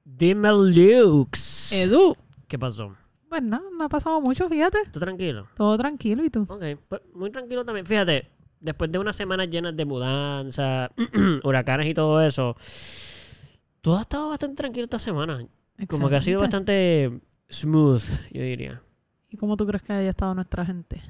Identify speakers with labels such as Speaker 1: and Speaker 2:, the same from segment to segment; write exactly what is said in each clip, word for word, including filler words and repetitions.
Speaker 1: Dime Lux.
Speaker 2: Edu.
Speaker 1: ¿Qué pasó?
Speaker 2: Pues no, no ha pasado mucho, fíjate.
Speaker 1: ¿Tú tranquilo?
Speaker 2: Todo tranquilo, ¿y tú?
Speaker 1: Ok, pues muy tranquilo también. Fíjate, después de unas semanas llenas de mudanza, huracanes y todo eso, tú has estado bastante tranquilo esta semana.
Speaker 2: Excelente.
Speaker 1: Como que ha sido bastante smooth, yo diría.
Speaker 2: ¿Y cómo tú crees que haya estado nuestra gente?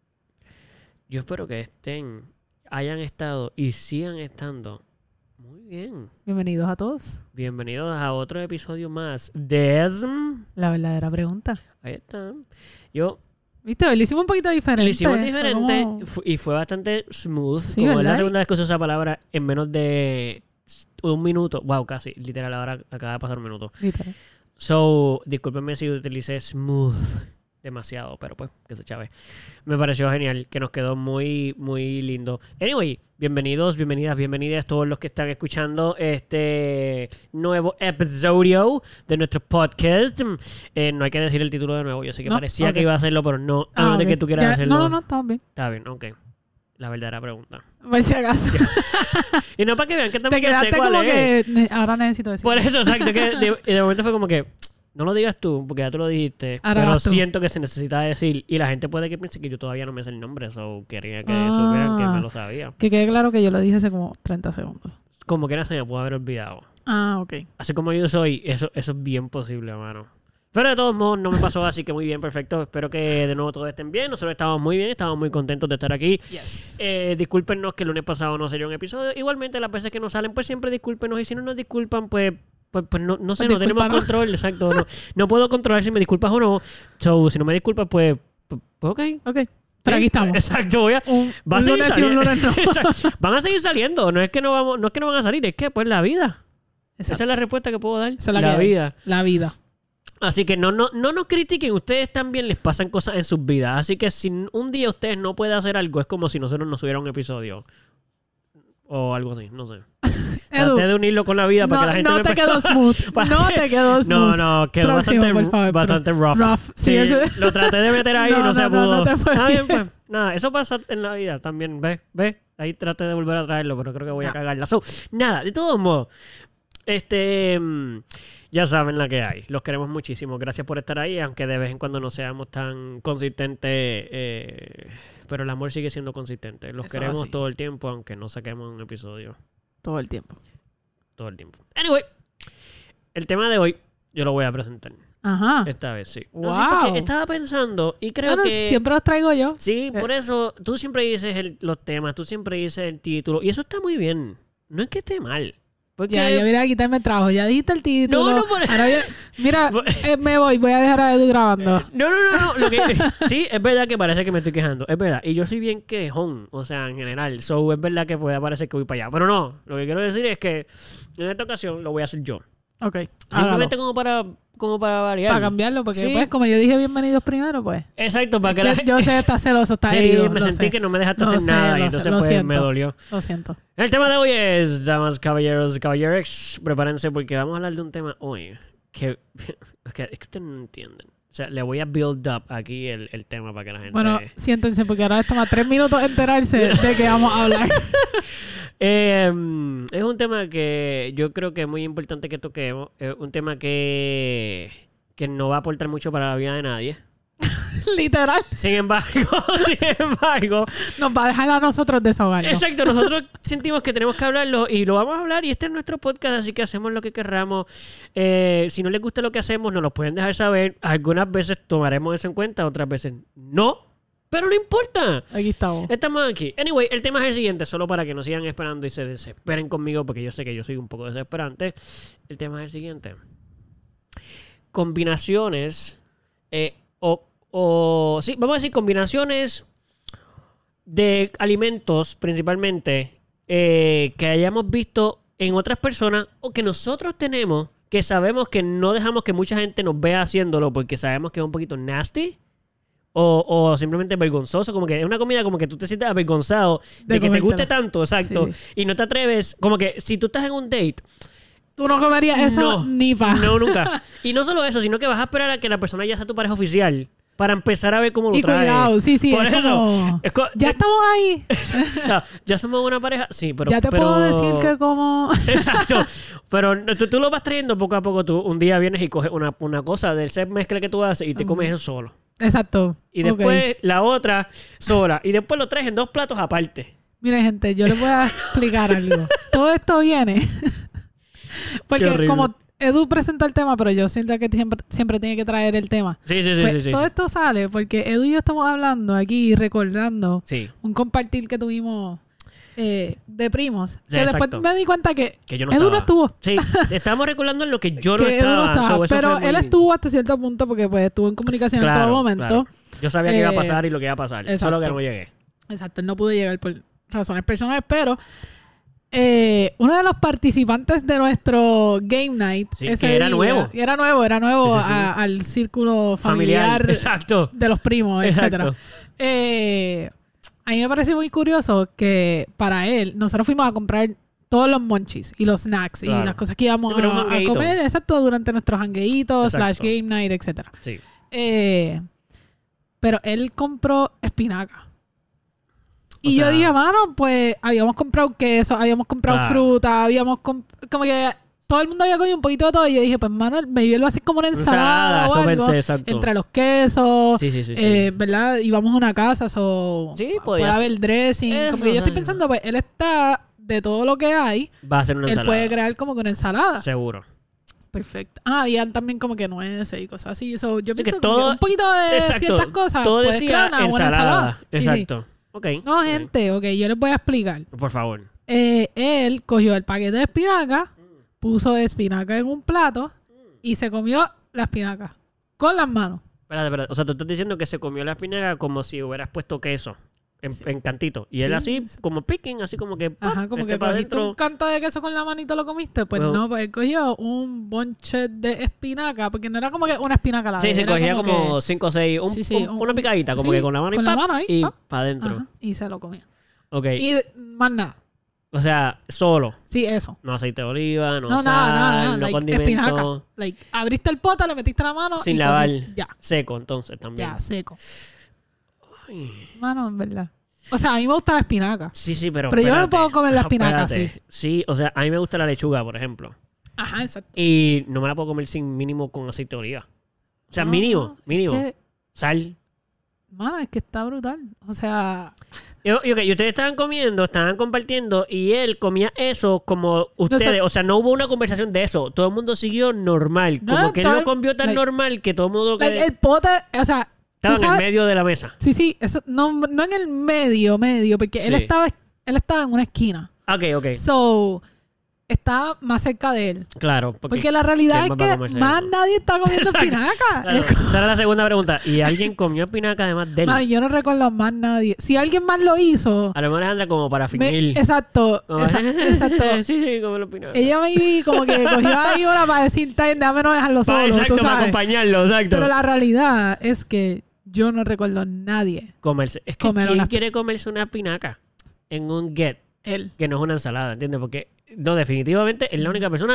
Speaker 1: Yo espero que estén, hayan estado y sigan estando muy bien.
Speaker 2: Bienvenidos a todos.
Speaker 1: Bienvenidos a otro episodio más de ESM.
Speaker 2: La verdadera pregunta.
Speaker 1: Ahí está. Yo
Speaker 2: ¿Viste? Lo hicimos un poquito diferente.
Speaker 1: lo hicimos diferente
Speaker 2: como...
Speaker 1: fu- y fue bastante smooth.
Speaker 2: Sí,
Speaker 1: Como es la
Speaker 2: ¿verdad?
Speaker 1: segunda vez que uso esa palabra en menos de un minuto. Wow, casi. Literal, ahora acaba de pasar un minuto.
Speaker 2: Literal.
Speaker 1: So, discúlpenme si utilicé smooth demasiado, pero pues, que se chave. Me pareció genial, que nos quedó muy, muy lindo. Anyway, bienvenidos, bienvenidas, bienvenidas todos los que están escuchando este nuevo episodio de nuestro podcast. Eh, no hay que decir el título de nuevo, yo sé que
Speaker 2: No,
Speaker 1: parecía
Speaker 2: okay.
Speaker 1: que iba a hacerlo, pero no, a menos
Speaker 2: Ah,
Speaker 1: de
Speaker 2: ok.
Speaker 1: que tú quieras
Speaker 2: Ya,
Speaker 1: hacerlo.
Speaker 2: No, no, no, estamos bien.
Speaker 1: Está bien, ok. La verdadera pregunta.
Speaker 2: Por si acaso.
Speaker 1: Y no para que vean que
Speaker 2: Te
Speaker 1: también yo sé
Speaker 2: quedaste
Speaker 1: cuál
Speaker 2: como
Speaker 1: es.
Speaker 2: que ne- ahora necesito decir.
Speaker 1: Por eso, exacto. Que de, y de momento fue como que, no lo digas tú, porque ya tú lo dijiste.
Speaker 2: Ahora
Speaker 1: pero
Speaker 2: vas tú.
Speaker 1: siento que se necesita decir. Y la gente puede que piense que yo todavía no me sé el nombre. So quería que
Speaker 2: Ah.
Speaker 1: supieran que me lo sabía.
Speaker 2: Que quede claro que yo lo dije hace como treinta segundos.
Speaker 1: Como que era se me pudo haber olvidado.
Speaker 2: Ah, ok.
Speaker 1: Así como yo soy, eso, eso es bien posible, hermano. Pero de todos modos no me pasó, así que muy bien, perfecto. Espero que de nuevo todos estén bien. Nosotros estamos muy bien, estamos muy contentos de estar aquí.
Speaker 2: Yes.
Speaker 1: Eh, discúlpenos que el lunes pasado no salió un episodio. Igualmente, las veces que nos salen, pues siempre discúlpenos. Y si no nos disculpan, pues, pues, pues no, no sé,
Speaker 2: Pues
Speaker 1: no tenemos
Speaker 2: discúlpanos.
Speaker 1: control. Exacto. No, no puedo controlar si me disculpas o no. So, si no me disculpas, pues, pues, pues ok.
Speaker 2: Ok. Pero aquí estamos.
Speaker 1: Exacto. Voy a,
Speaker 2: Un,
Speaker 1: va a
Speaker 2: un
Speaker 1: seguir
Speaker 2: lunes y un
Speaker 1: saliendo.
Speaker 2: lunes no.
Speaker 1: Exacto. Van a seguir saliendo. No es que no vamos, no es que no van a salir, es que pues la vida.
Speaker 2: Exacto.
Speaker 1: Esa es la respuesta que puedo dar.
Speaker 2: Esa es la
Speaker 1: la
Speaker 2: que hay.
Speaker 1: vida.
Speaker 2: La vida.
Speaker 1: Así que no, no, no nos critiquen, ustedes también les pasan cosas en sus vidas. Así que si un día ustedes no pueden hacer algo, es como si nosotros nos subiera un episodio. O algo así, no sé.
Speaker 2: Edu,
Speaker 1: Traté de unirlo con la vida para
Speaker 2: no,
Speaker 1: que la gente
Speaker 2: no
Speaker 1: me
Speaker 2: te quedó smooth.
Speaker 1: para
Speaker 2: No
Speaker 1: que-
Speaker 2: te quedó
Speaker 1: No,
Speaker 2: smooth.
Speaker 1: no, quedó
Speaker 2: Próximo,
Speaker 1: bastante,
Speaker 2: por favor,
Speaker 1: bastante rough.
Speaker 2: rough.
Speaker 1: Sí,
Speaker 2: Sí, ese-
Speaker 1: lo traté de meter ahí y
Speaker 2: No,
Speaker 1: no, se
Speaker 2: no, no,
Speaker 1: pudo.
Speaker 2: no te fue
Speaker 1: Está bien,
Speaker 2: bien.
Speaker 1: pues. Nada, eso pasa en la vida también, ¿ves? ¿Ves? Ahí traté de volver a traerlo, pero creo que voy a
Speaker 2: No.
Speaker 1: cagarla. So, nada, de todos modos. Este, mm, ya saben la que hay. Los queremos muchísimo. Gracias por estar ahí, aunque de vez en cuando no seamos tan consistentes. Eh, pero el amor sigue siendo consistente. Los
Speaker 2: Eso
Speaker 1: queremos
Speaker 2: así.
Speaker 1: todo el tiempo, aunque no saquemos un episodio
Speaker 2: Todo el tiempo.
Speaker 1: todo el tiempo. Anyway, el tema de hoy yo lo voy a presentar.
Speaker 2: Ajá.
Speaker 1: Esta vez sí.
Speaker 2: Wow.
Speaker 1: No sé, porque estaba pensando y creo
Speaker 2: Bueno,
Speaker 1: que...
Speaker 2: siempre los traigo yo.
Speaker 1: Sí,
Speaker 2: Eh.
Speaker 1: por eso tú siempre dices el- los temas, tú siempre dices el título. Y eso está muy bien. No es que esté mal. Porque...
Speaker 2: Ya, yo voy a quitarme el trabajo. Ya dijiste el título.
Speaker 1: No, no, por-
Speaker 2: Ahora voy a- Mira, eh, me voy. Voy a dejar a Edu grabando.
Speaker 1: No, no, no, no. Lo que, sí, es verdad que parece que me estoy quejando. Es verdad. Y yo soy bien quejón, o sea, en general. So, es verdad que puede parecer que voy para allá. Pero no. Lo que quiero decir es que en esta ocasión lo voy a hacer yo.
Speaker 2: Ok.
Speaker 1: Simplemente como para, como para variar.
Speaker 2: Para cambiarlo, porque
Speaker 1: Sí.
Speaker 2: pues, como yo dije bienvenidos primero, pues.
Speaker 1: Exacto, para que
Speaker 2: Yo,
Speaker 1: la gente...
Speaker 2: yo sé que estás celoso, estás
Speaker 1: Sí,
Speaker 2: herido.
Speaker 1: me
Speaker 2: lo
Speaker 1: sentí
Speaker 2: sé.
Speaker 1: que no me dejaste
Speaker 2: Lo
Speaker 1: hacer
Speaker 2: sé,
Speaker 1: nada y
Speaker 2: lo
Speaker 1: entonces
Speaker 2: sé, lo
Speaker 1: pues
Speaker 2: siento.
Speaker 1: me dolió.
Speaker 2: Lo siento.
Speaker 1: El tema de hoy es, damas, caballeros, caballeros, prepárense porque vamos a hablar de un tema hoy que, que es que ustedes no entienden. O sea, le voy a build up aquí el, el tema para que la gente...
Speaker 2: Bueno, siéntense, porque ahora toma tres minutos enterarse de que vamos a hablar.
Speaker 1: Eh, es un tema que yo creo que es muy importante que toquemos. Es un tema que, que no va a aportar mucho para la vida de nadie.
Speaker 2: Literal.
Speaker 1: Sin embargo, sin embargo...
Speaker 2: Nos va a dejar a nosotros desahogarnos.
Speaker 1: Exacto, nosotros sentimos que tenemos que hablarlo y lo vamos a hablar y este es nuestro podcast, así que hacemos lo que querramos. Eh, si no les gusta lo que hacemos, nos lo pueden dejar saber. Algunas veces tomaremos eso en cuenta, otras veces no, pero no importa.
Speaker 2: Aquí estamos.
Speaker 1: Estamos aquí. Anyway, el tema es el siguiente, solo para que no sigan esperando y se desesperen conmigo, porque yo sé que yo soy un poco desesperante. El tema es el siguiente. Combinaciones eh, o, o... Sí, vamos a decir combinaciones de alimentos principalmente eh, que hayamos visto en otras personas o que nosotros tenemos que sabemos que no dejamos que mucha gente nos vea haciéndolo porque sabemos que es un poquito nasty. O, o simplemente vergonzoso, como que es una comida como que tú te sientes avergonzado de,
Speaker 2: De
Speaker 1: que te
Speaker 2: comértela.
Speaker 1: guste tanto, exacto,
Speaker 2: Sí.
Speaker 1: y no te atreves, como que si tú estás en un date,
Speaker 2: Tú no comerías eso
Speaker 1: No.
Speaker 2: ni pa.
Speaker 1: no, nunca, y no solo eso, sino que vas a esperar a que la persona ya sea tu pareja oficial para empezar a ver cómo lo
Speaker 2: Y
Speaker 1: trae.
Speaker 2: cuidado, sí, sí.
Speaker 1: Por
Speaker 2: es
Speaker 1: eso.
Speaker 2: como,
Speaker 1: Es co-
Speaker 2: ya estamos ahí.
Speaker 1: No, ya somos una pareja. Sí, pero...
Speaker 2: ya te
Speaker 1: pero-
Speaker 2: puedo decir que como...
Speaker 1: Exacto. Pero no, tú, tú lo vas trayendo poco a poco. Tú un día vienes y coges una, una cosa del set mezcla que tú haces y te comes eso solo.
Speaker 2: Exacto.
Speaker 1: Y
Speaker 2: Ok.
Speaker 1: después la otra sola. Y después lo traes en dos platos aparte.
Speaker 2: Miren, gente, yo les voy a explicar algo. Todo esto viene
Speaker 1: Qué
Speaker 2: porque
Speaker 1: horrible.
Speaker 2: como Edu presentó el tema, pero yo siento que siempre, siempre tiene que traer el tema.
Speaker 1: Sí, sí, sí,
Speaker 2: Pues,
Speaker 1: sí, sí.
Speaker 2: todo
Speaker 1: sí.
Speaker 2: esto sale porque Edu y yo estamos hablando aquí, recordando
Speaker 1: Sí,
Speaker 2: un compartir que tuvimos eh, de primos.
Speaker 1: Sí,
Speaker 2: que después
Speaker 1: exacto.
Speaker 2: me di cuenta que,
Speaker 1: que yo no
Speaker 2: Edu
Speaker 1: estaba.
Speaker 2: no estuvo.
Speaker 1: Sí, estamos recordando lo que yo no
Speaker 2: que Edu
Speaker 1: estaba.
Speaker 2: no estaba.
Speaker 1: So, eso
Speaker 2: pero
Speaker 1: fue
Speaker 2: él
Speaker 1: muy-
Speaker 2: estuvo hasta cierto punto porque pues estuvo en comunicación en
Speaker 1: Claro,
Speaker 2: todo momento.
Speaker 1: claro. Yo sabía que iba a
Speaker 2: Eh,
Speaker 1: pasar y lo que iba a pasar.
Speaker 2: exacto.
Speaker 1: Solo que no llegué.
Speaker 2: Exacto, él no pudo llegar por razones personales, pero eh, uno de los participantes de nuestro Game Night
Speaker 1: Sí,
Speaker 2: ese
Speaker 1: que era
Speaker 2: día-
Speaker 1: nuevo.
Speaker 2: era nuevo, era nuevo
Speaker 1: Sí, sí, sí.
Speaker 2: a- al círculo
Speaker 1: Familiar.
Speaker 2: familiar,
Speaker 1: Exacto.
Speaker 2: de los primos, etcétera.
Speaker 1: Exacto.
Speaker 2: Eh, a mí me parece muy curioso que para él, nosotros fuimos a comprar todos los monchis y los snacks
Speaker 1: Claro.
Speaker 2: y las cosas que íbamos
Speaker 1: Sí, pero un
Speaker 2: a, a
Speaker 1: jangueíto.
Speaker 2: comer, exacto, durante nuestros hangueitos, slash
Speaker 1: Exacto.
Speaker 2: game night, etcétera.
Speaker 1: Sí.
Speaker 2: Eh, pero él compró espinaca.
Speaker 1: O
Speaker 2: Y
Speaker 1: sea-
Speaker 2: yo dije, mano, pues habíamos comprado queso, habíamos comprado
Speaker 1: Claro.
Speaker 2: fruta, habíamos comp- como que todo el mundo había comido un poquito de todo. Y yo dije, pues, mano, maybe él va a hacer como una ensalada,
Speaker 1: Ensalada,
Speaker 2: o
Speaker 1: eso
Speaker 2: algo.
Speaker 1: pensé, exacto.
Speaker 2: Entre los quesos,
Speaker 1: Sí, sí, sí, sí.
Speaker 2: eh, ¿verdad? Y vamos a una casa, so,
Speaker 1: Sí,
Speaker 2: puede
Speaker 1: podía
Speaker 2: haber dressing.
Speaker 1: Eso,
Speaker 2: Como que yo estoy
Speaker 1: exacto.
Speaker 2: pensando, pues, él está de todo lo que hay,
Speaker 1: Va a ser una
Speaker 2: él
Speaker 1: ensalada.
Speaker 2: puede crear como que una ensalada.
Speaker 1: Seguro.
Speaker 2: Perfecto. Ah, habían también como que nueces y cosas así. So, yo
Speaker 1: Así
Speaker 2: pienso
Speaker 1: que
Speaker 2: como
Speaker 1: todo-
Speaker 2: que un poquito de
Speaker 1: Exacto.
Speaker 2: ciertas cosas.
Speaker 1: Todo
Speaker 2: puedes
Speaker 1: decía
Speaker 2: crear una buena
Speaker 1: ensalada.
Speaker 2: ensalada. Sí, sí.
Speaker 1: Exacto. Ok.
Speaker 2: No,
Speaker 1: ok.
Speaker 2: gente, ok, yo les voy a explicar.
Speaker 1: Por favor.
Speaker 2: Eh, él cogió el paquete de espinaca, puso espinaca en un plato y se comió la espinaca con las manos.
Speaker 1: Espérate, espérate. O sea, tú estás diciendo que se comió la espinaca como si hubieras puesto queso en,
Speaker 2: Sí.
Speaker 1: en cantito. Y él
Speaker 2: Sí,
Speaker 1: así,
Speaker 2: sí.
Speaker 1: como picking, así como que. ¡pam!
Speaker 2: Ajá, como
Speaker 1: este
Speaker 2: que
Speaker 1: para
Speaker 2: cogiste
Speaker 1: adentro.
Speaker 2: un canto de queso con la mano y te lo comiste. Pues
Speaker 1: Bueno.
Speaker 2: no, pues él cogió un bonche de espinaca, porque no era como que una espinaca a la
Speaker 1: Sí,
Speaker 2: vez,
Speaker 1: se
Speaker 2: era
Speaker 1: cogía como
Speaker 2: que-
Speaker 1: cinco o seis. Un,
Speaker 2: Sí, sí,
Speaker 1: un-
Speaker 2: un-
Speaker 1: una picadita, como
Speaker 2: sí,
Speaker 1: que con la mano
Speaker 2: con
Speaker 1: y,
Speaker 2: la
Speaker 1: ¡pam!
Speaker 2: mano ahí,
Speaker 1: y
Speaker 2: ¡pam!
Speaker 1: para adentro.
Speaker 2: Ajá, y se lo comía.
Speaker 1: Ok.
Speaker 2: Y más nada.
Speaker 1: O sea, solo.
Speaker 2: Sí, eso.
Speaker 1: No aceite de oliva, no,
Speaker 2: No,
Speaker 1: sal,
Speaker 2: nada, nada, nada.
Speaker 1: no
Speaker 2: Like,
Speaker 1: condimento.
Speaker 2: espinaca. Like, abriste el pote, le metiste la mano.
Speaker 1: Sin
Speaker 2: y
Speaker 1: lavar.
Speaker 2: cogí- Ya,
Speaker 1: Seco, entonces, también.
Speaker 2: ya, seco.
Speaker 1: Ay.
Speaker 2: Mano, en verdad. O sea, a mí me gusta la espinaca.
Speaker 1: Sí, sí, pero.
Speaker 2: Pero yo no
Speaker 1: espérate.
Speaker 2: puedo comer la espinaca
Speaker 1: Espérate.
Speaker 2: así.
Speaker 1: Sí, o sea, a mí me gusta la lechuga, por ejemplo.
Speaker 2: Ajá, exacto.
Speaker 1: Y no me la puedo comer sin mínimo con aceite de oliva. O sea,
Speaker 2: No,
Speaker 1: mínimo,
Speaker 2: no, es
Speaker 1: mínimo.
Speaker 2: que,
Speaker 1: Sal.
Speaker 2: mano, es que está brutal. O sea,
Speaker 1: Y, y ok, y ustedes estaban comiendo, estaban compartiendo y él comía eso como ustedes.
Speaker 2: sé.
Speaker 1: O sea, no hubo una conversación de eso. Todo el mundo siguió normal.
Speaker 2: No,
Speaker 1: Como que él
Speaker 2: todo
Speaker 1: lo
Speaker 2: el-
Speaker 1: comió tan
Speaker 2: like-
Speaker 1: normal que todo el mundo que
Speaker 2: like, el pote, o sea,
Speaker 1: estaba
Speaker 2: tú
Speaker 1: en el
Speaker 2: sabes-
Speaker 1: medio de la mesa.
Speaker 2: Sí, sí, eso, no, no en el medio, medio, porque él
Speaker 1: Sí.
Speaker 2: estaba, él estaba en una esquina.
Speaker 1: Ok, ok.
Speaker 2: So, estaba más cerca de él.
Speaker 1: Claro. Porque,
Speaker 2: Porque la realidad
Speaker 1: ¿quién
Speaker 2: es
Speaker 1: más va a
Speaker 2: que
Speaker 1: comerse
Speaker 2: más
Speaker 1: eso?
Speaker 2: nadie está comiendo
Speaker 1: Exacto.
Speaker 2: espinaca.
Speaker 1: Claro,
Speaker 2: Es como-
Speaker 1: esa era la segunda pregunta. ¿Y alguien comió espinaca además de él?
Speaker 2: Mano, yo no recuerdo más nadie. Si alguien más lo hizo,
Speaker 1: A lo mejor Alejandra como para
Speaker 2: me-
Speaker 1: fingir.
Speaker 2: exacto,
Speaker 1: Como-
Speaker 2: esa- exacto.
Speaker 1: sí, sí, como la espinaca.
Speaker 2: Ella me vi como que cogió ahí una para decir, "Tay, déjame no dejarlo
Speaker 1: Pa-
Speaker 2: solo",
Speaker 1: exacto,
Speaker 2: tú
Speaker 1: para
Speaker 2: sabes.
Speaker 1: acompañarlo, exacto.
Speaker 2: Pero la realidad es que yo no recuerdo a nadie.
Speaker 1: Comerse. Es que
Speaker 2: Comer
Speaker 1: ¿quién
Speaker 2: una-
Speaker 1: quiere comerse una espinaca en un get
Speaker 2: Él.
Speaker 1: que no es una ensalada? ¿Entiendes? Porque, no, definitivamente es la única persona.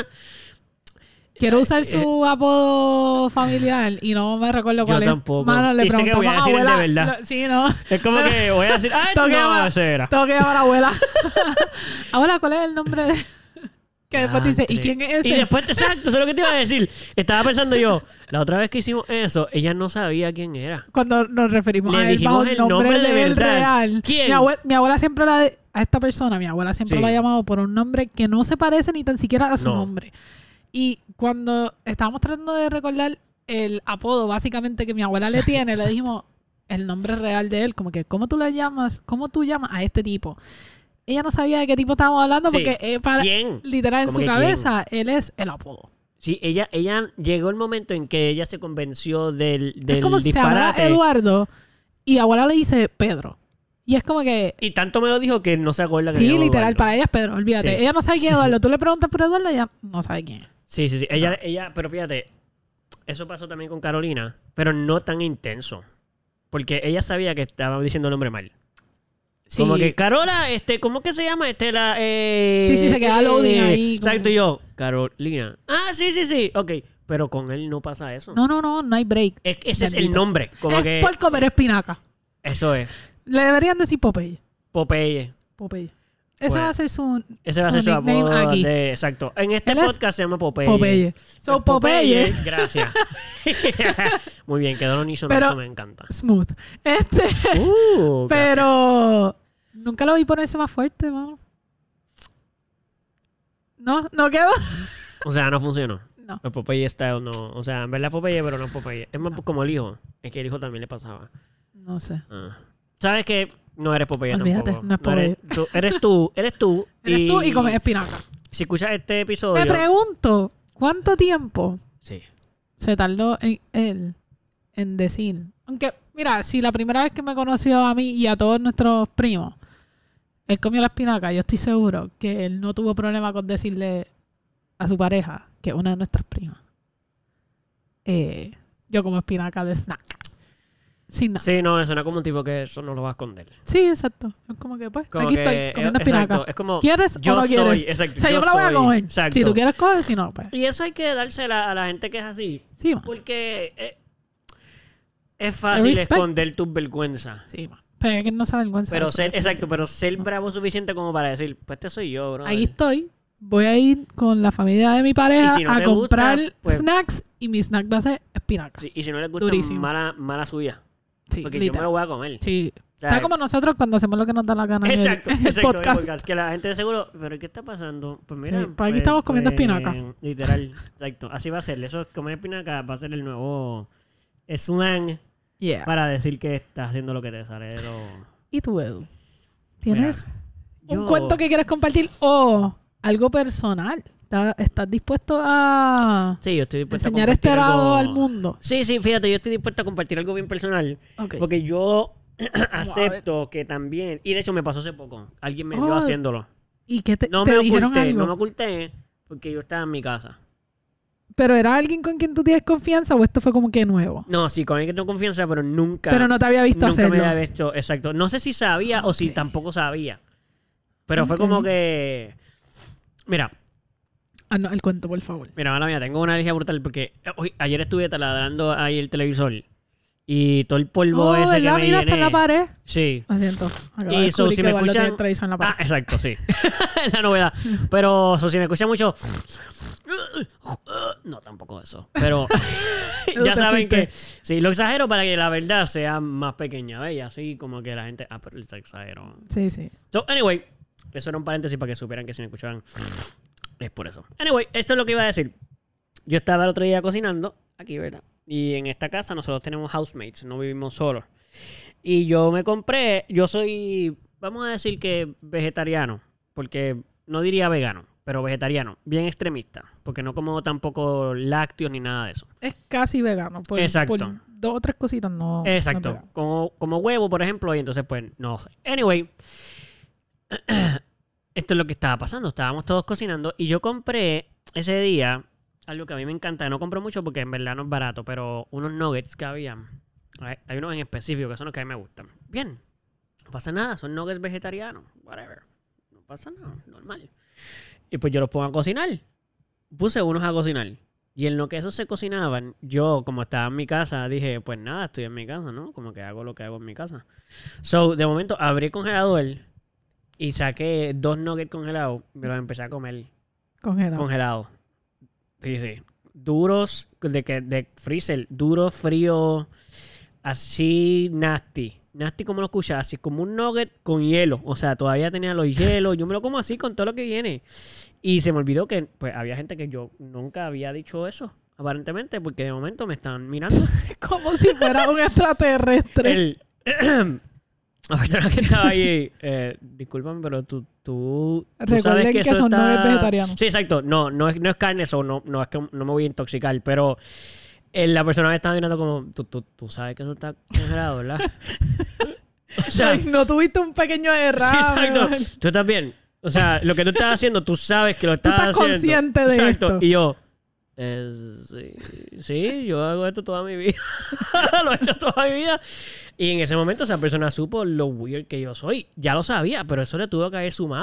Speaker 2: Quiero usar
Speaker 1: Eh,
Speaker 2: su apodo familiar y no me recuerdo
Speaker 1: Yo
Speaker 2: cuál es.
Speaker 1: tampoco.
Speaker 2: Mano, le
Speaker 1: Y sé que voy a
Speaker 2: preguntamos a
Speaker 1: decir el de
Speaker 2: abuela.
Speaker 1: verdad.
Speaker 2: Lo- sí, no.
Speaker 1: Es como que voy a decir, ¡ay,
Speaker 2: Tengo que
Speaker 1: no!
Speaker 2: llamar-
Speaker 1: Ese era.
Speaker 2: Tengo que llamar a la abuela. Abuela, ¿cuál es el nombre de...? Que después dice, ¿y
Speaker 1: Diantre.
Speaker 2: quién es ese?
Speaker 1: Y después, exacto, eso es lo que te iba a decir. Estaba pensando yo, la otra vez que hicimos eso, ella no sabía quién era.
Speaker 2: Cuando nos referimos
Speaker 1: Le
Speaker 2: a él
Speaker 1: dijimos
Speaker 2: bajo el
Speaker 1: el
Speaker 2: nombre,
Speaker 1: nombre de
Speaker 2: de él
Speaker 1: verdad.
Speaker 2: real.
Speaker 1: ¿Quién?
Speaker 2: Mi, abue- mi abuela siempre la... A esta persona, mi abuela siempre
Speaker 1: Sí.
Speaker 2: lo ha llamado por un nombre que no se parece ni tan siquiera a su
Speaker 1: No.
Speaker 2: nombre. Y cuando estábamos tratando de recordar el apodo básicamente que mi abuela le tiene, le dijimos el nombre real de él, como que, ¿cómo tú le llamas? ¿Cómo tú llamas a este tipo? Ella no sabía de qué tipo estábamos hablando
Speaker 1: Sí.
Speaker 2: porque eh, para,
Speaker 1: ¿Quién?
Speaker 2: literal en
Speaker 1: ¿Cómo
Speaker 2: su
Speaker 1: que
Speaker 2: cabeza, él es el apodo.
Speaker 1: Sí, ella, ella llegó el momento en que ella se convenció del, del
Speaker 2: es como si se llama
Speaker 1: disparate.
Speaker 2: Eduardo y abuela le dice Pedro. Y es como que...
Speaker 1: Y tanto me lo dijo que no se acuerda que
Speaker 2: Sí,
Speaker 1: se llama
Speaker 2: literal,
Speaker 1: Eduardo.
Speaker 2: para ella es Pedro, olvídate.
Speaker 1: Sí.
Speaker 2: Ella no sabe quién es Eduardo. Tú le preguntas por Eduardo y ella no sabe quién es.
Speaker 1: Sí, sí, sí. Ella, ella, pero fíjate, eso pasó también con Carolina, pero no tan intenso. Porque ella sabía que estaba diciendo el nombre mal.
Speaker 2: Sí.
Speaker 1: Como que, Carola, este, ¿cómo que se llama? Este, la, eh,
Speaker 2: Sí, sí, se queda loading ahí, como-
Speaker 1: Exacto, y yo, Carolina. Ah, sí, sí, sí. Ok. Pero con él no pasa eso.
Speaker 2: No, no, no, no hay break.
Speaker 1: Es- ese es el
Speaker 2: Bendito.
Speaker 1: nombre. Como
Speaker 2: es
Speaker 1: que
Speaker 2: por comer espinaca.
Speaker 1: eso es.
Speaker 2: Le deberían decir Popeye.
Speaker 1: Popeye.
Speaker 2: Popeye. Ese
Speaker 1: Bueno,
Speaker 2: va a ser su,
Speaker 1: Ese va a ser su
Speaker 2: nickname
Speaker 1: apodo
Speaker 2: aquí.
Speaker 1: de... Exacto. En este
Speaker 2: Él es
Speaker 1: podcast se llama Popeye.
Speaker 2: Popeye. So,
Speaker 1: Pues
Speaker 2: Popeye.
Speaker 1: Gracias. Muy bien, quedó unísono.
Speaker 2: Pero-
Speaker 1: Eso me encanta.
Speaker 2: Smooth. Este,
Speaker 1: Uh, gracias.
Speaker 2: pero nunca lo vi ponerse más fuerte, mano. No, no quedó.
Speaker 1: O sea, no funcionó.
Speaker 2: No.
Speaker 1: El Popeye style no. O sea, en verdad Popeye, pero no es Popeye. Es más como el hijo. Es que el hijo también le pasaba.
Speaker 2: No sé.
Speaker 1: Ah. ¿Sabes qué? No eres Popeye
Speaker 2: Olvídate,
Speaker 1: tampoco.
Speaker 2: no es Popeye.
Speaker 1: eres, tú, eres tú. Eres tú.
Speaker 2: Eres tú y comes espinaca.
Speaker 1: Si escuchas este episodio...
Speaker 2: Me pregunto, ¿cuánto tiempo
Speaker 1: Sí.
Speaker 2: se tardó en él en decir? Aunque, mira, si la primera vez que me conoció a mí y a todos nuestros primos, él comió la espinaca, yo estoy seguro que él no tuvo problema con decirle a su pareja, que es una de nuestras primas, eh, yo como espinaca de snack. Sin nada.
Speaker 1: Sí, no, suena como un tipo que eso no lo va a esconder.
Speaker 2: Sí, exacto. Es como que, pues,
Speaker 1: Como
Speaker 2: aquí
Speaker 1: que,
Speaker 2: estoy comiendo
Speaker 1: eh,
Speaker 2: espinaca.
Speaker 1: exacto, es como,
Speaker 2: ¿Quieres
Speaker 1: yo
Speaker 2: o no
Speaker 1: soy,
Speaker 2: quieres?
Speaker 1: exacto,
Speaker 2: O sea, yo,
Speaker 1: yo
Speaker 2: me la voy a
Speaker 1: soy,
Speaker 2: comer.
Speaker 1: exacto.
Speaker 2: Si tú quieres coger, si no, pues.
Speaker 1: Y eso hay que dársela a la gente que es así.
Speaker 2: Sí, ma.
Speaker 1: Porque eh, es fácil
Speaker 2: Respect.
Speaker 1: esconder tus vergüenzas.
Speaker 2: Sí, ma. Pero es que no se avergüenza. de
Speaker 1: Pero
Speaker 2: eso,
Speaker 1: ser, exacto,
Speaker 2: definitivamente.
Speaker 1: pero ser bravo suficiente como para decir, pues este soy yo, bro.
Speaker 2: Ahí estoy. Voy a ir con la familia de mi pareja
Speaker 1: Y si no
Speaker 2: a
Speaker 1: te gusta,
Speaker 2: comprar
Speaker 1: pues-
Speaker 2: snacks y mi snack va a ser espinaca.
Speaker 1: Sí, y si no les gusta,
Speaker 2: Durísimo.
Speaker 1: mala, mala suya.
Speaker 2: Sí,
Speaker 1: Porque yo me
Speaker 2: literal.
Speaker 1: lo voy a comer.
Speaker 2: Sí.
Speaker 1: O sea,
Speaker 2: ¿Sabes como nosotros cuando hacemos lo que nos da la gana en el-
Speaker 1: Exacto,
Speaker 2: en el,
Speaker 1: exacto, en el
Speaker 2: podcast?
Speaker 1: podcast. Que la gente de seguro, ¿pero qué está pasando? Pues mira.
Speaker 2: Sí, pues aquí estamos comiendo espinaca.
Speaker 1: Literal, exacto. Así va a ser. Eso, comer espinaca va a ser el nuevo slang
Speaker 2: Yeah.
Speaker 1: para decir que estás haciendo lo que te sale. de lo-
Speaker 2: ¿Y tú, Edu? ¿Tienes
Speaker 1: Yo-
Speaker 2: un cuento que quieres compartir o algo personal? ¿Estás, estás dispuesto a
Speaker 1: Sí, yo estoy dispuesto
Speaker 2: enseñar
Speaker 1: a
Speaker 2: este
Speaker 1: compartir
Speaker 2: lado
Speaker 1: algo-
Speaker 2: al mundo?
Speaker 1: Sí, sí, fíjate, yo estoy dispuesto a compartir algo bien personal.
Speaker 2: Ok.
Speaker 1: Porque yo acepto que también... Y de hecho me pasó hace poco. Alguien me vio
Speaker 2: Oh,
Speaker 1: haciéndolo.
Speaker 2: ¿Y qué te,
Speaker 1: No
Speaker 2: te
Speaker 1: me
Speaker 2: dijeron
Speaker 1: oculté,
Speaker 2: algo?
Speaker 1: no me oculté porque yo estaba en mi casa.
Speaker 2: ¿Pero era alguien con quien tú tienes confianza o esto fue como que nuevo?
Speaker 1: No, sí, con alguien que tengo confianza, pero nunca...
Speaker 2: Pero no te había visto
Speaker 1: nunca
Speaker 2: hacerlo.
Speaker 1: me había visto, exacto. No sé si sabía o si
Speaker 2: Ok.
Speaker 1: tampoco sabía. Pero fue
Speaker 2: Ok.
Speaker 1: como que... Mira,
Speaker 2: Ah, no, el cuento, por favor.
Speaker 1: mira, mala mía, tengo una alergia brutal porque eh, hoy, ayer estuve taladrando ahí el televisor y todo el polvo
Speaker 2: Oh,
Speaker 1: ese que
Speaker 2: ¿verdad?
Speaker 1: me
Speaker 2: Mira, está en
Speaker 1: llené.
Speaker 2: la pared.
Speaker 1: Sí.
Speaker 2: Lo siento. Acabo
Speaker 1: Y
Speaker 2: de
Speaker 1: so,
Speaker 2: descubrir
Speaker 1: si
Speaker 2: que
Speaker 1: me
Speaker 2: Eduardo tiene
Speaker 1: escuchan...
Speaker 2: el televisor en la pared.
Speaker 1: Ah, exacto, sí. Es la novedad. Pero so, si me escuchan mucho... No, tampoco eso. Pero ya
Speaker 2: te
Speaker 1: saben
Speaker 2: fuiste.
Speaker 1: que... Sí, lo exagero para que la verdad sea más pequeña, ¿ves? Y así como que la gente... Ah, pero se exageró.
Speaker 2: Sí, sí.
Speaker 1: So, anyway, eso era un paréntesis para que supieran que si me escuchaban es por eso. Anyway, esto es lo que iba a decir. Yo estaba el otro día cocinando, aquí, ¿verdad? Y en esta casa nosotros tenemos housemates, no vivimos solos. Y yo me compré, yo soy, vamos a decir que vegetariano, porque no diría vegano, pero vegetariano, bien extremista, porque no como tampoco lácteos ni nada de eso.
Speaker 2: Es casi vegano. Por,
Speaker 1: Exacto.
Speaker 2: por dos o tres cositas no.
Speaker 1: Exacto,
Speaker 2: no es vegano.
Speaker 1: como, como huevo, por ejemplo, y entonces pues no sé. Anyway, esto es lo que estaba pasando, estábamos todos cocinando y yo compré ese día algo que a mí me encanta, no compro mucho porque en verdad no es barato, pero unos nuggets que había, hay, hay unos en específico que son los que a mí me gustan. Bien, no pasa nada, son nuggets vegetarianos, whatever, no pasa nada, normal. Y pues yo los pongo a cocinar, puse unos a cocinar. Y en lo que esos se cocinaban, yo, como estaba en mi casa, dije, pues nada, estoy en mi casa, ¿no? Como que hago lo que hago en mi casa. So, de momento, abrí el congelador y saqué dos nuggets congelados y me los empecé a comer
Speaker 2: Congelado.
Speaker 1: congelados. Sí, sí. Duros, de que de freezer, duro, frío, así nasty. Nasty como lo escuchas, así como un nugget con hielo. O sea, todavía tenía los hielos. Yo me lo como así con todo lo que viene. Y se me olvidó que pues había gente que yo nunca había dicho eso, aparentemente, porque de momento me están mirando.
Speaker 2: Como si fuera un extraterrestre.
Speaker 1: El, la persona que estaba ahí, eh, discúlpame, pero tú, tú, tú
Speaker 2: Recuerden
Speaker 1: sabes que,
Speaker 2: que
Speaker 1: eso
Speaker 2: son
Speaker 1: está...
Speaker 2: nuggets vegetarianos.
Speaker 1: Sí, exacto. No, no es, no es carne, eso no, no es que no me voy a intoxicar, pero eh, la persona me estaba mirando como, tú, tú, tú sabes que eso está congelado, ¿verdad? O sea,
Speaker 2: Ay, no tuviste un pequeño error.
Speaker 1: sí, exacto. Tú estás bien. O sea, lo que tú estás haciendo, tú sabes que lo estás,
Speaker 2: estás
Speaker 1: haciendo.
Speaker 2: consciente de
Speaker 1: Exacto.
Speaker 2: esto.
Speaker 1: Y yo, eh, sí, sí, yo hago esto toda mi vida. Lo he hecho toda mi vida. Y en ese momento esa persona supo lo weird que yo soy. Ya lo sabía, pero eso le tuvo que haber sumado.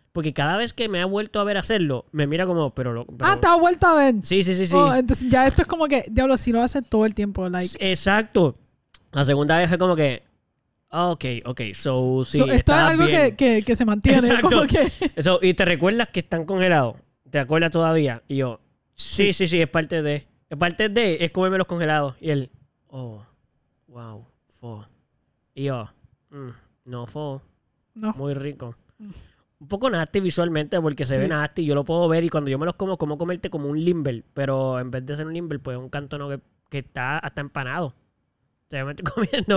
Speaker 1: Porque cada vez que me ha vuelto a ver hacerlo, me mira como, pero... Lo, pero...
Speaker 2: Ah, ¿te has vuelto a ver?
Speaker 1: Sí, sí, sí, sí.
Speaker 2: Oh, entonces ya esto es como que, diablo, si lo hacen todo el tiempo, like...
Speaker 1: Exacto. La segunda vez fue como que... Ok, ok, so, sí,
Speaker 2: So, esto es
Speaker 1: estabas
Speaker 2: algo
Speaker 1: bien.
Speaker 2: que, que, que se mantiene.
Speaker 1: Exacto.
Speaker 2: Como que...
Speaker 1: Eso, y te recuerdas que están congelados. ¿Te acuerdas todavía? Y yo, sí, sí, sí, sí, es parte de... Es parte de... Es comerme los congelados. Y él, oh, wow, fo. Y yo, mm, no, fo.
Speaker 2: No.
Speaker 1: Muy rico. Un poco nasty visualmente porque se
Speaker 2: Sí.
Speaker 1: ve nasty. Yo lo puedo ver y cuando yo me los como, como comerte como un limber. Pero en vez de ser un limber, pues un cantono que, que está hasta empanado. O sea, yo me estoy comiendo.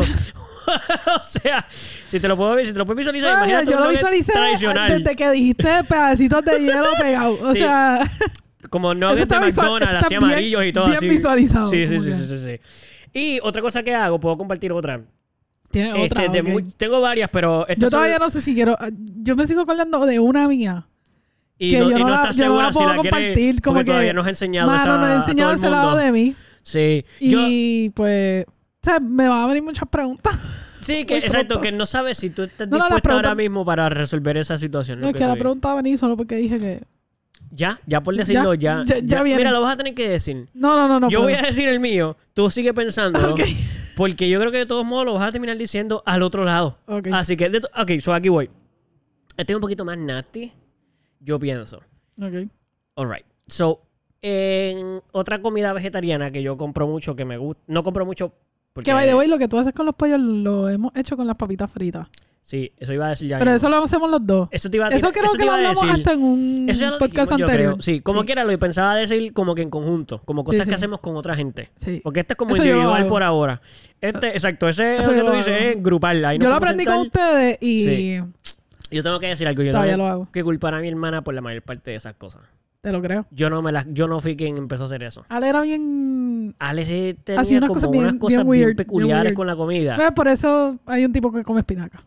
Speaker 1: O sea, si te lo puedo ver, si te lo puedes visualizar,
Speaker 2: Ay,
Speaker 1: imagínate
Speaker 2: yo
Speaker 1: un
Speaker 2: lo
Speaker 1: nugget
Speaker 2: visualicé
Speaker 1: tradicional.
Speaker 2: desde que dijiste pedacitos de hielo pegados. O
Speaker 1: Sí.
Speaker 2: sea,
Speaker 1: Como
Speaker 2: eso
Speaker 1: nuggets de
Speaker 2: está visual-
Speaker 1: McDonald's,
Speaker 2: está
Speaker 1: así
Speaker 2: bien-
Speaker 1: amarillos y todo
Speaker 2: bien
Speaker 1: así.
Speaker 2: visualizado.
Speaker 1: Sí, sí,
Speaker 2: como
Speaker 1: sí,
Speaker 2: que-
Speaker 1: sí, sí, sí. Y otra cosa que hago, puedo compartir otra.
Speaker 2: Tiene
Speaker 1: Este,
Speaker 2: otra.
Speaker 1: de
Speaker 2: ok.
Speaker 1: muy- tengo varias, pero estas
Speaker 2: Yo todavía
Speaker 1: son-
Speaker 2: no sé si quiero. Yo me sigo acordando de una mía.
Speaker 1: y
Speaker 2: que
Speaker 1: no,
Speaker 2: yo
Speaker 1: y
Speaker 2: no
Speaker 1: no
Speaker 2: la-
Speaker 1: estás
Speaker 2: yo no la
Speaker 1: segura si
Speaker 2: puedo
Speaker 1: la quieres,
Speaker 2: compartir, como
Speaker 1: porque
Speaker 2: que-
Speaker 1: todavía no has enseñado
Speaker 2: Mano,
Speaker 1: esa
Speaker 2: no he
Speaker 1: a
Speaker 2: enseñado
Speaker 1: todo
Speaker 2: ese
Speaker 1: el
Speaker 2: lado
Speaker 1: mundo.
Speaker 2: de mí.
Speaker 1: Sí. Yo,
Speaker 2: Y pues. O sea, me van a venir muchas preguntas.
Speaker 1: sí, que
Speaker 2: muy
Speaker 1: exacto,
Speaker 2: pronto.
Speaker 1: que no sabes si tú estás
Speaker 2: No, no, la
Speaker 1: dispuesta ahora
Speaker 2: pregunta-
Speaker 1: mismo para resolver esa situación.
Speaker 2: No,
Speaker 1: lo
Speaker 2: es
Speaker 1: que
Speaker 2: que la
Speaker 1: tú-
Speaker 2: pregunta va a venir solo porque dije que.
Speaker 1: Ya, ya por decirlo, ya.
Speaker 2: Ya- ya- ya viene.
Speaker 1: Mira, lo vas a tener que decir.
Speaker 2: No, no, no, no.
Speaker 1: yo
Speaker 2: puedo.
Speaker 1: voy a decir el mío, tú sigue pensando.
Speaker 2: Ok.
Speaker 1: Porque yo creo que de todos modos lo vas a terminar diciendo al otro lado.
Speaker 2: Ok.
Speaker 1: Así que, de to- ok, so aquí voy. Este es un poquito más nasty, yo pienso.
Speaker 2: Ok.
Speaker 1: Alright. So, en otra comida vegetariana que yo compro mucho, que me gusta. No compro mucho porque...
Speaker 2: Que by the way, lo que tú haces con los pollos lo hemos hecho con las papitas fritas.
Speaker 1: Sí, eso iba a decir ya.
Speaker 2: Pero
Speaker 1: mismo.
Speaker 2: eso lo hacemos los dos.
Speaker 1: Eso te iba a
Speaker 2: Eso
Speaker 1: tirar-
Speaker 2: creo
Speaker 1: eso
Speaker 2: que
Speaker 1: te
Speaker 2: lo
Speaker 1: iba a
Speaker 2: hablamos
Speaker 1: decir.
Speaker 2: hasta en un
Speaker 1: Eso ya lo
Speaker 2: podcast
Speaker 1: dijimos, yo
Speaker 2: anterior.
Speaker 1: creo. Sí, como
Speaker 2: Sí.
Speaker 1: quiera, lo pensaba decir como que en conjunto. Como cosas
Speaker 2: Sí,
Speaker 1: que
Speaker 2: sí.
Speaker 1: hacemos con otra gente.
Speaker 2: Sí.
Speaker 1: Porque este es como
Speaker 2: Eso yo lo
Speaker 1: individual
Speaker 2: hago.
Speaker 1: por ahora. Este, exacto, ese es
Speaker 2: Eso
Speaker 1: lo que
Speaker 2: yo
Speaker 1: tú
Speaker 2: lo
Speaker 1: dices,
Speaker 2: hago.
Speaker 1: es grupal. Ahí nos
Speaker 2: Yo lo
Speaker 1: podemos
Speaker 2: aprendí con
Speaker 1: sentar.
Speaker 2: ustedes y
Speaker 1: Sí. Yo tengo que decir algo. Yo
Speaker 2: Todavía
Speaker 1: tengo
Speaker 2: lo hago.
Speaker 1: que culpar a mi hermana por la mayor parte de esas cosas.
Speaker 2: te lo creo.
Speaker 1: Yo no me las, yo no fui quien empezó a hacer eso.
Speaker 2: Ale era bien...
Speaker 1: Alex eh, tenía
Speaker 2: Hacía unas
Speaker 1: como
Speaker 2: cosas bien-
Speaker 1: unas cosas
Speaker 2: bien
Speaker 1: bien,
Speaker 2: weird, bien
Speaker 1: peculiares
Speaker 2: weird.
Speaker 1: con la comida.
Speaker 2: ¿Ves? Por eso hay un tipo que come espinaca.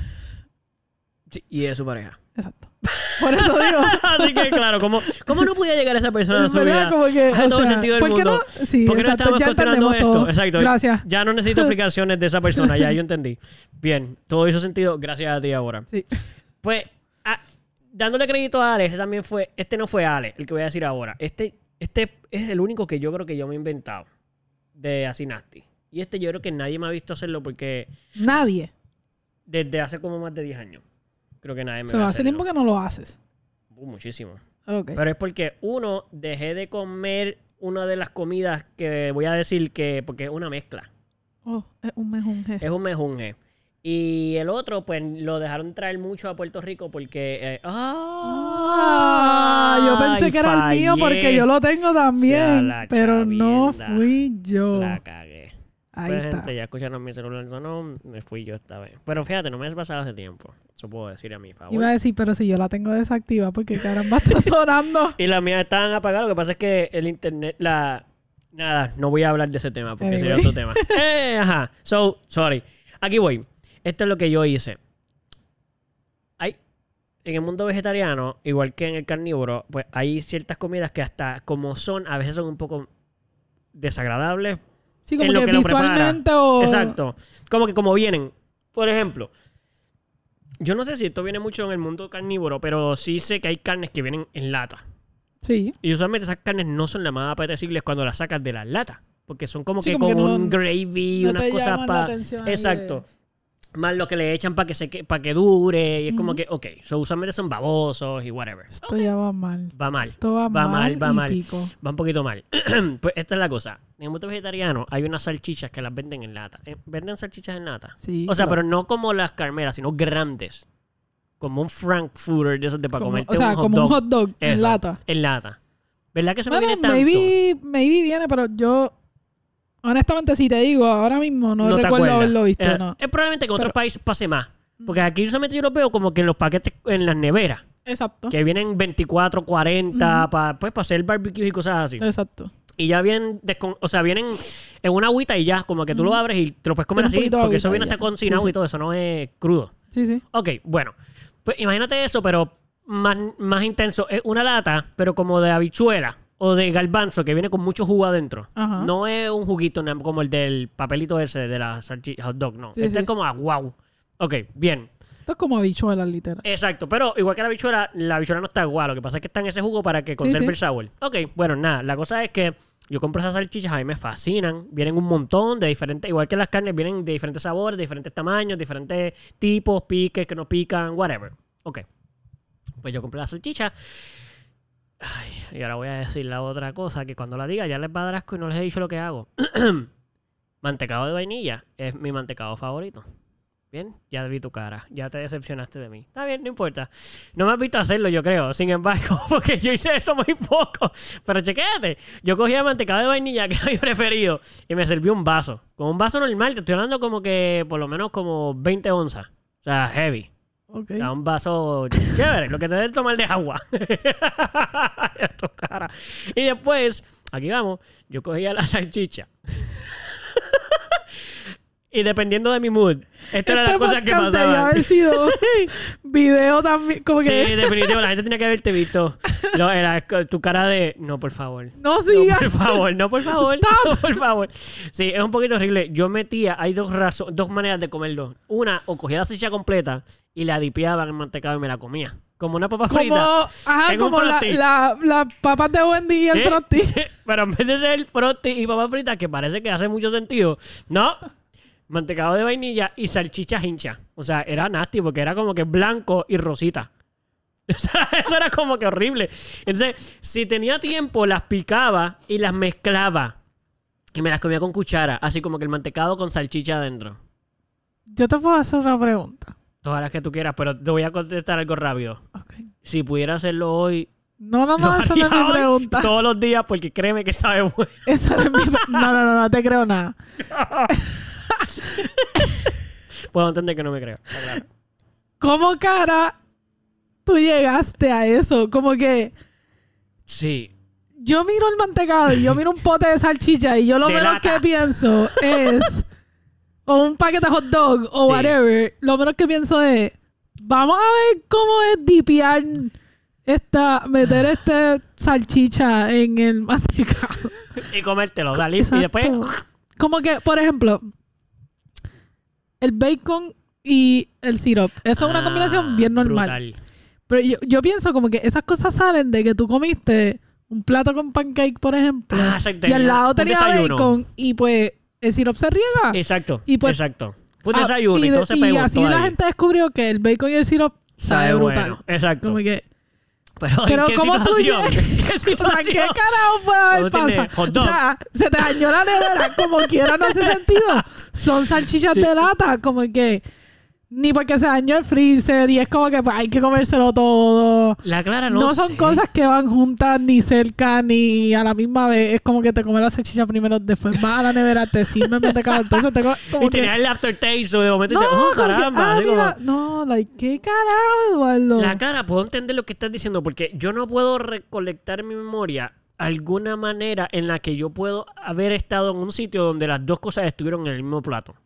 Speaker 1: Sí, y es su pareja.
Speaker 2: Exacto. Por eso digo.
Speaker 1: Así que claro, ¿cómo, ¿cómo no podía llegar esa persona a
Speaker 2: Es
Speaker 1: su
Speaker 2: verdad,
Speaker 1: vida?
Speaker 2: como que,
Speaker 1: Hace
Speaker 2: o
Speaker 1: todo el
Speaker 2: sea,
Speaker 1: sentido del
Speaker 2: ¿por qué
Speaker 1: mundo.
Speaker 2: no? Sí,
Speaker 1: ¿Por qué no
Speaker 2: exacto,
Speaker 1: estamos
Speaker 2: ya
Speaker 1: cuestionando
Speaker 2: entendemos
Speaker 1: esto?
Speaker 2: todo.
Speaker 1: Exacto.
Speaker 2: Gracias.
Speaker 1: Ya no necesito explicaciones de esa persona, ya yo entendí. Bien, todo hizo sentido gracias a ti ahora.
Speaker 2: Sí.
Speaker 1: Pues, ah, dándole crédito a Alex, ese también fue, este no fue Alex, el que voy a decir ahora. Este, este es el único que yo creo que yo me he inventado de así nasty. Y este yo creo que nadie me ha visto hacerlo porque
Speaker 2: Nadie.
Speaker 1: desde hace como más de diez años. Creo que nadie me
Speaker 2: Se
Speaker 1: ve
Speaker 2: va a hacer
Speaker 1: hacerlo.
Speaker 2: tiempo que no lo haces.
Speaker 1: Uh, muchísimo.
Speaker 2: Ok.
Speaker 1: Pero es porque, uno, dejé de comer una de las comidas que voy a decir que, porque es una mezcla.
Speaker 2: Oh, es un mejunje.
Speaker 1: Es un mejunje. Y el otro, pues, lo dejaron traer mucho a Puerto Rico porque... Eh,
Speaker 2: Ah, yo pensé
Speaker 1: ¡ay,
Speaker 2: que era el mío porque
Speaker 1: fallé!
Speaker 2: yo lo tengo también.
Speaker 1: Sea la
Speaker 2: Pero no
Speaker 1: chavienda.
Speaker 2: fui yo.
Speaker 1: La cagué.
Speaker 2: Ahí
Speaker 1: Pues,
Speaker 2: está.
Speaker 1: gente, ya escucharon mi celular sonó, me fui yo esta vez. Pero fíjate, no me has pasado hace tiempo. Eso puedo decir a mi favor.
Speaker 2: Iba a decir, pero si yo la tengo desactivada porque caramba está sonando.
Speaker 1: Y las mías estaban apagadas. Lo que pasa es que el internet, la... Nada, no voy a hablar de ese tema porque sería
Speaker 2: Anyway.
Speaker 1: otro tema. Eh, ajá. So, sorry. Aquí voy. Esto es lo que yo hice. Hay... En el mundo vegetariano, igual que en el carnívoro, pues hay ciertas comidas que hasta como son, a veces son un poco desagradables.
Speaker 2: Sí, como
Speaker 1: En lo
Speaker 2: que,
Speaker 1: que lo prepara.
Speaker 2: visualmente o...
Speaker 1: Exacto. Como que como vienen. Por ejemplo, yo no sé si esto viene mucho en el mundo carnívoro, pero sí sé que hay carnes que vienen en lata.
Speaker 2: Sí.
Speaker 1: Y usualmente esas carnes no son las más apetecibles cuando las sacas de las latas. Porque son como
Speaker 2: Sí,
Speaker 1: que
Speaker 2: como
Speaker 1: con
Speaker 2: que no-
Speaker 1: un gravy,
Speaker 2: no
Speaker 1: unas
Speaker 2: te
Speaker 1: cosas
Speaker 2: llaman la
Speaker 1: para...
Speaker 2: atención ahí
Speaker 1: Exacto.
Speaker 2: de-
Speaker 1: Más lo que le echan para que se que, para que dure. Y es como
Speaker 2: Ujú.
Speaker 1: que, ok. So, usualmente son babosos y whatever.
Speaker 2: Esto ya va mal.
Speaker 1: Va mal.
Speaker 2: Esto va,
Speaker 1: Va mal, va
Speaker 2: y
Speaker 1: mal.
Speaker 2: pico.
Speaker 1: Va un poquito mal. Pues esta es la cosa. En el mundo vegetariano hay unas salchichas que las venden en lata. Eh, ¿Venden salchichas en lata?
Speaker 2: Sí,
Speaker 1: O sea,
Speaker 2: claro.
Speaker 1: pero no como las carmeras, sino grandes. Como un Frankfurter de esos de para
Speaker 2: Como-
Speaker 1: comerte
Speaker 2: o sea,
Speaker 1: un hot
Speaker 2: como
Speaker 1: dog.
Speaker 2: un hot dog en
Speaker 1: Eso,
Speaker 2: lata.
Speaker 1: En lata. ¿Verdad que eso no
Speaker 2: Bueno,
Speaker 1: viene tanto?
Speaker 2: maybe, maybe viene, pero yo... Honestamente, si te digo, ahora mismo no,
Speaker 1: te
Speaker 2: recuerdo
Speaker 1: acuerdas.
Speaker 2: haberlo visto,
Speaker 1: Eh,
Speaker 2: no.
Speaker 1: Es probablemente que en otros
Speaker 2: Pero-
Speaker 1: países pase más. Porque aquí usualmente yo los veo como que en los paquetes, en las neveras.
Speaker 2: Exacto.
Speaker 1: Que vienen veinticuatro, cuarenta, para pues, pa hacer barbecue y cosas así.
Speaker 2: Exacto.
Speaker 1: Y ya vienen, descon- o sea, vienen en una agüita y ya, como que tú lo abres y te lo puedes comer
Speaker 2: Tiene un
Speaker 1: así.
Speaker 2: poquito de
Speaker 1: Porque eso
Speaker 2: agüita
Speaker 1: viene
Speaker 2: y
Speaker 1: hasta
Speaker 2: ya.
Speaker 1: cocinado
Speaker 2: Sí, sí.
Speaker 1: y todo, eso no es crudo.
Speaker 2: Sí, sí.
Speaker 1: Ok, bueno. Pues imagínate eso, pero más, más intenso. Es una lata, pero como de habichuela o de garbanzo, que viene con mucho jugo adentro.
Speaker 2: Ajá.
Speaker 1: No es un juguito na- como el del papelito ese de la salchicha hot dog, no.
Speaker 2: Sí,
Speaker 1: este
Speaker 2: sí.
Speaker 1: es como a wow. Ok, bien.
Speaker 2: Esto es como habichuelas, literal.
Speaker 1: Exacto, pero igual que la habichuela, la habichuela no está igual. Lo que pasa es que está en ese jugo para que conserve
Speaker 2: Sí, sí.
Speaker 1: el sabor. Ok, bueno, nada. La cosa es que yo compro esas salchichas, a mí me fascinan. Vienen un montón de diferentes, igual que las carnes, vienen de diferentes sabores, de diferentes tamaños, diferentes tipos, piques, que no pican, whatever. Ok. Pues yo compré la salchicha. Ay, y ahora voy a decir la otra cosa, que cuando la diga ya les va a dar asco y no les he dicho lo que hago. Mantecado de vainilla es mi mantecado favorito. Bien, ya vi tu cara, ya te decepcionaste de mí. Está bien, no importa. No me has visto hacerlo, yo creo, sin embargo, porque yo hice eso muy poco. Pero chequéate, yo cogía mantecado de vainilla, que era mi preferido, y me serví un vaso. Con un vaso normal, te estoy hablando como que por lo menos como veinte onzas. O sea, heavy.
Speaker 2: Ok.
Speaker 1: Era un vaso chévere, lo que te debe tomar de agua. Tu cara. Y después, aquí vamos, yo cogía la salchicha. Y dependiendo de mi mood, esta era
Speaker 2: Este
Speaker 1: la cosa que
Speaker 2: podcast debió
Speaker 1: pasaba.
Speaker 2: haber sido video también, como que...
Speaker 1: Sí, definitivo, la gente tenía que haberte visto. No, era tu cara de, no, por favor.
Speaker 2: No
Speaker 1: No,
Speaker 2: sigas.
Speaker 1: por favor, no, por favor.
Speaker 2: Stop.
Speaker 1: No, por favor. Sí, es un poquito horrible. Yo metía, hay dos razo- dos maneras de comerlo. Una, o cogía la salchicha completa y la dipeaba en el mantecado y me la comía. Como una papa frita.
Speaker 2: Como, ajá,
Speaker 1: en un
Speaker 2: como la,
Speaker 1: Frosty.
Speaker 2: la, las papas de Wendy y el
Speaker 1: Sí,
Speaker 2: Frosty.
Speaker 1: sí, pero en vez de ser frosty y papa frita, que parece que hace mucho sentido, no. Mantecado de vainilla y salchicha hincha. O sea, era nasty porque era como que blanco y rosita. O sea, eso era como que horrible. Entonces, si tenía tiempo, las picaba y las mezclaba. Y me las comía con cuchara. Así como que el mantecado con salchicha adentro.
Speaker 2: Yo te puedo hacer una pregunta.
Speaker 1: Todas las que tú quieras, pero te voy a contestar algo rápido.
Speaker 2: Okay.
Speaker 1: Si pudiera hacerlo hoy,
Speaker 2: No, no,
Speaker 1: lo
Speaker 2: no, esa no
Speaker 1: haría
Speaker 2: es mi
Speaker 1: hoy,
Speaker 2: pregunta.
Speaker 1: todos los días, porque créeme que sabe bueno.
Speaker 2: Esa no es mi pre- No, no, no, no te creo nada.
Speaker 1: Puedo entender que no me creo. Está claro.
Speaker 2: ¿Cómo cara tú llegaste a eso? Como que
Speaker 1: Sí.
Speaker 2: yo miro el mantecado y yo miro un pote de salchicha y yo lo
Speaker 1: De
Speaker 2: menos
Speaker 1: lata.
Speaker 2: que pienso es... O un paquete de hot dog o
Speaker 1: Sí.
Speaker 2: whatever. Lo menos que pienso es... Vamos a ver cómo es dipear esta... Meter este salchicha en el mantecado.
Speaker 1: Y comértelo, dale. Y
Speaker 2: Exacto.
Speaker 1: después...
Speaker 2: Como que, por ejemplo... El bacon y el syrup. Eso es una
Speaker 1: Ah,
Speaker 2: combinación bien normal.
Speaker 1: Brutal.
Speaker 2: Pero yo, yo pienso como que esas cosas salen de que tú comiste un plato con pancake, por ejemplo.
Speaker 1: Ah, exacto.
Speaker 2: Y al lado
Speaker 1: Un
Speaker 2: tenía
Speaker 1: desayuno.
Speaker 2: bacon. Y pues el syrup se riega.
Speaker 1: Exacto.
Speaker 2: Y pues-
Speaker 1: exacto. Fue un
Speaker 2: Ah,
Speaker 1: desayuno y,
Speaker 2: y, de-
Speaker 1: todo se
Speaker 2: y
Speaker 1: pegó.
Speaker 2: así
Speaker 1: todo
Speaker 2: la
Speaker 1: ahí.
Speaker 2: gente descubrió que el bacon y el syrup sabe,
Speaker 1: Sabe
Speaker 2: brutal.
Speaker 1: bueno. Exacto.
Speaker 2: Como que...
Speaker 1: Pero,
Speaker 2: Pero
Speaker 1: ¿en qué
Speaker 2: ¿cómo tú
Speaker 1: situación?
Speaker 2: llegas?
Speaker 1: ¿En qué
Speaker 2: O sea,
Speaker 1: situación?
Speaker 2: ¿qué carajo puede haber
Speaker 1: Cuando tiene
Speaker 2: pasado?
Speaker 1: hot dog.
Speaker 2: O sea, se te dañó la nevera. Como quiera no hace sentido. Son salchichas
Speaker 1: Sí.
Speaker 2: de lata. Como que... Ni porque se dañó el freezer. Y es como que pues, hay que comérselo todo.
Speaker 1: La Clara no
Speaker 2: No, son
Speaker 1: sé.
Speaker 2: cosas que van juntas ni cerca ni a la misma vez. Es como que te comes la salchicha primero, después vas a la nevera, te sirves mantecado. Entonces te co- como
Speaker 1: Y
Speaker 2: que...
Speaker 1: tenía el aftertaste o de momento
Speaker 2: No,
Speaker 1: dices, oh,
Speaker 2: como que,
Speaker 1: caramba.
Speaker 2: ah,
Speaker 1: así como-
Speaker 2: mira, no, like, ¿qué carajo, Eduardo?
Speaker 1: La cara, puedo entender lo que estás diciendo porque yo no puedo recolectar en mi memoria alguna manera en la que yo puedo haber estado en un sitio donde las dos cosas estuvieron en el mismo plato.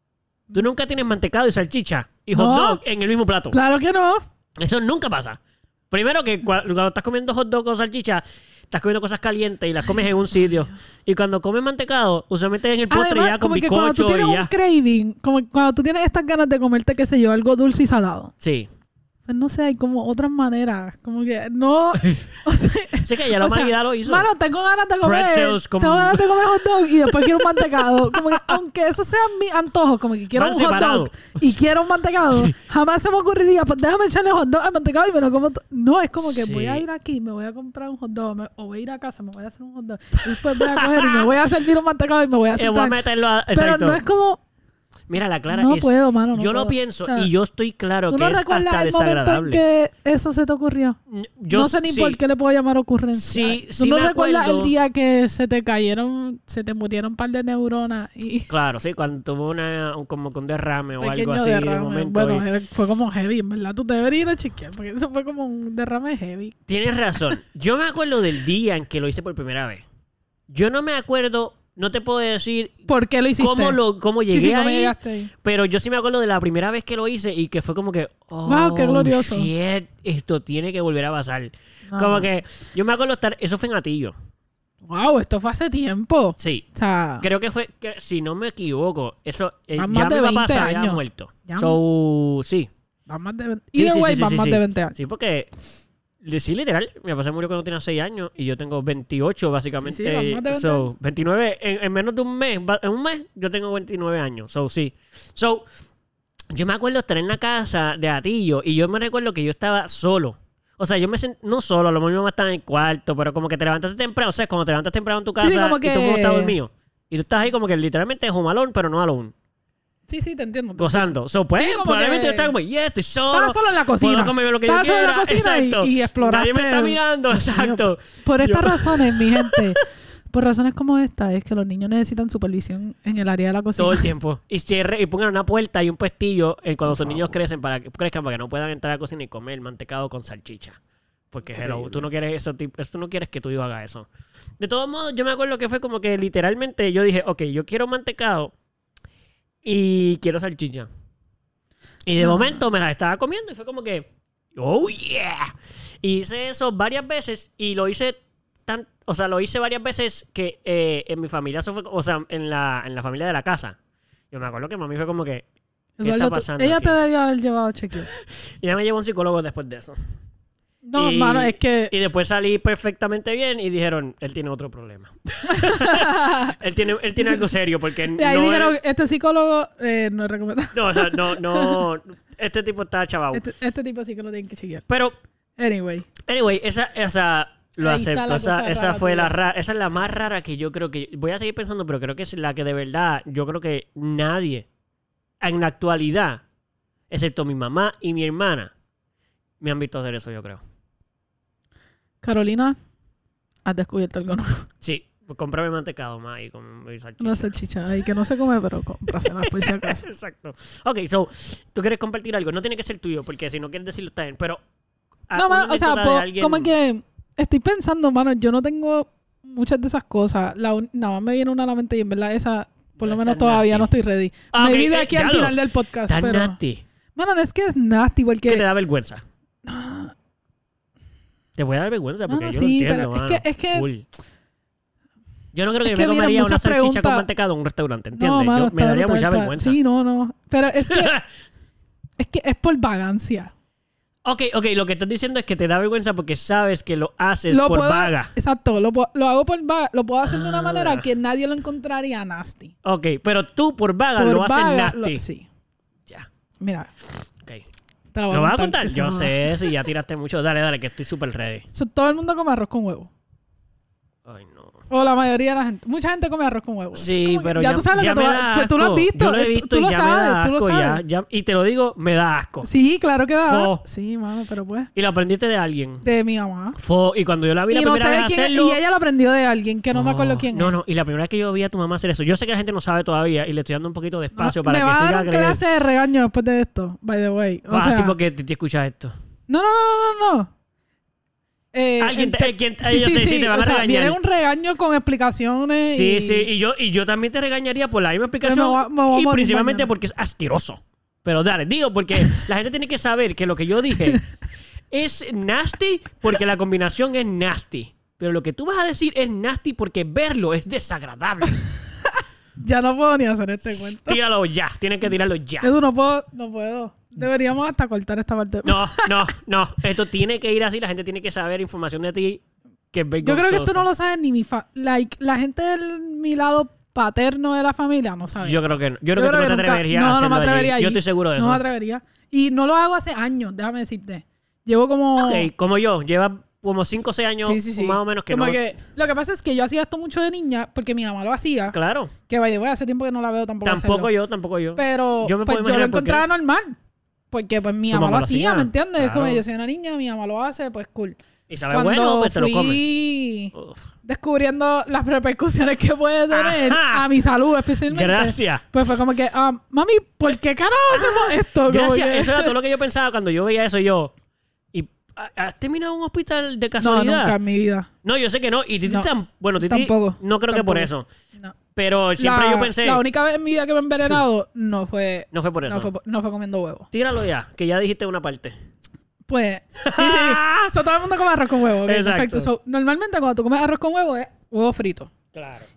Speaker 1: Tú nunca tienes mantecado y salchicha y hot
Speaker 2: No.
Speaker 1: dog en el mismo plato.
Speaker 2: Claro que no.
Speaker 1: Eso nunca pasa. Primero que cua- cuando estás comiendo hot dog con salchicha, estás comiendo cosas calientes y las comes en un sitio. Y cuando comes mantecado, usualmente en el postre
Speaker 2: Además,
Speaker 1: ya con
Speaker 2: como que cuando tú
Speaker 1: bizcocho
Speaker 2: tienes
Speaker 1: y
Speaker 2: un
Speaker 1: ya.
Speaker 2: craving, como que cuando tú tienes estas ganas de comerte, qué sé yo, algo dulce y salado.
Speaker 1: Sí.
Speaker 2: Pues no sé, hay como otras maneras. Como que no... O sea,
Speaker 1: Sé que ya la
Speaker 2: o sea,
Speaker 1: humanidad lo hizo.
Speaker 2: Mano, tengo ganas de comer.
Speaker 1: Pretzels con-
Speaker 2: Tengo ganas de comer hot dog y después quiero un mantecado. Como que, aunque eso sea mi antojo, como que quiero
Speaker 1: Van
Speaker 2: un hot
Speaker 1: separados.
Speaker 2: dog y quiero un mantecado, jamás se me ocurriría, pues déjame echarle hot dog al mantecado y me lo como. to- No, es como que
Speaker 1: Sí.
Speaker 2: voy a ir aquí, me voy a comprar un hot dog, me- o voy a ir a casa, me voy a hacer un hot dog. Y después voy a coger y me voy a servir un mantecado y me voy a
Speaker 1: Eh, voy a
Speaker 2: sentar.
Speaker 1: meterlo a...
Speaker 2: Pero
Speaker 1: Exacto.
Speaker 2: no es como...
Speaker 1: Mira, la Clara
Speaker 2: No
Speaker 1: es...
Speaker 2: puedo, mano. No
Speaker 1: yo lo
Speaker 2: puedo.
Speaker 1: pienso
Speaker 2: O sea,
Speaker 1: y yo estoy claro
Speaker 2: ¿tú
Speaker 1: que
Speaker 2: no
Speaker 1: es
Speaker 2: recuerdas
Speaker 1: hasta
Speaker 2: el momento en
Speaker 1: desagradable.
Speaker 2: que eso se te ocurrió?
Speaker 1: Yo
Speaker 2: no sé ni
Speaker 1: sí.
Speaker 2: por qué le puedo llamar ocurrencia.
Speaker 1: Sí,
Speaker 2: ¿Tú
Speaker 1: sí
Speaker 2: no
Speaker 1: me
Speaker 2: recuerdas
Speaker 1: acuerdo.
Speaker 2: el día que se te cayeron, se te murieron un par de neuronas y
Speaker 1: Claro, sí, cuando tuvo una, un- como con derrame o algo
Speaker 2: pequeño
Speaker 1: así de
Speaker 2: derrame?
Speaker 1: momento.
Speaker 2: Bueno,
Speaker 1: y-
Speaker 2: era- fue como heavy, en verdad. Tú deberías ir a chequear porque eso fue como un derrame heavy.
Speaker 1: Tienes razón. Yo me acuerdo del día en que lo hice por primera vez. Yo no me acuerdo, no te puedo decir
Speaker 2: ¿Por qué lo hiciste?
Speaker 1: cómo, lo, cómo llegué
Speaker 2: sí, sí, ¿cómo
Speaker 1: ahí,
Speaker 2: llegaste ahí?
Speaker 1: pero yo sí me acuerdo de la primera vez que lo hice y que fue como que, oh,
Speaker 2: Wow, qué glorioso.
Speaker 1: shit, esto tiene que volver a pasar.
Speaker 2: No.
Speaker 1: Como que yo me acuerdo estar, eso fue en Atillo.
Speaker 2: Wow, esto fue hace tiempo.
Speaker 1: Sí.
Speaker 2: O sea,
Speaker 1: Creo que fue, que, si no me equivoco, eso, eh,
Speaker 2: Más
Speaker 1: ya
Speaker 2: de
Speaker 1: mi papá
Speaker 2: veinte
Speaker 1: se había
Speaker 2: años.
Speaker 1: muerto.
Speaker 2: Ya.
Speaker 1: So, sí.
Speaker 2: Van más de veinte.
Speaker 1: Sí,
Speaker 2: Either
Speaker 1: sí,
Speaker 2: way,
Speaker 1: sí,
Speaker 2: van
Speaker 1: sí,
Speaker 2: más
Speaker 1: sí.
Speaker 2: de veinte años.
Speaker 1: Sí, porque... Sí, literal. Mi papá se murió cuando tenía seis años y yo tengo veintiocho, básicamente.
Speaker 2: Sí, sí, van más de veinte
Speaker 1: so,
Speaker 2: años.
Speaker 1: veintinueve, en, en menos de un mes, va- en un mes, yo tengo veintinueve años. So, sí. So, yo me acuerdo estar en la casa de Atillo y yo me recuerdo que yo estaba solo. O sea, yo me sentí, no solo, a lo mejor mi mamá estaba en el cuarto, pero como que te levantaste temprano, o sea, cuando te levantas temprano en tu casa
Speaker 2: Sí, como
Speaker 1: y todo el mundo
Speaker 2: que-
Speaker 1: está dormido. Y tú estás ahí como que literalmente home alone, pero no alone.
Speaker 2: Sí, sí, te entiendo. te
Speaker 1: Gozando. So, pues,
Speaker 2: Sí, como
Speaker 1: probablemente
Speaker 2: que-
Speaker 1: yo estaba como, yeah, estoy solo.
Speaker 2: Estaba solo en la cocina.
Speaker 1: Puedo comer lo que
Speaker 2: Estaba
Speaker 1: yo
Speaker 2: solo en
Speaker 1: quiera.
Speaker 2: la cocina y-
Speaker 1: Exacto.
Speaker 2: y exploraste
Speaker 1: Nadie me está
Speaker 2: el-
Speaker 1: mirando, exacto.
Speaker 2: Por estas
Speaker 1: Yo-
Speaker 2: razones, mi gente, por razones como esta, es que los niños necesitan supervisión en el área de la cocina.
Speaker 1: Todo el tiempo. Y cierre, y pongan una puerta y un pestillo eh, cuando sus niños crecen para que crezcan para que no puedan entrar a la cocina y comer mantecado con salchicha. Porque hello, tú no quieres eso, tipo, tú no quieres que tu hijo haga eso. De todos modos, yo me acuerdo que fue como que literalmente yo dije, ok, yo quiero mantecado y quiero salchicha. Y de
Speaker 2: No.
Speaker 1: momento me las estaba comiendo y fue como que, oh yeah. Y hice eso varias veces y lo hice tan, o sea, lo hice varias veces que eh, en mi familia eso fue, o sea, en la, en la familia de la casa. Yo me acuerdo que mami fue como que, ¿qué
Speaker 2: Eduardo,
Speaker 1: está
Speaker 2: tú-
Speaker 1: pasando
Speaker 2: ella
Speaker 1: aquí?
Speaker 2: te debió haber llevado a chequeo.
Speaker 1: Y ella me llevó a un psicólogo después de eso.
Speaker 2: No,
Speaker 1: Y-
Speaker 2: mano, es que...
Speaker 1: Y después salí perfectamente bien y dijeron, él tiene otro problema. él, tiene, él tiene algo serio porque
Speaker 2: De ahí
Speaker 1: no,
Speaker 2: dijeron,
Speaker 1: es-
Speaker 2: este psicólogo eh, no es recomendable.
Speaker 1: no, o sea, no, no, este tipo está chavado.
Speaker 2: Este, este tipo sí que lo tienen que chequear.
Speaker 1: Pero,
Speaker 2: Anyway.
Speaker 1: anyway, esa, esa lo
Speaker 2: Ahí está
Speaker 1: acepto.
Speaker 2: la
Speaker 1: Esa,
Speaker 2: cosa
Speaker 1: esa
Speaker 2: rara
Speaker 1: fue la
Speaker 2: tuya.
Speaker 1: rara, esa es la más rara que yo creo que, voy a seguir pensando, pero creo que es la que de verdad, yo creo que nadie, en la actualidad, excepto mi mamá y mi hermana, me han visto hacer eso, yo creo.
Speaker 2: Carolina, has descubierto algo nuevo.
Speaker 1: Sí, pues comprarme mantecado más y con y salchicha.
Speaker 2: Una salchicha ahí que no se come, pero cómprasela por si acaso.
Speaker 1: Exacto. Ok, so, tú quieres compartir algo. No tiene que ser tuyo, porque si no quieres decirlo está bien, pero... ah,
Speaker 2: No,
Speaker 1: una
Speaker 2: mano, o sea,
Speaker 1: anécdota de
Speaker 2: po-
Speaker 1: alguien-
Speaker 2: como que estoy pensando, mano, yo no tengo muchas de esas cosas. La un- nada más me viene una a la mente y en verdad esa, por
Speaker 1: No
Speaker 2: lo menos
Speaker 1: está
Speaker 2: todavía
Speaker 1: nasty.
Speaker 2: no estoy ready.
Speaker 1: Ah,
Speaker 2: me
Speaker 1: ok,
Speaker 2: vi de
Speaker 1: eh,
Speaker 2: aquí al
Speaker 1: diablo.
Speaker 2: final del podcast,
Speaker 1: Está
Speaker 2: pero...
Speaker 1: nasty.
Speaker 2: Mano, no es que es nasty
Speaker 1: Que te
Speaker 2: porque...
Speaker 1: da vergüenza. Te voy a dar vergüenza porque
Speaker 2: Mano,
Speaker 1: yo
Speaker 2: sí,
Speaker 1: lo entiendo,
Speaker 2: pero es
Speaker 1: mano.
Speaker 2: que- es que-
Speaker 1: Full. Yo no creo que
Speaker 2: Es
Speaker 1: me
Speaker 2: que vienen
Speaker 1: comería una
Speaker 2: muchas
Speaker 1: salchicha con
Speaker 2: preguntas.
Speaker 1: mantecado en un restaurante, ¿entiendes?
Speaker 2: No, mano,
Speaker 1: Yo- me
Speaker 2: está
Speaker 1: daría
Speaker 2: brutal,
Speaker 1: mucha
Speaker 2: está-
Speaker 1: vergüenza.
Speaker 2: Sí, no, no. Pero es que... es que es por vagancia.
Speaker 1: Ok, ok, lo que estás diciendo es que te da vergüenza porque sabes que lo haces
Speaker 2: Lo
Speaker 1: por
Speaker 2: puedo-
Speaker 1: vaga.
Speaker 2: Exacto, lo, puedo- lo hago por vaga. Lo puedo hacer de una
Speaker 1: Ah.
Speaker 2: manera que nadie lo encontraría nasty.
Speaker 1: Ok, pero tú por vaga
Speaker 2: Por
Speaker 1: lo haces
Speaker 2: vaga,
Speaker 1: nasty.
Speaker 2: lo- sí.
Speaker 1: Ya,
Speaker 2: Mira,
Speaker 1: ok.
Speaker 2: te la voy
Speaker 1: ¿Lo vas a
Speaker 2: contar,
Speaker 1: contar?
Speaker 2: que se
Speaker 1: Yo
Speaker 2: me-
Speaker 1: sé, si ya tiraste mucho. Dale, dale, que estoy súper ready.
Speaker 2: So, todo el mundo come arroz con huevo.
Speaker 1: Ay, no.
Speaker 2: O la mayoría de la gente. Mucha gente come arroz con huevo. Es
Speaker 1: Sí,
Speaker 2: como que-
Speaker 1: pero
Speaker 2: ya,
Speaker 1: ya,
Speaker 2: tú sabes
Speaker 1: ya
Speaker 2: lo que
Speaker 1: me
Speaker 2: tú,
Speaker 1: da
Speaker 2: pues tú lo has
Speaker 1: asco.
Speaker 2: visto.
Speaker 1: Yo lo he
Speaker 2: eh,
Speaker 1: visto
Speaker 2: tú
Speaker 1: y
Speaker 2: lo
Speaker 1: ya
Speaker 2: sabes,
Speaker 1: me da
Speaker 2: tú lo
Speaker 1: asco. Ya,
Speaker 2: sabes.
Speaker 1: ya- y te lo digo, me da asco.
Speaker 2: Sí, claro que da.
Speaker 1: Fo.
Speaker 2: Sí, mano, pero pues.
Speaker 1: Y lo aprendiste de alguien.
Speaker 2: De mi mamá.
Speaker 1: Fo. Y cuando yo la vi la
Speaker 2: Y no
Speaker 1: primera
Speaker 2: sé
Speaker 1: vez
Speaker 2: quién.
Speaker 1: hacerlo...
Speaker 2: Y ella lo aprendió de alguien que no me acuerdo
Speaker 1: Fo.
Speaker 2: quién
Speaker 1: No,
Speaker 2: es.
Speaker 1: no. Y la primera vez que yo vi a tu mamá hacer eso, yo sé que la gente no sabe todavía y le estoy dando un poquito de espacio
Speaker 2: No,
Speaker 1: para
Speaker 2: me
Speaker 1: que
Speaker 2: va a
Speaker 1: siga
Speaker 2: dar un
Speaker 1: creyendo.
Speaker 2: clase de regaño después de esto, by the way. O
Speaker 1: Fácil
Speaker 2: sea,
Speaker 1: porque te, te escuchas esto.
Speaker 2: No, no, no, no, no. Eh,
Speaker 1: Alguien te-
Speaker 2: ente-
Speaker 1: el quien- ellos sí, sí, te van
Speaker 2: o
Speaker 1: a
Speaker 2: sea,
Speaker 1: regañar.
Speaker 2: Viene un regaño con explicaciones.
Speaker 1: Sí,
Speaker 2: y...
Speaker 1: sí. Y yo, y yo también te regañaría por la misma explicación.
Speaker 2: Me voy a- me voy a
Speaker 1: y
Speaker 2: morir
Speaker 1: principalmente
Speaker 2: mañana.
Speaker 1: porque es asqueroso. Pero dale, digo, porque la gente tiene que saber que lo que yo dije es nasty porque la combinación es nasty. Pero lo que tú vas a decir es nasty porque verlo es desagradable.
Speaker 2: Ya no puedo ni hacer este cuento.
Speaker 1: Tíralo ya. Tienes que tirarlo ya.
Speaker 2: Edu, no puedo, no puedo. Deberíamos hasta cortar esta parte.
Speaker 1: No, no, no. Esto tiene que ir así. La gente tiene que saber información de ti que es
Speaker 2: Yo
Speaker 1: vergonzosa.
Speaker 2: creo que tú no lo sabes ni mi fa... Like, la gente de mi lado paterno de la familia no sabe.
Speaker 1: Yo creo que no. Yo creo que tú no te
Speaker 2: nunca-
Speaker 1: atreverías
Speaker 2: no,
Speaker 1: a
Speaker 2: no
Speaker 1: hacerlo
Speaker 2: me
Speaker 1: allí.
Speaker 2: atrevería
Speaker 1: Yo
Speaker 2: allí.
Speaker 1: estoy seguro de eso.
Speaker 2: No me atrevería. Y no lo hago hace años, déjame decirte. Llevo como...
Speaker 1: Ok, como yo. Lleva como cinco o seis años
Speaker 2: Sí, sí, sí.
Speaker 1: más o menos que
Speaker 2: Como
Speaker 1: no.
Speaker 2: que lo que pasa es que yo hacía esto mucho de niña porque mi mamá lo hacía.
Speaker 1: Claro.
Speaker 2: Que vaya, voy hace tiempo que no la veo tampoco
Speaker 1: Tampoco
Speaker 2: hacerlo.
Speaker 1: yo, tampoco yo.
Speaker 2: Pero
Speaker 1: Yo me
Speaker 2: pues,
Speaker 1: puedo
Speaker 2: yo lo
Speaker 1: imaginar por qué.
Speaker 2: encontraba normal. Porque pues mi
Speaker 1: Tu
Speaker 2: mamá lo
Speaker 1: mamá lo
Speaker 2: hacía,
Speaker 1: hacía.
Speaker 2: ¿me entiendes? Es como
Speaker 1: Claro.
Speaker 2: yo soy una niña, mi mamá lo hace, pues cool.
Speaker 1: Y sabe
Speaker 2: Cuando
Speaker 1: bueno, pues te lo comes.
Speaker 2: fui
Speaker 1: Uf.
Speaker 2: descubriendo las repercusiones que puede tener
Speaker 1: Ajá.
Speaker 2: a mi salud especialmente.
Speaker 1: Gracias.
Speaker 2: Pues fue como que, ah, mami, ¿por qué carajo hacemos esto? Como
Speaker 1: Gracias.
Speaker 2: que-
Speaker 1: Eso era todo lo que yo pensaba cuando yo veía eso yo. ¿Y ha- has terminado en un hospital de
Speaker 2: No,
Speaker 1: casualidad?
Speaker 2: nunca en mi vida.
Speaker 1: No, yo sé que no. Y Titi
Speaker 2: No,
Speaker 1: tam- bueno, Titi
Speaker 2: tampoco,
Speaker 1: no creo que por
Speaker 2: tampoco.
Speaker 1: eso.
Speaker 2: No.
Speaker 1: Pero siempre
Speaker 2: la,
Speaker 1: yo pensé,
Speaker 2: La única vez en mi vida que me he envenenado no fue...
Speaker 1: no fue por eso.
Speaker 2: No fue, no fue comiendo huevo.
Speaker 1: Tíralo ya, que ya dijiste una parte.
Speaker 2: Pues, sí, sí. So, todo el mundo come arroz con huevo. ok,
Speaker 1: Exacto.
Speaker 2: perfecto. So, normalmente cuando tú comes arroz con huevo es huevo frito.
Speaker 1: Claro.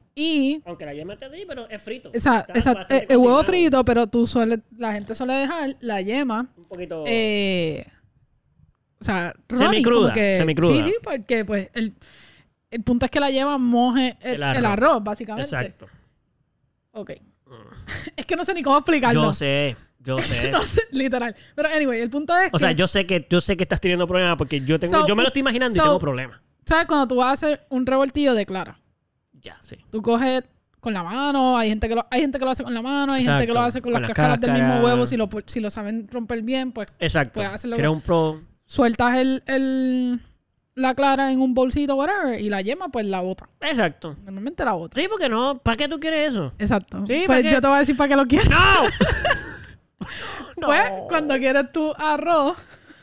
Speaker 2: Y...
Speaker 1: Aunque la yema esté así, pero es frito.
Speaker 2: Esa,
Speaker 1: Está
Speaker 2: esa,
Speaker 1: bastante
Speaker 2: el, el huevo
Speaker 1: cocinado.
Speaker 2: frito, pero tú suele, la gente suele dejar la yema...
Speaker 1: Un poquito...
Speaker 2: Eh, o sea, runny,
Speaker 1: Semicruda,
Speaker 2: como que,
Speaker 1: semicruda.
Speaker 2: Sí, sí, porque pues el, el punto es que la yema moje el,
Speaker 1: El
Speaker 2: el
Speaker 1: arroz.
Speaker 2: arroz. básicamente.
Speaker 1: Exacto.
Speaker 2: Ok. Es que no sé ni cómo explicarlo.
Speaker 1: Yo sé, yo sé.
Speaker 2: No sé, literal. Pero anyway, el punto es
Speaker 1: O
Speaker 2: que...
Speaker 1: sea, yo sé que yo sé que estás teniendo problemas porque yo tengo,
Speaker 2: So,
Speaker 1: yo me lo estoy imaginando
Speaker 2: so-
Speaker 1: y tengo problemas.
Speaker 2: ¿Sabes? Cuando tú vas a hacer un revoltillo de clara,
Speaker 1: Ya, sí.
Speaker 2: tú coges con la mano, hay gente que lo, hay gente que lo hace con la mano, hay gente que
Speaker 1: Exacto.
Speaker 2: lo hace con,
Speaker 1: Con
Speaker 2: las
Speaker 1: las
Speaker 2: cáscaras del mismo
Speaker 1: cáscaras.
Speaker 2: huevo, si lo, si lo saben romper bien, pues
Speaker 1: Exacto.
Speaker 2: Puedes hacerlo-
Speaker 1: Si eres un pro...
Speaker 2: sueltas el, el, la clara en un bolsito, whatever, y la yema pues la bota.
Speaker 1: Exacto.
Speaker 2: Normalmente la bota.
Speaker 1: Sí, porque no. ¿Para qué tú quieres eso?
Speaker 2: Exacto.
Speaker 1: Sí, ¿para
Speaker 2: pues
Speaker 1: qué?
Speaker 2: yo te voy a decir para qué lo quieres.
Speaker 1: ¡No! No.
Speaker 2: Pues cuando quieres tu arroz,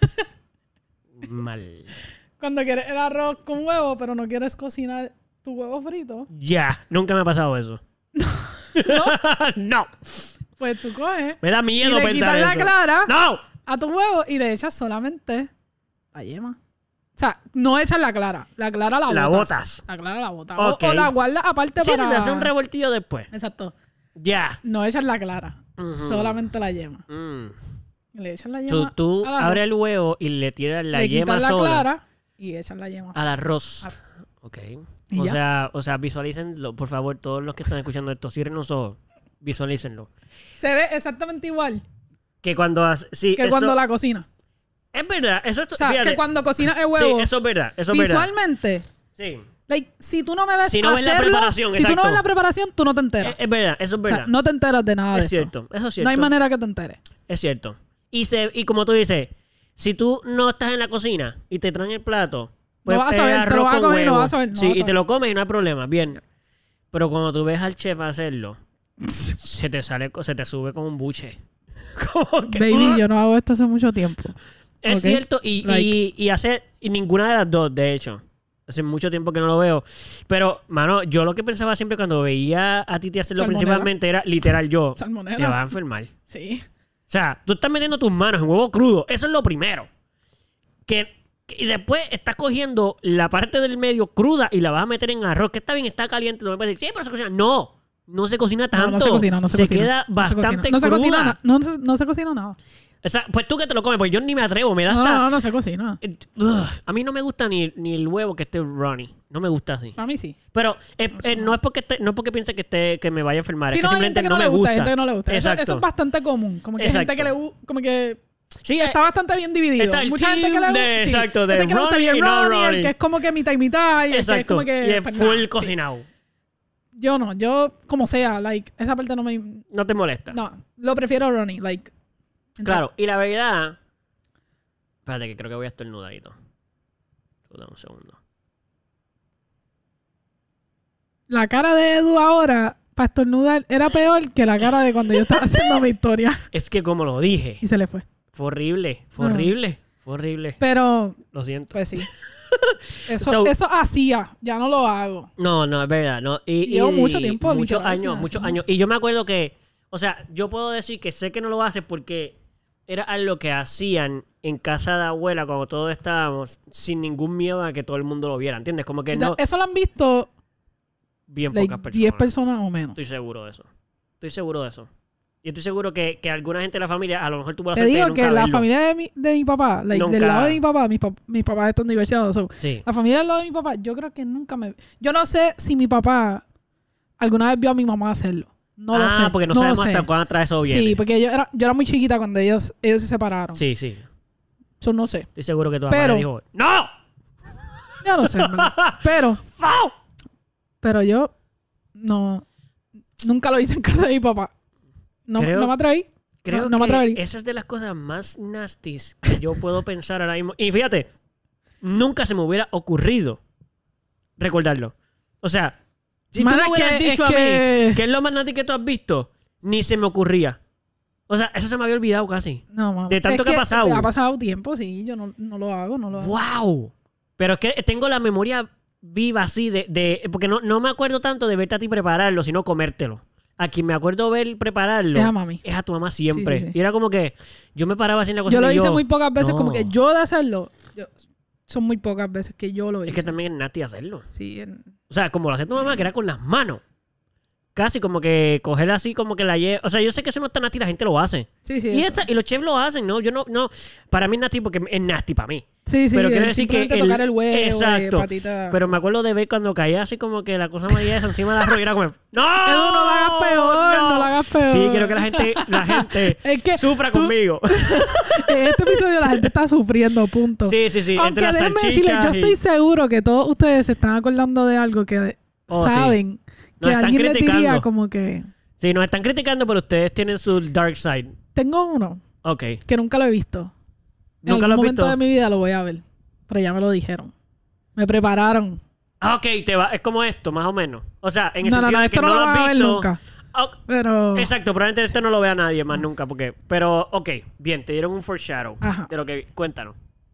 Speaker 1: Mal.
Speaker 2: cuando quieres el arroz con huevo, pero no quieres cocinar tu huevo frito,
Speaker 1: Ya. Nunca me ha pasado eso. No.
Speaker 2: pues tú coges
Speaker 1: Me da
Speaker 2: y
Speaker 1: miedo
Speaker 2: le
Speaker 1: pensar
Speaker 2: quitas la
Speaker 1: eso.
Speaker 2: clara
Speaker 1: ¡No!
Speaker 2: a tu huevo y le echas solamente la yema. O sea, no echas la clara. La clara la,
Speaker 1: La
Speaker 2: botas.
Speaker 1: botas.
Speaker 2: La clara la botas.
Speaker 1: Ok.
Speaker 2: O, o la guardas aparte
Speaker 1: Sí,
Speaker 2: para...
Speaker 1: se te hace un revoltillo después.
Speaker 2: Exacto.
Speaker 1: Ya.
Speaker 2: No echas la clara.
Speaker 1: Ujú.
Speaker 2: Solamente la yema.
Speaker 1: Mm.
Speaker 2: Le echas la
Speaker 1: Tú,
Speaker 2: yema
Speaker 1: tú
Speaker 2: al arroz,
Speaker 1: abres el huevo y le tiras la
Speaker 2: le
Speaker 1: yema
Speaker 2: quitas la
Speaker 1: sola
Speaker 2: clara y echas la yema.
Speaker 1: al arroz.
Speaker 2: Ah.
Speaker 1: Ok.
Speaker 2: ¿Y
Speaker 1: O
Speaker 2: ya?
Speaker 1: sea, o sea, visualícenlo, por favor, todos los que están escuchando esto, cierren los ojos, visualícenlo.
Speaker 2: Se ve exactamente igual
Speaker 1: Que cuando hace- sí,
Speaker 2: que
Speaker 1: eso-
Speaker 2: cuando la cocina.
Speaker 1: es verdad, eso es
Speaker 2: O sea,
Speaker 1: fíjate.
Speaker 2: que cuando cocinas el huevo,
Speaker 1: Sí, eso es verdad, eso es verdad.
Speaker 2: visualmente,
Speaker 1: Sí.
Speaker 2: like, si tú no me ves
Speaker 1: Si no ves la
Speaker 2: hacerlo,
Speaker 1: preparación,
Speaker 2: si tú no
Speaker 1: exacto.
Speaker 2: ves la preparación, tú no te enteras.
Speaker 1: Es, es verdad, eso es
Speaker 2: O
Speaker 1: verdad.
Speaker 2: sea, no te enteras de nada de
Speaker 1: es
Speaker 2: esto.
Speaker 1: cierto, eso es cierto.
Speaker 2: No hay manera que te enteres.
Speaker 1: Es cierto. Y se y como tú dices, si tú no estás en la cocina y te traen el plato, pues
Speaker 2: No vas a
Speaker 1: es
Speaker 2: saber, te lo
Speaker 1: arroz
Speaker 2: vas a
Speaker 1: con
Speaker 2: comer y no
Speaker 1: huevo.
Speaker 2: vas a saber, no
Speaker 1: sí,
Speaker 2: vas a
Speaker 1: y te
Speaker 2: saber.
Speaker 1: lo comes y no hay problema, bien. Pero cuando tú ves al chef hacerlo, se te sale, se te sube como un buche. Como que-
Speaker 2: Baby, yo no hago esto hace mucho tiempo.
Speaker 1: Es
Speaker 2: Ok.
Speaker 1: cierto, y,
Speaker 2: Like-
Speaker 1: y, y hace y ninguna de las dos, de hecho. Hace mucho tiempo que no lo veo. Pero, mano, yo lo que pensaba siempre cuando veía a Titi hacerlo
Speaker 2: Salmonela.
Speaker 1: principalmente era literal yo.
Speaker 2: Salmonela.
Speaker 1: Te vas a enfermar.
Speaker 2: Sí.
Speaker 1: O sea, tú estás metiendo tus manos en huevo crudo. Eso es lo primero. Que, que- y después estás cogiendo la parte del medio cruda y la vas a meter en arroz. Que está bien, está caliente. No me puedes decir, sí, pero se cocina. No, no se cocina
Speaker 2: No,
Speaker 1: tanto.
Speaker 2: no se cocina, no se, cocina.
Speaker 1: queda
Speaker 2: No se cocina.
Speaker 1: bastante
Speaker 2: no se
Speaker 1: cruda.
Speaker 2: cocina na- no, se, no se cocina nada.
Speaker 1: O sea, pues tú que te lo comes, pues yo ni me atrevo. Me da
Speaker 2: No,
Speaker 1: hasta...
Speaker 2: no, no se cocina.
Speaker 1: Eh, ugh, a mí no me gusta ni, ni el huevo que esté runny. No me gusta así.
Speaker 2: A mí sí.
Speaker 1: Pero eh, eh, no es porque esté, no es porque piense que esté que me vaya a enfermar.
Speaker 2: Sí,
Speaker 1: es que
Speaker 2: no, hay
Speaker 1: simplemente
Speaker 2: gente que
Speaker 1: no,
Speaker 2: no,
Speaker 1: me
Speaker 2: le gusta,
Speaker 1: gusta.
Speaker 2: hay gente que no le gusta. Eso,
Speaker 1: Exacto.
Speaker 2: eso es bastante común. Como que hay gente
Speaker 1: Exacto.
Speaker 2: que le gu- como que
Speaker 1: Sí,
Speaker 2: está
Speaker 1: eh,
Speaker 2: bastante bien dividido.
Speaker 1: está el
Speaker 2: Mucha gente que le
Speaker 1: team
Speaker 2: gusta.
Speaker 1: de-
Speaker 2: sí.
Speaker 1: exacto, de
Speaker 2: Gente que le gusta
Speaker 1: runny
Speaker 2: bien
Speaker 1: y no
Speaker 2: runny, el
Speaker 1: runny.
Speaker 2: que es como que mitad y mitad, y el que es
Speaker 1: exacto.
Speaker 2: como que.
Speaker 1: y es
Speaker 2: pues,
Speaker 1: full
Speaker 2: nada, sí.
Speaker 1: cocinado.
Speaker 2: Yo no, yo como sea, like, esa parte no me.
Speaker 1: No te molesta.
Speaker 2: No, lo prefiero runny, like.
Speaker 1: Claro, y la verdad. Espérate, que creo que voy a estornudadito. Tú dame un segundo.
Speaker 2: La cara de Edu ahora, para estornudar, era peor que la cara de cuando yo estaba haciendo mi historia.
Speaker 1: Es que como lo dije,
Speaker 2: Y se le fue.
Speaker 1: fue horrible. Fue
Speaker 2: Ajá.
Speaker 1: horrible. Fue horrible.
Speaker 2: Pero,
Speaker 1: Lo siento.
Speaker 2: pues sí. Eso,
Speaker 1: So-
Speaker 2: eso hacía, ya no lo hago.
Speaker 1: No, no, es verdad. No. Y,
Speaker 2: Llevo
Speaker 1: y-
Speaker 2: mucho tiempo,
Speaker 1: Muchos
Speaker 2: literal,
Speaker 1: años,
Speaker 2: sin
Speaker 1: muchos
Speaker 2: hacerlo.
Speaker 1: años. Y yo me acuerdo que, o sea, yo puedo decir que sé que no lo hace porque era algo que hacían en casa de abuela cuando todos estábamos sin ningún miedo a que todo el mundo lo viera. ¿Entiendes? Como que no.
Speaker 2: Eso lo han visto
Speaker 1: Bien
Speaker 2: like,
Speaker 1: pocas personas.
Speaker 2: diez personas o menos.
Speaker 1: Estoy seguro de eso. Estoy seguro de eso. Y estoy seguro que, que alguna gente de la familia a lo mejor tuvo la
Speaker 2: Te
Speaker 1: suerte de
Speaker 2: digo
Speaker 1: nunca
Speaker 2: que la
Speaker 1: verlo.
Speaker 2: familia de mi, de mi papá, like, del
Speaker 1: Nunca.
Speaker 2: lado de mi papá, mis, pap- mis papás están divorciados. so,
Speaker 1: Sí.
Speaker 2: la familia del lado de mi papá, yo creo que nunca me... Yo no sé si mi papá alguna vez vio a mi mamá hacerlo. No lo
Speaker 1: ah,
Speaker 2: sé.
Speaker 1: porque no,
Speaker 2: lo
Speaker 1: sabemos
Speaker 2: sé.
Speaker 1: hasta cuándo atrás eso viene.
Speaker 2: Sí, porque yo era, yo era muy chiquita cuando ellos, ellos se separaron.
Speaker 1: Sí, sí.
Speaker 2: Eso no sé.
Speaker 1: Estoy seguro que tu mamá
Speaker 2: Pero-
Speaker 1: le dijo, ¡no!
Speaker 2: Yo no sé, en verdad. Pero,
Speaker 1: ¡Fau!
Speaker 2: pero yo no... Nunca lo hice en casa de mi papá. No,
Speaker 1: Creo-
Speaker 2: no me atreví.
Speaker 1: Creo
Speaker 2: no, no me
Speaker 1: que
Speaker 2: atrevería.
Speaker 1: esa es de las cosas más nasties que yo puedo pensar ahora mismo. Y fíjate, nunca se me hubiera ocurrido recordarlo. O sea, si
Speaker 2: Mano,
Speaker 1: tú me
Speaker 2: es
Speaker 1: hubieras
Speaker 2: que-
Speaker 1: dicho
Speaker 2: es
Speaker 1: a
Speaker 2: que-
Speaker 1: mí que es lo más nasty que tú has visto, ni se me ocurría. O sea, eso se me había olvidado casi.
Speaker 2: No, mano.
Speaker 1: de tanto
Speaker 2: Es
Speaker 1: que ha pasado.
Speaker 2: Ha pasado tiempo, sí. Yo no, no lo hago, no lo hago.
Speaker 1: ¡Wow! Pero es que tengo la memoria viva así de... de porque no, no me acuerdo tanto de verte a ti prepararlo, sino comértelo. A quien me acuerdo ver prepararlo
Speaker 2: Es a mami.
Speaker 1: es a tu mamá siempre.
Speaker 2: Sí, sí, sí.
Speaker 1: Y era como que yo me paraba así en la cocina
Speaker 2: Yo lo
Speaker 1: y
Speaker 2: hice muy pocas veces,
Speaker 1: no.
Speaker 2: como que yo de hacerlo. yo- son muy pocas veces que yo lo hice.
Speaker 1: Es que también es nasty hacerlo.
Speaker 2: Sí, en-
Speaker 1: O sea, como lo hace tu mamá, que era con las manos. casi como que coger así como que la lleva. O sea, yo sé que eso no está nasty, la gente lo hace.
Speaker 2: Sí, sí.
Speaker 1: Y,
Speaker 2: eso.
Speaker 1: esta, y los chefs lo hacen, ¿no? Yo no, no. Para mí es nasty porque es nasty para mí.
Speaker 2: Sí, sí.
Speaker 1: Pero quiero decir que.
Speaker 2: El, tocar el huevo,
Speaker 1: exacto.
Speaker 2: Eh, patita.
Speaker 1: Pero me acuerdo de ver cuando caía así como que la cosa amarilla esa encima de la arroz y era como. ¡No!
Speaker 2: Eso no lo hagas peor, no, no lo hagas peor.
Speaker 1: Sí, quiero que la gente, la gente
Speaker 2: es que
Speaker 1: sufra
Speaker 2: tú,
Speaker 1: conmigo.
Speaker 2: En este episodio la gente está sufriendo, punto.
Speaker 1: Sí, sí, sí.
Speaker 2: Aunque
Speaker 1: entre
Speaker 2: déjenme
Speaker 1: las
Speaker 2: decirles, yo
Speaker 1: y...
Speaker 2: estoy seguro que todos ustedes se están acordando de algo que
Speaker 1: oh,
Speaker 2: saben
Speaker 1: sí.
Speaker 2: que
Speaker 1: Nos
Speaker 2: alguien les diría
Speaker 1: criticando.
Speaker 2: como que...
Speaker 1: Sí, nos están criticando, pero ustedes tienen su dark side.
Speaker 2: Tengo uno
Speaker 1: Ok.
Speaker 2: que nunca lo he visto. En
Speaker 1: ¿Nunca
Speaker 2: algún
Speaker 1: lo has
Speaker 2: momento
Speaker 1: visto?
Speaker 2: de mi vida lo voy a ver. Pero ya me lo dijeron. Me prepararon.
Speaker 1: Ah, ok, te va, es como esto, más o menos. O sea, en el
Speaker 2: No, no,
Speaker 1: sentido
Speaker 2: no,
Speaker 1: de
Speaker 2: esto
Speaker 1: que
Speaker 2: no lo
Speaker 1: lo
Speaker 2: van
Speaker 1: has
Speaker 2: a ver
Speaker 1: visto.
Speaker 2: nunca.
Speaker 1: Oh,
Speaker 2: Pero...
Speaker 1: exacto, probablemente esto no lo vea nadie más nunca, porque... Pero, ok, bien, te dieron un foreshadow
Speaker 2: Ajá.
Speaker 1: de lo que... Cuéntanos.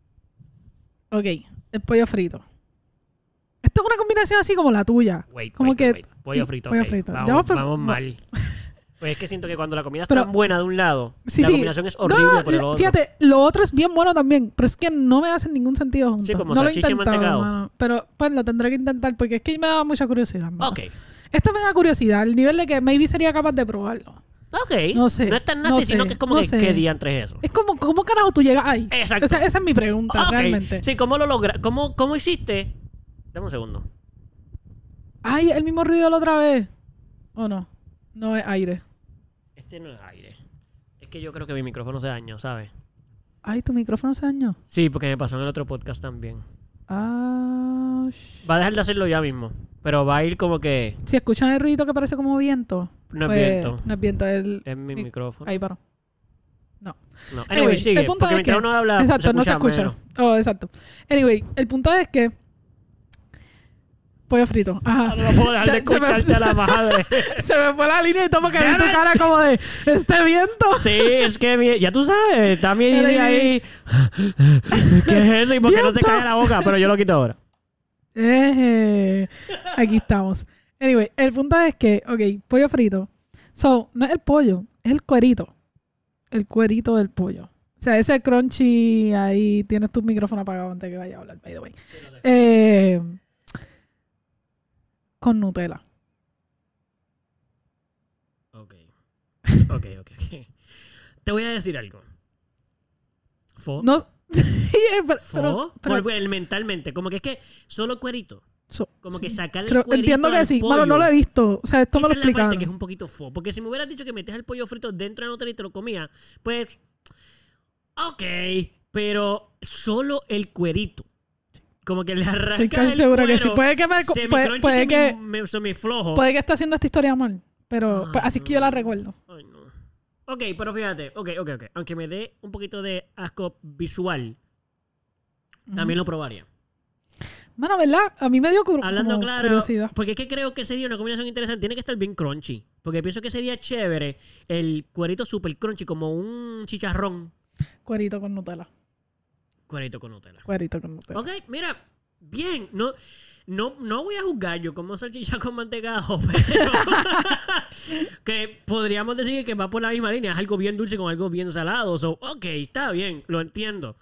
Speaker 2: Ok, el pollo frito. Esto es una combinación así como la tuya.
Speaker 1: Wait,
Speaker 2: como
Speaker 1: wait,
Speaker 2: que
Speaker 1: wait. Pollo
Speaker 2: sí,
Speaker 1: frito,
Speaker 2: pollo
Speaker 1: ok.
Speaker 2: frito.
Speaker 1: Vamos,
Speaker 2: Ya vamos,
Speaker 1: vamos
Speaker 2: pero-
Speaker 1: mal. Pues es que siento que cuando la comida es
Speaker 2: Pero-
Speaker 1: tan buena de un lado,
Speaker 2: Sí,
Speaker 1: la
Speaker 2: sí.
Speaker 1: combinación es
Speaker 2: No,
Speaker 1: horrible
Speaker 2: no,
Speaker 1: por el otro.
Speaker 2: fíjate, lo otro es bien bueno también, pero es que no me hacen ningún sentido juntos.
Speaker 1: Sí, como
Speaker 2: no lo he
Speaker 1: salchicha y
Speaker 2: intentado,
Speaker 1: mantecado.
Speaker 2: mano, pero pues lo tendré que intentar porque es que me da mucha curiosidad. ¿verdad?
Speaker 1: Ok.
Speaker 2: Esto me da curiosidad, al nivel de que maybe sería capaz de probarlo.
Speaker 1: Ok.
Speaker 2: No sé,
Speaker 1: No es tan
Speaker 2: no
Speaker 1: nasty,
Speaker 2: sé,
Speaker 1: sino que es como
Speaker 2: no
Speaker 1: que
Speaker 2: sé.
Speaker 1: qué diantre es eso.
Speaker 2: Es como, ¿cómo carajo tú llegas ahí?
Speaker 1: Exacto.
Speaker 2: O sea, esa es mi pregunta,
Speaker 1: Ok.
Speaker 2: realmente.
Speaker 1: Sí, ¿cómo lo logra? ¿Cómo, cómo hiciste? Dame un segundo.
Speaker 2: Ay, el mismo ruido la otra vez. ¿O no? No es aire.
Speaker 1: Este no es aire. Es que yo creo que mi micrófono se dañó, ¿sabes?
Speaker 2: Ay, tu micrófono se dañó.
Speaker 1: Sí, porque me pasó en el otro podcast también.
Speaker 2: Ah, sh-
Speaker 1: Va a dejar de hacerlo ya mismo. Pero va a ir como que...
Speaker 2: si escuchan el ruido que parece como viento.
Speaker 1: No es
Speaker 2: pues,
Speaker 1: viento.
Speaker 2: No es viento, el...
Speaker 1: Es mi
Speaker 2: mi-
Speaker 1: micrófono.
Speaker 2: Ahí paró. No.
Speaker 1: No. Anyway,
Speaker 2: Anyway,
Speaker 1: sigue.
Speaker 2: el punto
Speaker 1: Porque
Speaker 2: es
Speaker 1: mientras
Speaker 2: que-
Speaker 1: uno habla,
Speaker 2: Exacto, no se escucha.
Speaker 1: menos.
Speaker 2: Oh, exacto. Anyway, el punto es que... Pollo frito. Ajá.
Speaker 1: No puedo dejar de
Speaker 2: Ya, se me-
Speaker 1: escucharte a la madre.
Speaker 2: Se me fue la línea y todo porque vi
Speaker 1: Damn
Speaker 2: tu
Speaker 1: it.
Speaker 2: cara como de... ¡Este viento!
Speaker 1: Sí, es que mi- ya tú sabes, está mi
Speaker 2: Pero
Speaker 1: idea
Speaker 2: y-
Speaker 1: ahí. ¿Qué es eso? Y porque no se
Speaker 2: ¡Viento!
Speaker 1: cae la boca, pero yo lo quito ahora.
Speaker 2: Eh, aquí estamos. Anyway, el punto es que... Ok, pollo frito. So, no es el pollo, es el cuerito. El cuerito del pollo. O sea, ese crunchy ahí... Tienes tu micrófono apagado antes que vaya a hablar, by the way. Eh, con Nutella.
Speaker 1: Ok. Ok, ok. Te voy a decir algo. Fo.
Speaker 2: No... Sí, pero...
Speaker 1: Fo.
Speaker 2: pero- pero-
Speaker 1: Por- el mentalmente. Como que es que solo cuerito.
Speaker 2: so-
Speaker 1: Como que
Speaker 2: sí.
Speaker 1: sacarle
Speaker 2: Pero
Speaker 1: el cuerito
Speaker 2: entiendo que
Speaker 1: al
Speaker 2: sí.
Speaker 1: pollo.
Speaker 2: Mano, no lo he visto. O sea, esto me
Speaker 1: Esa
Speaker 2: lo
Speaker 1: es la parte
Speaker 2: explicaron.
Speaker 1: que es un poquito fo. Porque si me hubieras dicho que metes el pollo frito dentro de la Nutella y te lo comía, pues... Ok. Pero solo el cuerito. Como que le arranca
Speaker 2: Estoy casi
Speaker 1: el
Speaker 2: segura que
Speaker 1: cuero,
Speaker 2: sí. Puede que me...
Speaker 1: semi
Speaker 2: Puede,
Speaker 1: crunchy,
Speaker 2: puede
Speaker 1: semi-
Speaker 2: que...
Speaker 1: me- semiflojo.
Speaker 2: Puede que esté haciendo esta historia mal. Pero
Speaker 1: Ay,
Speaker 2: pues, así es que yo la
Speaker 1: no.
Speaker 2: recuerdo.
Speaker 1: Ay, no. Ok, pero fíjate. Ok, ok, ok. Aunque me dé un poquito de asco visual, también lo probaría.
Speaker 2: Bueno, ¿verdad? A mí me dio cur-
Speaker 1: Hablando
Speaker 2: como
Speaker 1: claro,
Speaker 2: curiosidad.
Speaker 1: porque es que creo que sería una combinación interesante. Tiene que estar bien crunchy. Porque pienso que sería chévere el cuerito super crunchy, como un chicharrón.
Speaker 2: Cuerito con Nutella.
Speaker 1: Cuerito con Nutella.
Speaker 2: Cuerito con Nutella.
Speaker 1: Ok, mira, bien. No, no, no voy a juzgar yo como salchicha con mantecado, pero que podríamos decir que va por la misma línea. Es algo bien dulce con algo bien salado. So, ok, está bien, lo entiendo.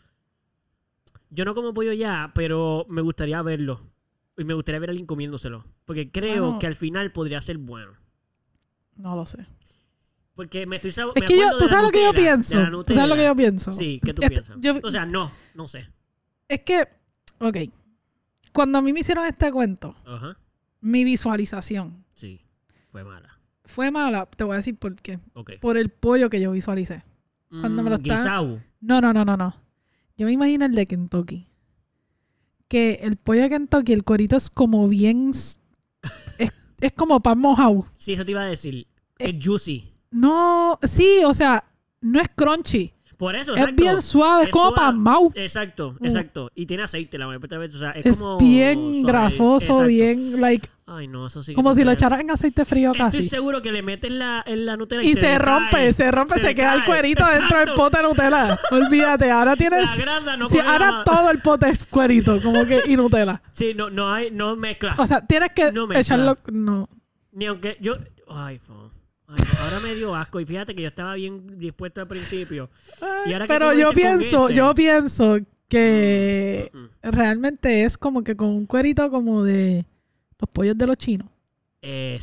Speaker 1: Yo no como pollo ya, pero me gustaría verlo. Y me gustaría ver a alguien comiéndoselo. Porque creo
Speaker 2: Bueno.
Speaker 1: que al final podría ser bueno.
Speaker 2: No lo sé.
Speaker 1: Porque me estoy sab-
Speaker 2: Es
Speaker 1: me
Speaker 2: que yo,
Speaker 1: acuerdo
Speaker 2: tú
Speaker 1: de la
Speaker 2: sabes lo que yo
Speaker 1: Nutella,
Speaker 2: pienso.
Speaker 1: de la
Speaker 2: Tú sabes lo que yo
Speaker 1: Nutella.
Speaker 2: pienso.
Speaker 1: Sí, ¿qué tú
Speaker 2: Este-
Speaker 1: piensas?
Speaker 2: yo-
Speaker 1: O sea, no, no sé.
Speaker 2: es que, ok. Cuando a mí me hicieron este cuento,
Speaker 1: Ajá.
Speaker 2: mi visualización
Speaker 1: Sí, fue mala.
Speaker 2: fue mala. Te voy a decir por qué.
Speaker 1: Ok.
Speaker 2: Por el pollo que yo visualicé. Cuando me lo
Speaker 1: Mm,
Speaker 2: está-
Speaker 1: guisao.
Speaker 2: No, no, no, no, no. Yo me imagino el de Kentucky. Que el pollo de Kentucky, el cuerito es como bien... s- es, es como pan mojado.
Speaker 1: Sí, eso te iba a decir. Es juicy.
Speaker 2: No, sí, o sea, no es crunchy.
Speaker 1: Por eso,
Speaker 2: Es
Speaker 1: exacto.
Speaker 2: bien suave, es,
Speaker 1: Es
Speaker 2: como
Speaker 1: suave.
Speaker 2: pan mau.
Speaker 1: Exacto,
Speaker 2: Mm.
Speaker 1: exacto. Y tiene aceite la mayor parte de las veces. O sea, es,
Speaker 2: Es
Speaker 1: como
Speaker 2: bien
Speaker 1: suave.
Speaker 2: grasoso,
Speaker 1: Exacto.
Speaker 2: bien, like,
Speaker 1: Ay, no, eso sí. que
Speaker 2: como
Speaker 1: no
Speaker 2: si lo
Speaker 1: creo.
Speaker 2: echaras en aceite frío
Speaker 1: Estoy
Speaker 2: casi.
Speaker 1: seguro que le metes la, en la Nutella
Speaker 2: Y
Speaker 1: se
Speaker 2: se
Speaker 1: le
Speaker 2: rompe,
Speaker 1: cae.
Speaker 2: se rompe, se,
Speaker 1: le
Speaker 2: queda el
Speaker 1: cae.
Speaker 2: cuerito dentro del
Speaker 1: Exacto.
Speaker 2: pote de Nutella. Olvídate, ahora tienes...
Speaker 1: La grasa no
Speaker 2: sí,
Speaker 1: coge
Speaker 2: ahora
Speaker 1: la-
Speaker 2: todo el pote es cuerito, como que, y Nutella.
Speaker 1: Sí, no, no hay, no mezcla.
Speaker 2: O sea, tienes que
Speaker 1: No mezcla.
Speaker 2: echarlo... No.
Speaker 1: Ni aunque yo... Ay, fo. Ay, no, ahora me dio asco. Y fíjate que yo estaba bien dispuesto al principio. Y ahora que
Speaker 2: Pero
Speaker 1: tú lo
Speaker 2: yo
Speaker 1: dices con
Speaker 2: pienso,
Speaker 1: ese-
Speaker 2: yo pienso que
Speaker 1: Mm, mm.
Speaker 2: realmente es como que con un cuerito como de los pollos de los chinos.
Speaker 1: Ese.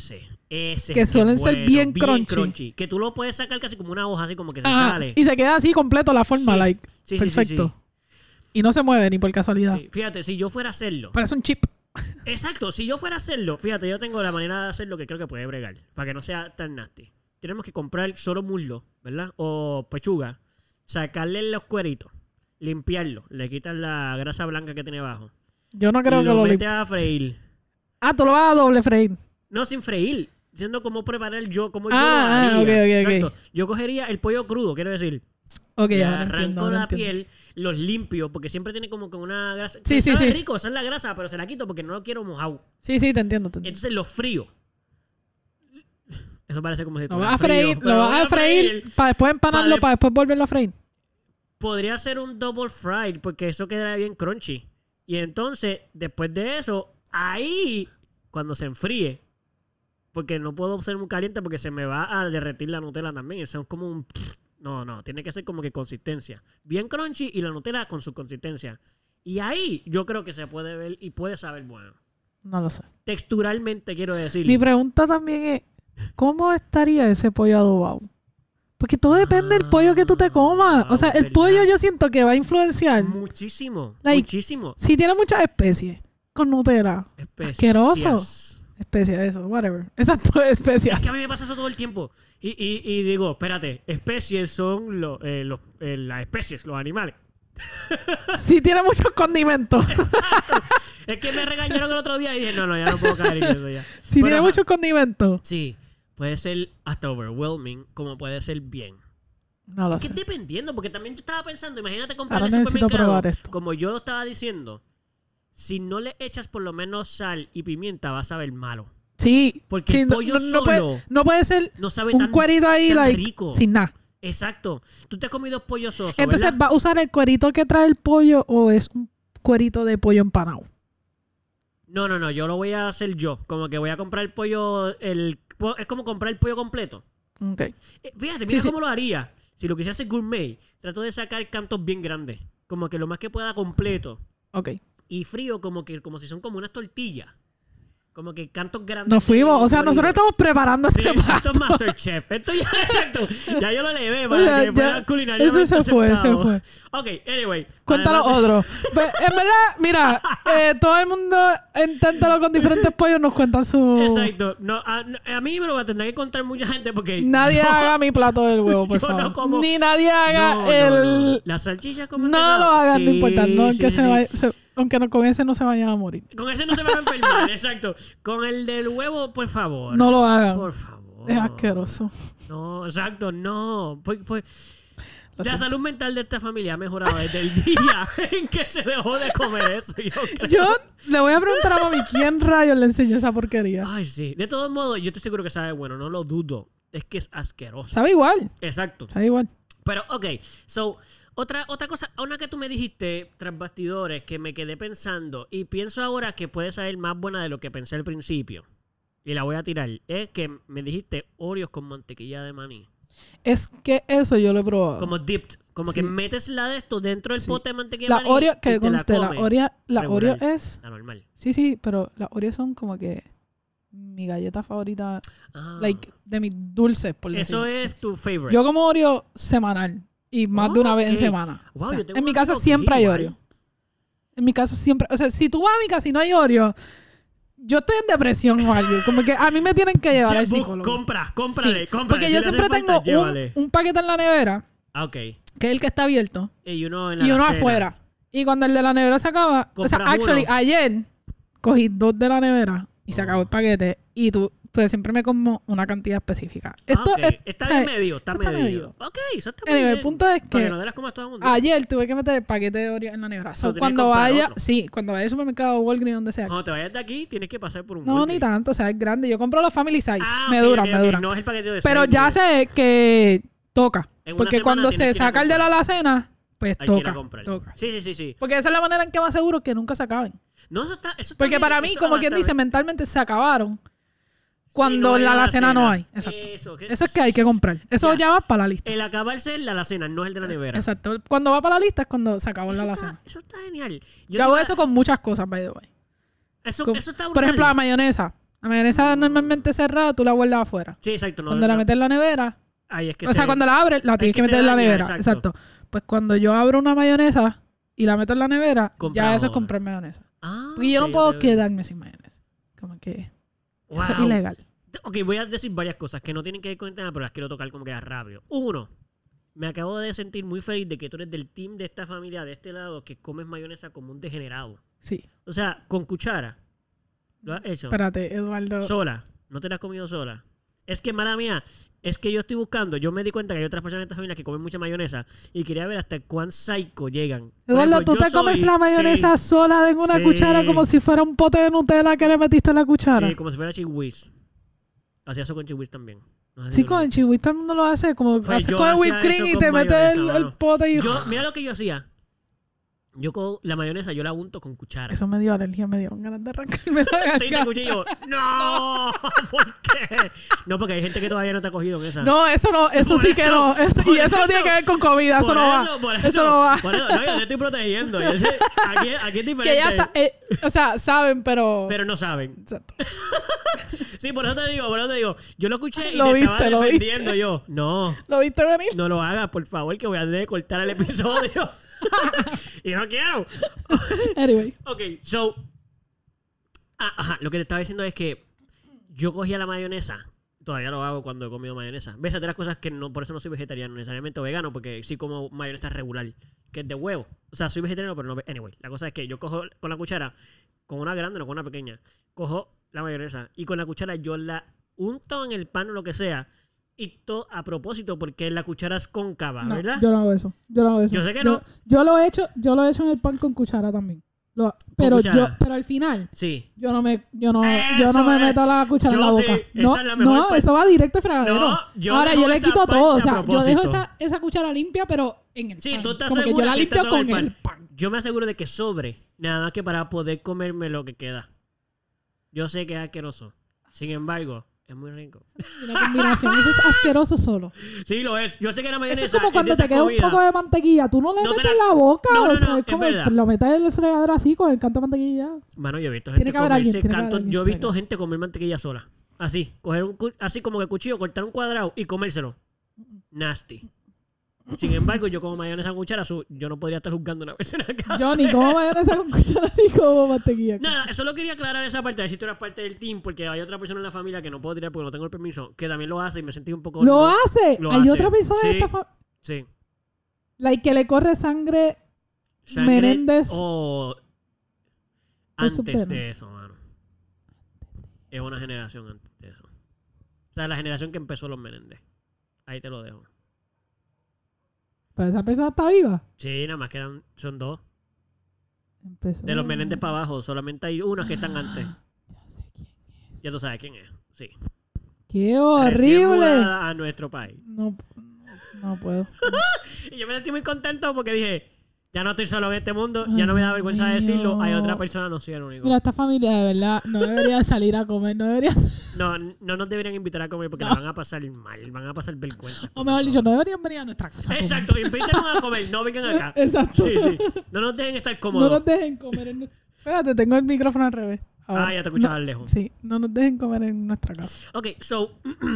Speaker 1: Ese
Speaker 2: que
Speaker 1: es
Speaker 2: suelen
Speaker 1: bueno,
Speaker 2: ser bien crunchy.
Speaker 1: Que tú lo puedes sacar casi como una hoja, así como que se
Speaker 2: Ajá,
Speaker 1: sale.
Speaker 2: y se queda así completo la forma,
Speaker 1: Sí.
Speaker 2: like,
Speaker 1: Sí, sí,
Speaker 2: perfecto.
Speaker 1: sí, sí.
Speaker 2: Y no se mueve ni por casualidad.
Speaker 1: Sí, fíjate, si yo fuera a hacerlo.
Speaker 2: Parece un chip.
Speaker 1: Exacto, si yo fuera a hacerlo, fíjate, yo tengo la manera de hacerlo que creo que puede bregar, para que no sea tan nasty. Tenemos que comprar solo muslo, ¿verdad? O pechuga, sacarle los cueritos, limpiarlo, le quitas la grasa blanca que tiene abajo.
Speaker 2: Yo no creo
Speaker 1: y
Speaker 2: que
Speaker 1: lo
Speaker 2: lo
Speaker 1: metes
Speaker 2: lim-
Speaker 1: a freír.
Speaker 2: Ah, tú lo vas a doble freír.
Speaker 1: No, sin freír. Diciendo cómo preparar yo, cómo
Speaker 2: Ah,
Speaker 1: yo lo
Speaker 2: ah,
Speaker 1: haría.
Speaker 2: ok, ok, ok.
Speaker 1: Exacto. Yo cogería el pollo crudo, quiero decir.
Speaker 2: Ok,
Speaker 1: Le
Speaker 2: ahora
Speaker 1: arranco
Speaker 2: entiendo, ahora
Speaker 1: la
Speaker 2: entiendo.
Speaker 1: piel, los limpio, porque siempre tiene como que una grasa.
Speaker 2: Sí,
Speaker 1: que
Speaker 2: sí,
Speaker 1: sabe
Speaker 2: sí.
Speaker 1: rico, esa es la grasa, pero se la quito porque no lo quiero mojado.
Speaker 2: Sí, sí, te entiendo, te entiendo.
Speaker 1: Entonces lo frío. Eso parece como si
Speaker 2: Lo
Speaker 1: estuviera
Speaker 2: vas a
Speaker 1: frío,
Speaker 2: freír,
Speaker 1: pero
Speaker 2: lo
Speaker 1: voy
Speaker 2: vas a freír para después empanarlo,
Speaker 1: de-
Speaker 2: para después volverlo a freír.
Speaker 1: Podría ser un double fried, porque eso quedaría bien crunchy. Y entonces, después de eso, ahí, cuando se enfríe, porque no puedo ser muy caliente porque se me va a derretir la Nutella también. Eso es como un... No, no, tiene que ser como que consistencia. Bien crunchy y la Nutella con su consistencia. Y ahí yo creo que se puede ver y puede saber bueno.
Speaker 2: No lo sé.
Speaker 1: Texturalmente quiero decir.
Speaker 2: Mi pregunta también es, ¿cómo estaría ese pollo adobado? Porque todo depende del pollo que tú te comas. O sea, el
Speaker 1: ¿verdad?
Speaker 2: pollo yo siento que va a influenciar.
Speaker 1: Muchísimo,
Speaker 2: Like,
Speaker 1: muchísimo.
Speaker 2: Si tiene muchas especies, con Nutella,
Speaker 1: Especias.
Speaker 2: asqueroso. Especias, eso, whatever. Exacto, especias.
Speaker 1: Es que a mí me pasa eso todo el tiempo. Y, y, y digo, espérate, especies son lo- eh, los, eh, las especies, los animales.
Speaker 2: Si tiene muchos condimentos.
Speaker 1: Es que me regañaron el otro día y dije, no, no, ya no puedo caer en eso ya.
Speaker 2: Si
Speaker 1: Pero,
Speaker 2: tiene
Speaker 1: ajá,
Speaker 2: muchos condimentos.
Speaker 1: sí, puede ser hasta overwhelming, como puede ser bien.
Speaker 2: No lo
Speaker 1: Es que
Speaker 2: sé.
Speaker 1: dependiendo, porque también yo estaba pensando, imagínate comprar
Speaker 2: Ahora
Speaker 1: en el
Speaker 2: necesito
Speaker 1: supermercado,
Speaker 2: probar esto.
Speaker 1: como yo lo estaba diciendo, si no le echas por lo menos sal y pimienta, vas a ver malo.
Speaker 2: Sí.
Speaker 1: Porque
Speaker 2: sí,
Speaker 1: el
Speaker 2: no-
Speaker 1: pollo
Speaker 2: no, no
Speaker 1: solo
Speaker 2: puede, no puede ser
Speaker 1: no sabe
Speaker 2: un
Speaker 1: tan,
Speaker 2: cuerito ahí,
Speaker 1: tan
Speaker 2: like,
Speaker 1: rico.
Speaker 2: sin nada.
Speaker 1: Exacto. Tú te has comido pollo soso,
Speaker 2: Entonces,
Speaker 1: ¿verdad?
Speaker 2: ¿va a usar el cuerito que trae el pollo o es un cuerito de pollo empanado?
Speaker 1: No, no, no, yo lo voy a hacer yo. Como que voy a comprar el pollo, el es como comprar el pollo completo.
Speaker 2: Ok.
Speaker 1: Eh, Fíjate,
Speaker 2: Sí,
Speaker 1: mira
Speaker 2: sí.
Speaker 1: cómo lo haría. Si lo quisiese gourmet, trato de sacar cantos bien grandes. Como que lo más que pueda completo.
Speaker 2: Ok.
Speaker 1: Y frío como que como si son como unas tortillas. Como que cantos grandes.
Speaker 2: Nos fuimos.
Speaker 1: de
Speaker 2: O sea, nosotros
Speaker 1: molido.
Speaker 2: estamos preparando
Speaker 1: Sí,
Speaker 2: este
Speaker 1: esto
Speaker 2: plato.
Speaker 1: es Masterchef. Esto ya, exacto. Ya yo lo levé
Speaker 2: O
Speaker 1: para
Speaker 2: sea,
Speaker 1: que
Speaker 2: ya-
Speaker 1: fuera culinariamente
Speaker 2: Ese se fue, se
Speaker 1: aceptado.
Speaker 2: fue.
Speaker 1: Ok, anyway.
Speaker 2: Cuéntalo
Speaker 1: además de-
Speaker 2: otro. Pues, en verdad, mira, eh, todo el mundo inténtalo con diferentes pollos, nos cuentan su...
Speaker 1: Exacto. No, a, no, a mí me lo va a tener que contar mucha gente porque...
Speaker 2: Nadie
Speaker 1: no,
Speaker 2: haga mi plato del huevo, por
Speaker 1: yo
Speaker 2: favor.
Speaker 1: no como-
Speaker 2: Ni nadie haga
Speaker 1: no, no,
Speaker 2: el...
Speaker 1: no. La salchicha como
Speaker 2: No lo hagan, no importa. No, aunque, se vaya- se- aunque no, con ese no se vayan a morir.
Speaker 1: Con ese no se me va a enfermar, exacto. Con el del huevo, por favor.
Speaker 2: No lo hagan.
Speaker 1: Por favor.
Speaker 2: Es asqueroso.
Speaker 1: No, exacto, no. Pues, pues,
Speaker 2: Lo
Speaker 1: la
Speaker 2: siento.
Speaker 1: salud mental de esta familia ha mejorado desde el día en que se dejó de comer eso, yo creo.
Speaker 2: Yo le voy a preguntar a mami quién rayos le enseñó esa porquería.
Speaker 1: Ay, sí. De todos modos, yo estoy seguro que sabe bueno, no lo dudo. Es que es asqueroso.
Speaker 2: Sabe igual.
Speaker 1: Exacto.
Speaker 2: Sabe igual.
Speaker 1: Pero, ok, so, otra, otra cosa, una que tú me dijiste tras bastidores que me quedé pensando y pienso ahora que puede saber más buena de lo que pensé al principio. Y la voy a tirar. Es que me dijiste Oreos con mantequilla de maní.
Speaker 2: Es que eso yo lo he probado.
Speaker 1: Como dipped. Como
Speaker 2: Sí.
Speaker 1: que metes la de esto dentro del
Speaker 2: Sí.
Speaker 1: pote de mantequilla
Speaker 2: La
Speaker 1: de maní.
Speaker 2: Oreo,
Speaker 1: y
Speaker 2: que
Speaker 1: te la
Speaker 2: conste, la
Speaker 1: comes.
Speaker 2: Oreo, la Oreo
Speaker 1: Regular.
Speaker 2: es...
Speaker 1: La normal.
Speaker 2: Sí, sí, pero las Oreos son como que mi galleta favorita,
Speaker 1: Ah.
Speaker 2: like, de mis dulces, por
Speaker 1: Eso
Speaker 2: decirlo.
Speaker 1: es tu favorite.
Speaker 2: Yo como Oreo semanal y más de una vez en
Speaker 1: Ok.
Speaker 2: semana.
Speaker 1: Wow,
Speaker 2: O sea,
Speaker 1: yo tengo
Speaker 2: en mi
Speaker 1: un
Speaker 2: casa
Speaker 1: amigo que
Speaker 2: siempre
Speaker 1: es
Speaker 2: hay
Speaker 1: igual.
Speaker 2: Oreo. En mi casa siempre... O sea, si tú vas a mi casa y no hay Oreo, yo estoy en depresión o algo. Como que a mí me tienen que llevar
Speaker 1: Ya,
Speaker 2: al
Speaker 1: bu-
Speaker 2: psicólogo.
Speaker 1: Compra, cómprale,
Speaker 2: Sí,
Speaker 1: cómprale.
Speaker 2: porque
Speaker 1: Si
Speaker 2: yo
Speaker 1: le hace
Speaker 2: siempre
Speaker 1: falta,
Speaker 2: tengo un,
Speaker 1: llévale.
Speaker 2: un paquete en la nevera,
Speaker 1: Ah, ok.
Speaker 2: que es el que está abierto,
Speaker 1: Y uno en la
Speaker 2: y uno
Speaker 1: alacena.
Speaker 2: afuera. Y cuando el de la nevera se acaba... O sea,
Speaker 1: Compras
Speaker 2: actually,
Speaker 1: uno.
Speaker 2: ayer cogí dos de la nevera y se
Speaker 1: Oh.
Speaker 2: acabó el paquete. Y tú... Pues siempre me como una cantidad específica. Esto
Speaker 1: Ah, ok.
Speaker 2: es-
Speaker 1: Está
Speaker 2: o sea,
Speaker 1: bien medio, está
Speaker 2: esto está
Speaker 1: medio.
Speaker 2: medio.
Speaker 1: Ok, eso está muy
Speaker 2: Anyway,
Speaker 1: bien.
Speaker 2: el punto es
Speaker 1: Para
Speaker 2: que
Speaker 1: que no te las comas todas un día.
Speaker 2: ayer tuve que meter el paquete de Oreo en la nevera. So,
Speaker 1: So, tenías que
Speaker 2: cuando
Speaker 1: comprar
Speaker 2: vaya...
Speaker 1: otro.
Speaker 2: Sí, cuando vaya al supermercado, Walgreens, donde sea.
Speaker 1: Cuando te vayas de aquí, tienes que pasar por un
Speaker 2: No,
Speaker 1: Walgreens.
Speaker 2: ni tanto. O sea, es grande. Yo compro los family size.
Speaker 1: Ah,
Speaker 2: me
Speaker 1: ok,
Speaker 2: duran,
Speaker 1: ok,
Speaker 2: me
Speaker 1: ok.
Speaker 2: duran.
Speaker 1: No es el paquete de
Speaker 2: Pero
Speaker 1: seis,
Speaker 2: ya
Speaker 1: ni-
Speaker 2: sé que toca.
Speaker 1: En una
Speaker 2: Porque
Speaker 1: semana
Speaker 2: cuando
Speaker 1: tienes
Speaker 2: se
Speaker 1: que ir a
Speaker 2: saca el de la
Speaker 1: comprar.
Speaker 2: alacena, pues
Speaker 1: Hay que ir a
Speaker 2: toca.
Speaker 1: comprar.
Speaker 2: Toca.
Speaker 1: Sí, sí, sí, sí.
Speaker 2: Porque esa es la manera en que me aseguro que nunca se acaben.
Speaker 1: No, eso está, eso está
Speaker 2: Porque
Speaker 1: bien,
Speaker 2: para mí,
Speaker 1: eso
Speaker 2: como
Speaker 1: hasta
Speaker 2: quien dice,
Speaker 1: bien.
Speaker 2: mentalmente se acabaron
Speaker 1: Sí,
Speaker 2: cuando
Speaker 1: no
Speaker 2: en
Speaker 1: hay
Speaker 2: la alacena no hay.
Speaker 1: Eso,
Speaker 2: Exacto.
Speaker 1: que-
Speaker 2: Eso es que hay que comprar. Eso
Speaker 1: Ya.
Speaker 2: ya va para la lista.
Speaker 1: El acabarse es la alacena, no es el de la nevera.
Speaker 2: Exacto. Cuando va para la lista es cuando se acabó en
Speaker 1: Eso
Speaker 2: la
Speaker 1: está,
Speaker 2: alacena.
Speaker 1: eso está genial.
Speaker 2: Yo,
Speaker 1: te
Speaker 2: hago
Speaker 1: iba-
Speaker 2: eso con muchas cosas, by the way.
Speaker 1: Eso,
Speaker 2: Con-
Speaker 1: eso está
Speaker 2: por
Speaker 1: brutal.
Speaker 2: ejemplo, la mayonesa. La mayonesa normalmente cerrada, tú la guardas afuera.
Speaker 1: Sí, exacto. No,
Speaker 2: cuando
Speaker 1: no.
Speaker 2: la metes en la nevera...
Speaker 1: Ahí es que
Speaker 2: o sea,
Speaker 1: se...
Speaker 2: cuando la abres, la tienes que,
Speaker 1: que
Speaker 2: meter en la
Speaker 1: daña,
Speaker 2: nevera.
Speaker 1: exacto.
Speaker 2: Exacto. Pues cuando yo abro una mayonesa y la meto en la nevera,
Speaker 1: Compra
Speaker 2: ya eso es
Speaker 1: ahora.
Speaker 2: comprar mayonesa.
Speaker 1: Ah,
Speaker 2: Porque yo
Speaker 1: ok,
Speaker 2: no puedo
Speaker 1: ok, ok.
Speaker 2: quedarme sin mayonesa. Como que
Speaker 1: Wow.
Speaker 2: eso es ilegal.
Speaker 1: Ok, voy a decir varias cosas que no tienen que ver con el tema, pero las quiero tocar como que rápido. Uno, me acabo de sentir muy feliz de que tú eres del team de esta familia, de este lado, que comes mayonesa como un degenerado.
Speaker 2: Sí.
Speaker 1: O sea, con cuchara. ¿Lo has hecho?
Speaker 2: Espérate, Eduardo.
Speaker 1: Sola. ¿No te la has comido sola? Es que, mala mía, es que yo estoy buscando, yo me di cuenta que hay otras personas en esta familia que comen mucha mayonesa y quería ver hasta cuán psycho llegan. Por
Speaker 2: Eduardo,
Speaker 1: ejemplo,
Speaker 2: ¿tú
Speaker 1: yo
Speaker 2: te comes
Speaker 1: soy-
Speaker 2: la mayonesa
Speaker 1: sí,
Speaker 2: sola en una
Speaker 1: Sí.
Speaker 2: cuchara como si fuera un pote de Nutella que le metiste en la cuchara?
Speaker 1: Sí, como si fuera chihuis. Hacía eso con chihuis también. No sé si
Speaker 2: Sí,
Speaker 1: lo
Speaker 2: con el
Speaker 1: hiciste.
Speaker 2: chihuahua todo el mundo lo hace. Como
Speaker 1: Pues
Speaker 2: haces
Speaker 1: yo
Speaker 2: con el
Speaker 1: hacía
Speaker 2: whipped cream
Speaker 1: eso
Speaker 2: y
Speaker 1: con
Speaker 2: te metes
Speaker 1: mayonesa,
Speaker 2: el, el
Speaker 1: mano.
Speaker 2: pote y...
Speaker 1: Yo, mira lo que yo hacía. Yo cojo la mayonesa, yo la unto con cuchara.
Speaker 2: Eso me dio alergia, me dieron ganas de arrancarme la
Speaker 1: Sí, te
Speaker 2: garganta.
Speaker 1: escuché y yo, ¡no! ¿Por qué? No, porque hay gente que todavía no te ha cogido en esa.
Speaker 2: No, eso no, eso
Speaker 1: Por
Speaker 2: sí que
Speaker 1: eso,
Speaker 2: no. Eso-
Speaker 1: por
Speaker 2: y eso no tiene
Speaker 1: eso.
Speaker 2: que ver con comida, eso
Speaker 1: Por
Speaker 2: no va.
Speaker 1: por
Speaker 2: Eso no va.
Speaker 1: Por eso, no, yo te estoy protegiendo. Yo sé, aquí, aquí es diferente.
Speaker 2: Que ya sa- eh, o sea, saben, pero...
Speaker 1: Pero no saben.
Speaker 2: Exacto.
Speaker 1: Sí, por eso te digo, por eso te digo. Yo lo escuché y
Speaker 2: Lo
Speaker 1: te
Speaker 2: viste,
Speaker 1: estaba
Speaker 2: lo
Speaker 1: defendiendo yo. No,
Speaker 2: ¿Lo viste venir?
Speaker 1: no lo hagas, por favor, que voy a tener que cortar el episodio. Y no quiero.
Speaker 2: Anyway.
Speaker 1: Ok, so. Ah, ajá, lo que te estaba diciendo es que yo cogía la mayonesa. Todavía lo hago cuando he comido mayonesa. Ves, de las cosas que no, por eso no soy vegetariano necesariamente o vegano, porque sí como mayonesa regular, que es de huevo. O sea, soy vegetariano, pero no. ve- Anyway, la cosa es que yo cojo con la cuchara, con una grande, no con una pequeña, cojo la mayonesa y con la cuchara yo la unto en el pan o lo que sea. Y todo a propósito, porque la cuchara es cóncava,
Speaker 2: No,
Speaker 1: ¿verdad?
Speaker 2: yo no hago eso. Yo no hago eso.
Speaker 1: Yo sé que
Speaker 2: yo,
Speaker 1: no.
Speaker 2: Yo lo he hecho, yo lo he hecho en el pan con cuchara también. Lo- pero
Speaker 1: cuchara.
Speaker 2: yo, pero al final,
Speaker 1: Sí.
Speaker 2: yo no me, yo no, yo
Speaker 1: Eso
Speaker 2: no me
Speaker 1: es.
Speaker 2: meto la cuchara en
Speaker 1: Yo
Speaker 2: la
Speaker 1: sí,
Speaker 2: boca.
Speaker 1: esa
Speaker 2: no,
Speaker 1: es la mejor
Speaker 2: no,
Speaker 1: parte.
Speaker 2: eso va directo al fregadero.
Speaker 1: No, yo
Speaker 2: Ahora
Speaker 1: dejo
Speaker 2: yo le
Speaker 1: esa
Speaker 2: quito todo, o
Speaker 1: parte a
Speaker 2: sea, yo dejo
Speaker 1: propósito.
Speaker 2: esa, esa cuchara limpia, pero en el
Speaker 1: Sí,
Speaker 2: pan.
Speaker 1: tú estás
Speaker 2: Como que yo
Speaker 1: segura
Speaker 2: la
Speaker 1: que está
Speaker 2: limpio
Speaker 1: todo en
Speaker 2: con
Speaker 1: el
Speaker 2: el pan.
Speaker 1: Yo me aseguro de que sobre, nada más que para poder comerme lo que queda. Yo sé que es asqueroso. Sin embargo, es muy rico.
Speaker 2: Una combinación, eso es asqueroso solo.
Speaker 1: Sí, lo es. Yo sé que la mayonesa
Speaker 2: Eso es como cuando
Speaker 1: de esa
Speaker 2: te queda un
Speaker 1: comida.
Speaker 2: poco de mantequilla, tú no le
Speaker 1: No te
Speaker 2: metes
Speaker 1: la-
Speaker 2: en la boca,
Speaker 1: No, no,
Speaker 2: o sea,
Speaker 1: no,
Speaker 2: es
Speaker 1: es
Speaker 2: como
Speaker 1: verdad.
Speaker 2: lo metes en el fregadero así con el canto de mantequilla.
Speaker 1: Mano, yo he visto gente
Speaker 2: Tiene que haber alguien,
Speaker 1: comerse
Speaker 2: tiene que haber
Speaker 1: canto-
Speaker 2: alguien
Speaker 1: Yo he
Speaker 2: que
Speaker 1: visto
Speaker 2: haga.
Speaker 1: gente comer mantequilla sola. Así, coger un cu- así como que cuchillo, cortar un cuadrado y comérselo. Nasty. Sin embargo, yo como mayonesa con cuchara, su- yo no podría estar juzgando a una persona acá.
Speaker 2: Yo ni como mayonesa con cuchara ni como mantequilla.
Speaker 1: Nada, solo quería aclarar esa parte, a ver si tú eras parte del team, porque hay otra persona en la familia que no puedo tirar porque no tengo el permiso, que también lo hace y me sentí un poco...
Speaker 2: ¡Lo
Speaker 1: no-
Speaker 2: hace!
Speaker 1: lo
Speaker 2: Hay
Speaker 1: hace.
Speaker 2: otra persona en
Speaker 1: Sí.
Speaker 2: esta familia.
Speaker 1: Sí.
Speaker 2: Like que le corre sangre
Speaker 1: Sangre
Speaker 2: Menéndez.
Speaker 1: o
Speaker 2: Por su
Speaker 1: antes
Speaker 2: pelo.
Speaker 1: de eso, mano. Es una generación antes de eso. O sea, la generación que empezó los Menéndez. Ahí te lo dejo.
Speaker 2: Pero esa persona está viva.
Speaker 1: Sí, nada más quedan, son dos.
Speaker 2: Empezó.
Speaker 1: De los Menéndez para abajo, solamente hay unos que están antes.
Speaker 2: Ya sé quién es.
Speaker 1: Ya tú sabes quién es. Sí.
Speaker 2: ¡Qué
Speaker 1: Recién
Speaker 2: horrible!
Speaker 1: mudada a nuestro país.
Speaker 2: No, no puedo.
Speaker 1: Y yo me sentí muy contento porque dije, ya no estoy solo en este mundo, ya no me da vergüenza
Speaker 2: Ay,
Speaker 1: decirlo, hay
Speaker 2: mío.
Speaker 1: otra persona, no soy el único.
Speaker 2: Mira, esta familia de verdad no debería salir a comer, no debería...
Speaker 1: No, no nos deberían invitar a comer porque
Speaker 2: No.
Speaker 1: la van a pasar mal, van a pasar vergüenza.
Speaker 2: O mejor dicho, no deberían venir a nuestra casa. a comer.
Speaker 1: Exacto, invítenos a comer, no vengan acá.
Speaker 2: Exacto.
Speaker 1: Sí, sí. No nos dejen estar
Speaker 2: No
Speaker 1: cómodos.
Speaker 2: nos dejen comer en nuestra... Espérate, tengo el micrófono al revés. Ahora.
Speaker 1: Ah, ya te escuchaba
Speaker 2: No-
Speaker 1: lejos.
Speaker 2: Sí, no nos dejen comer en nuestra casa.
Speaker 1: Ok, so.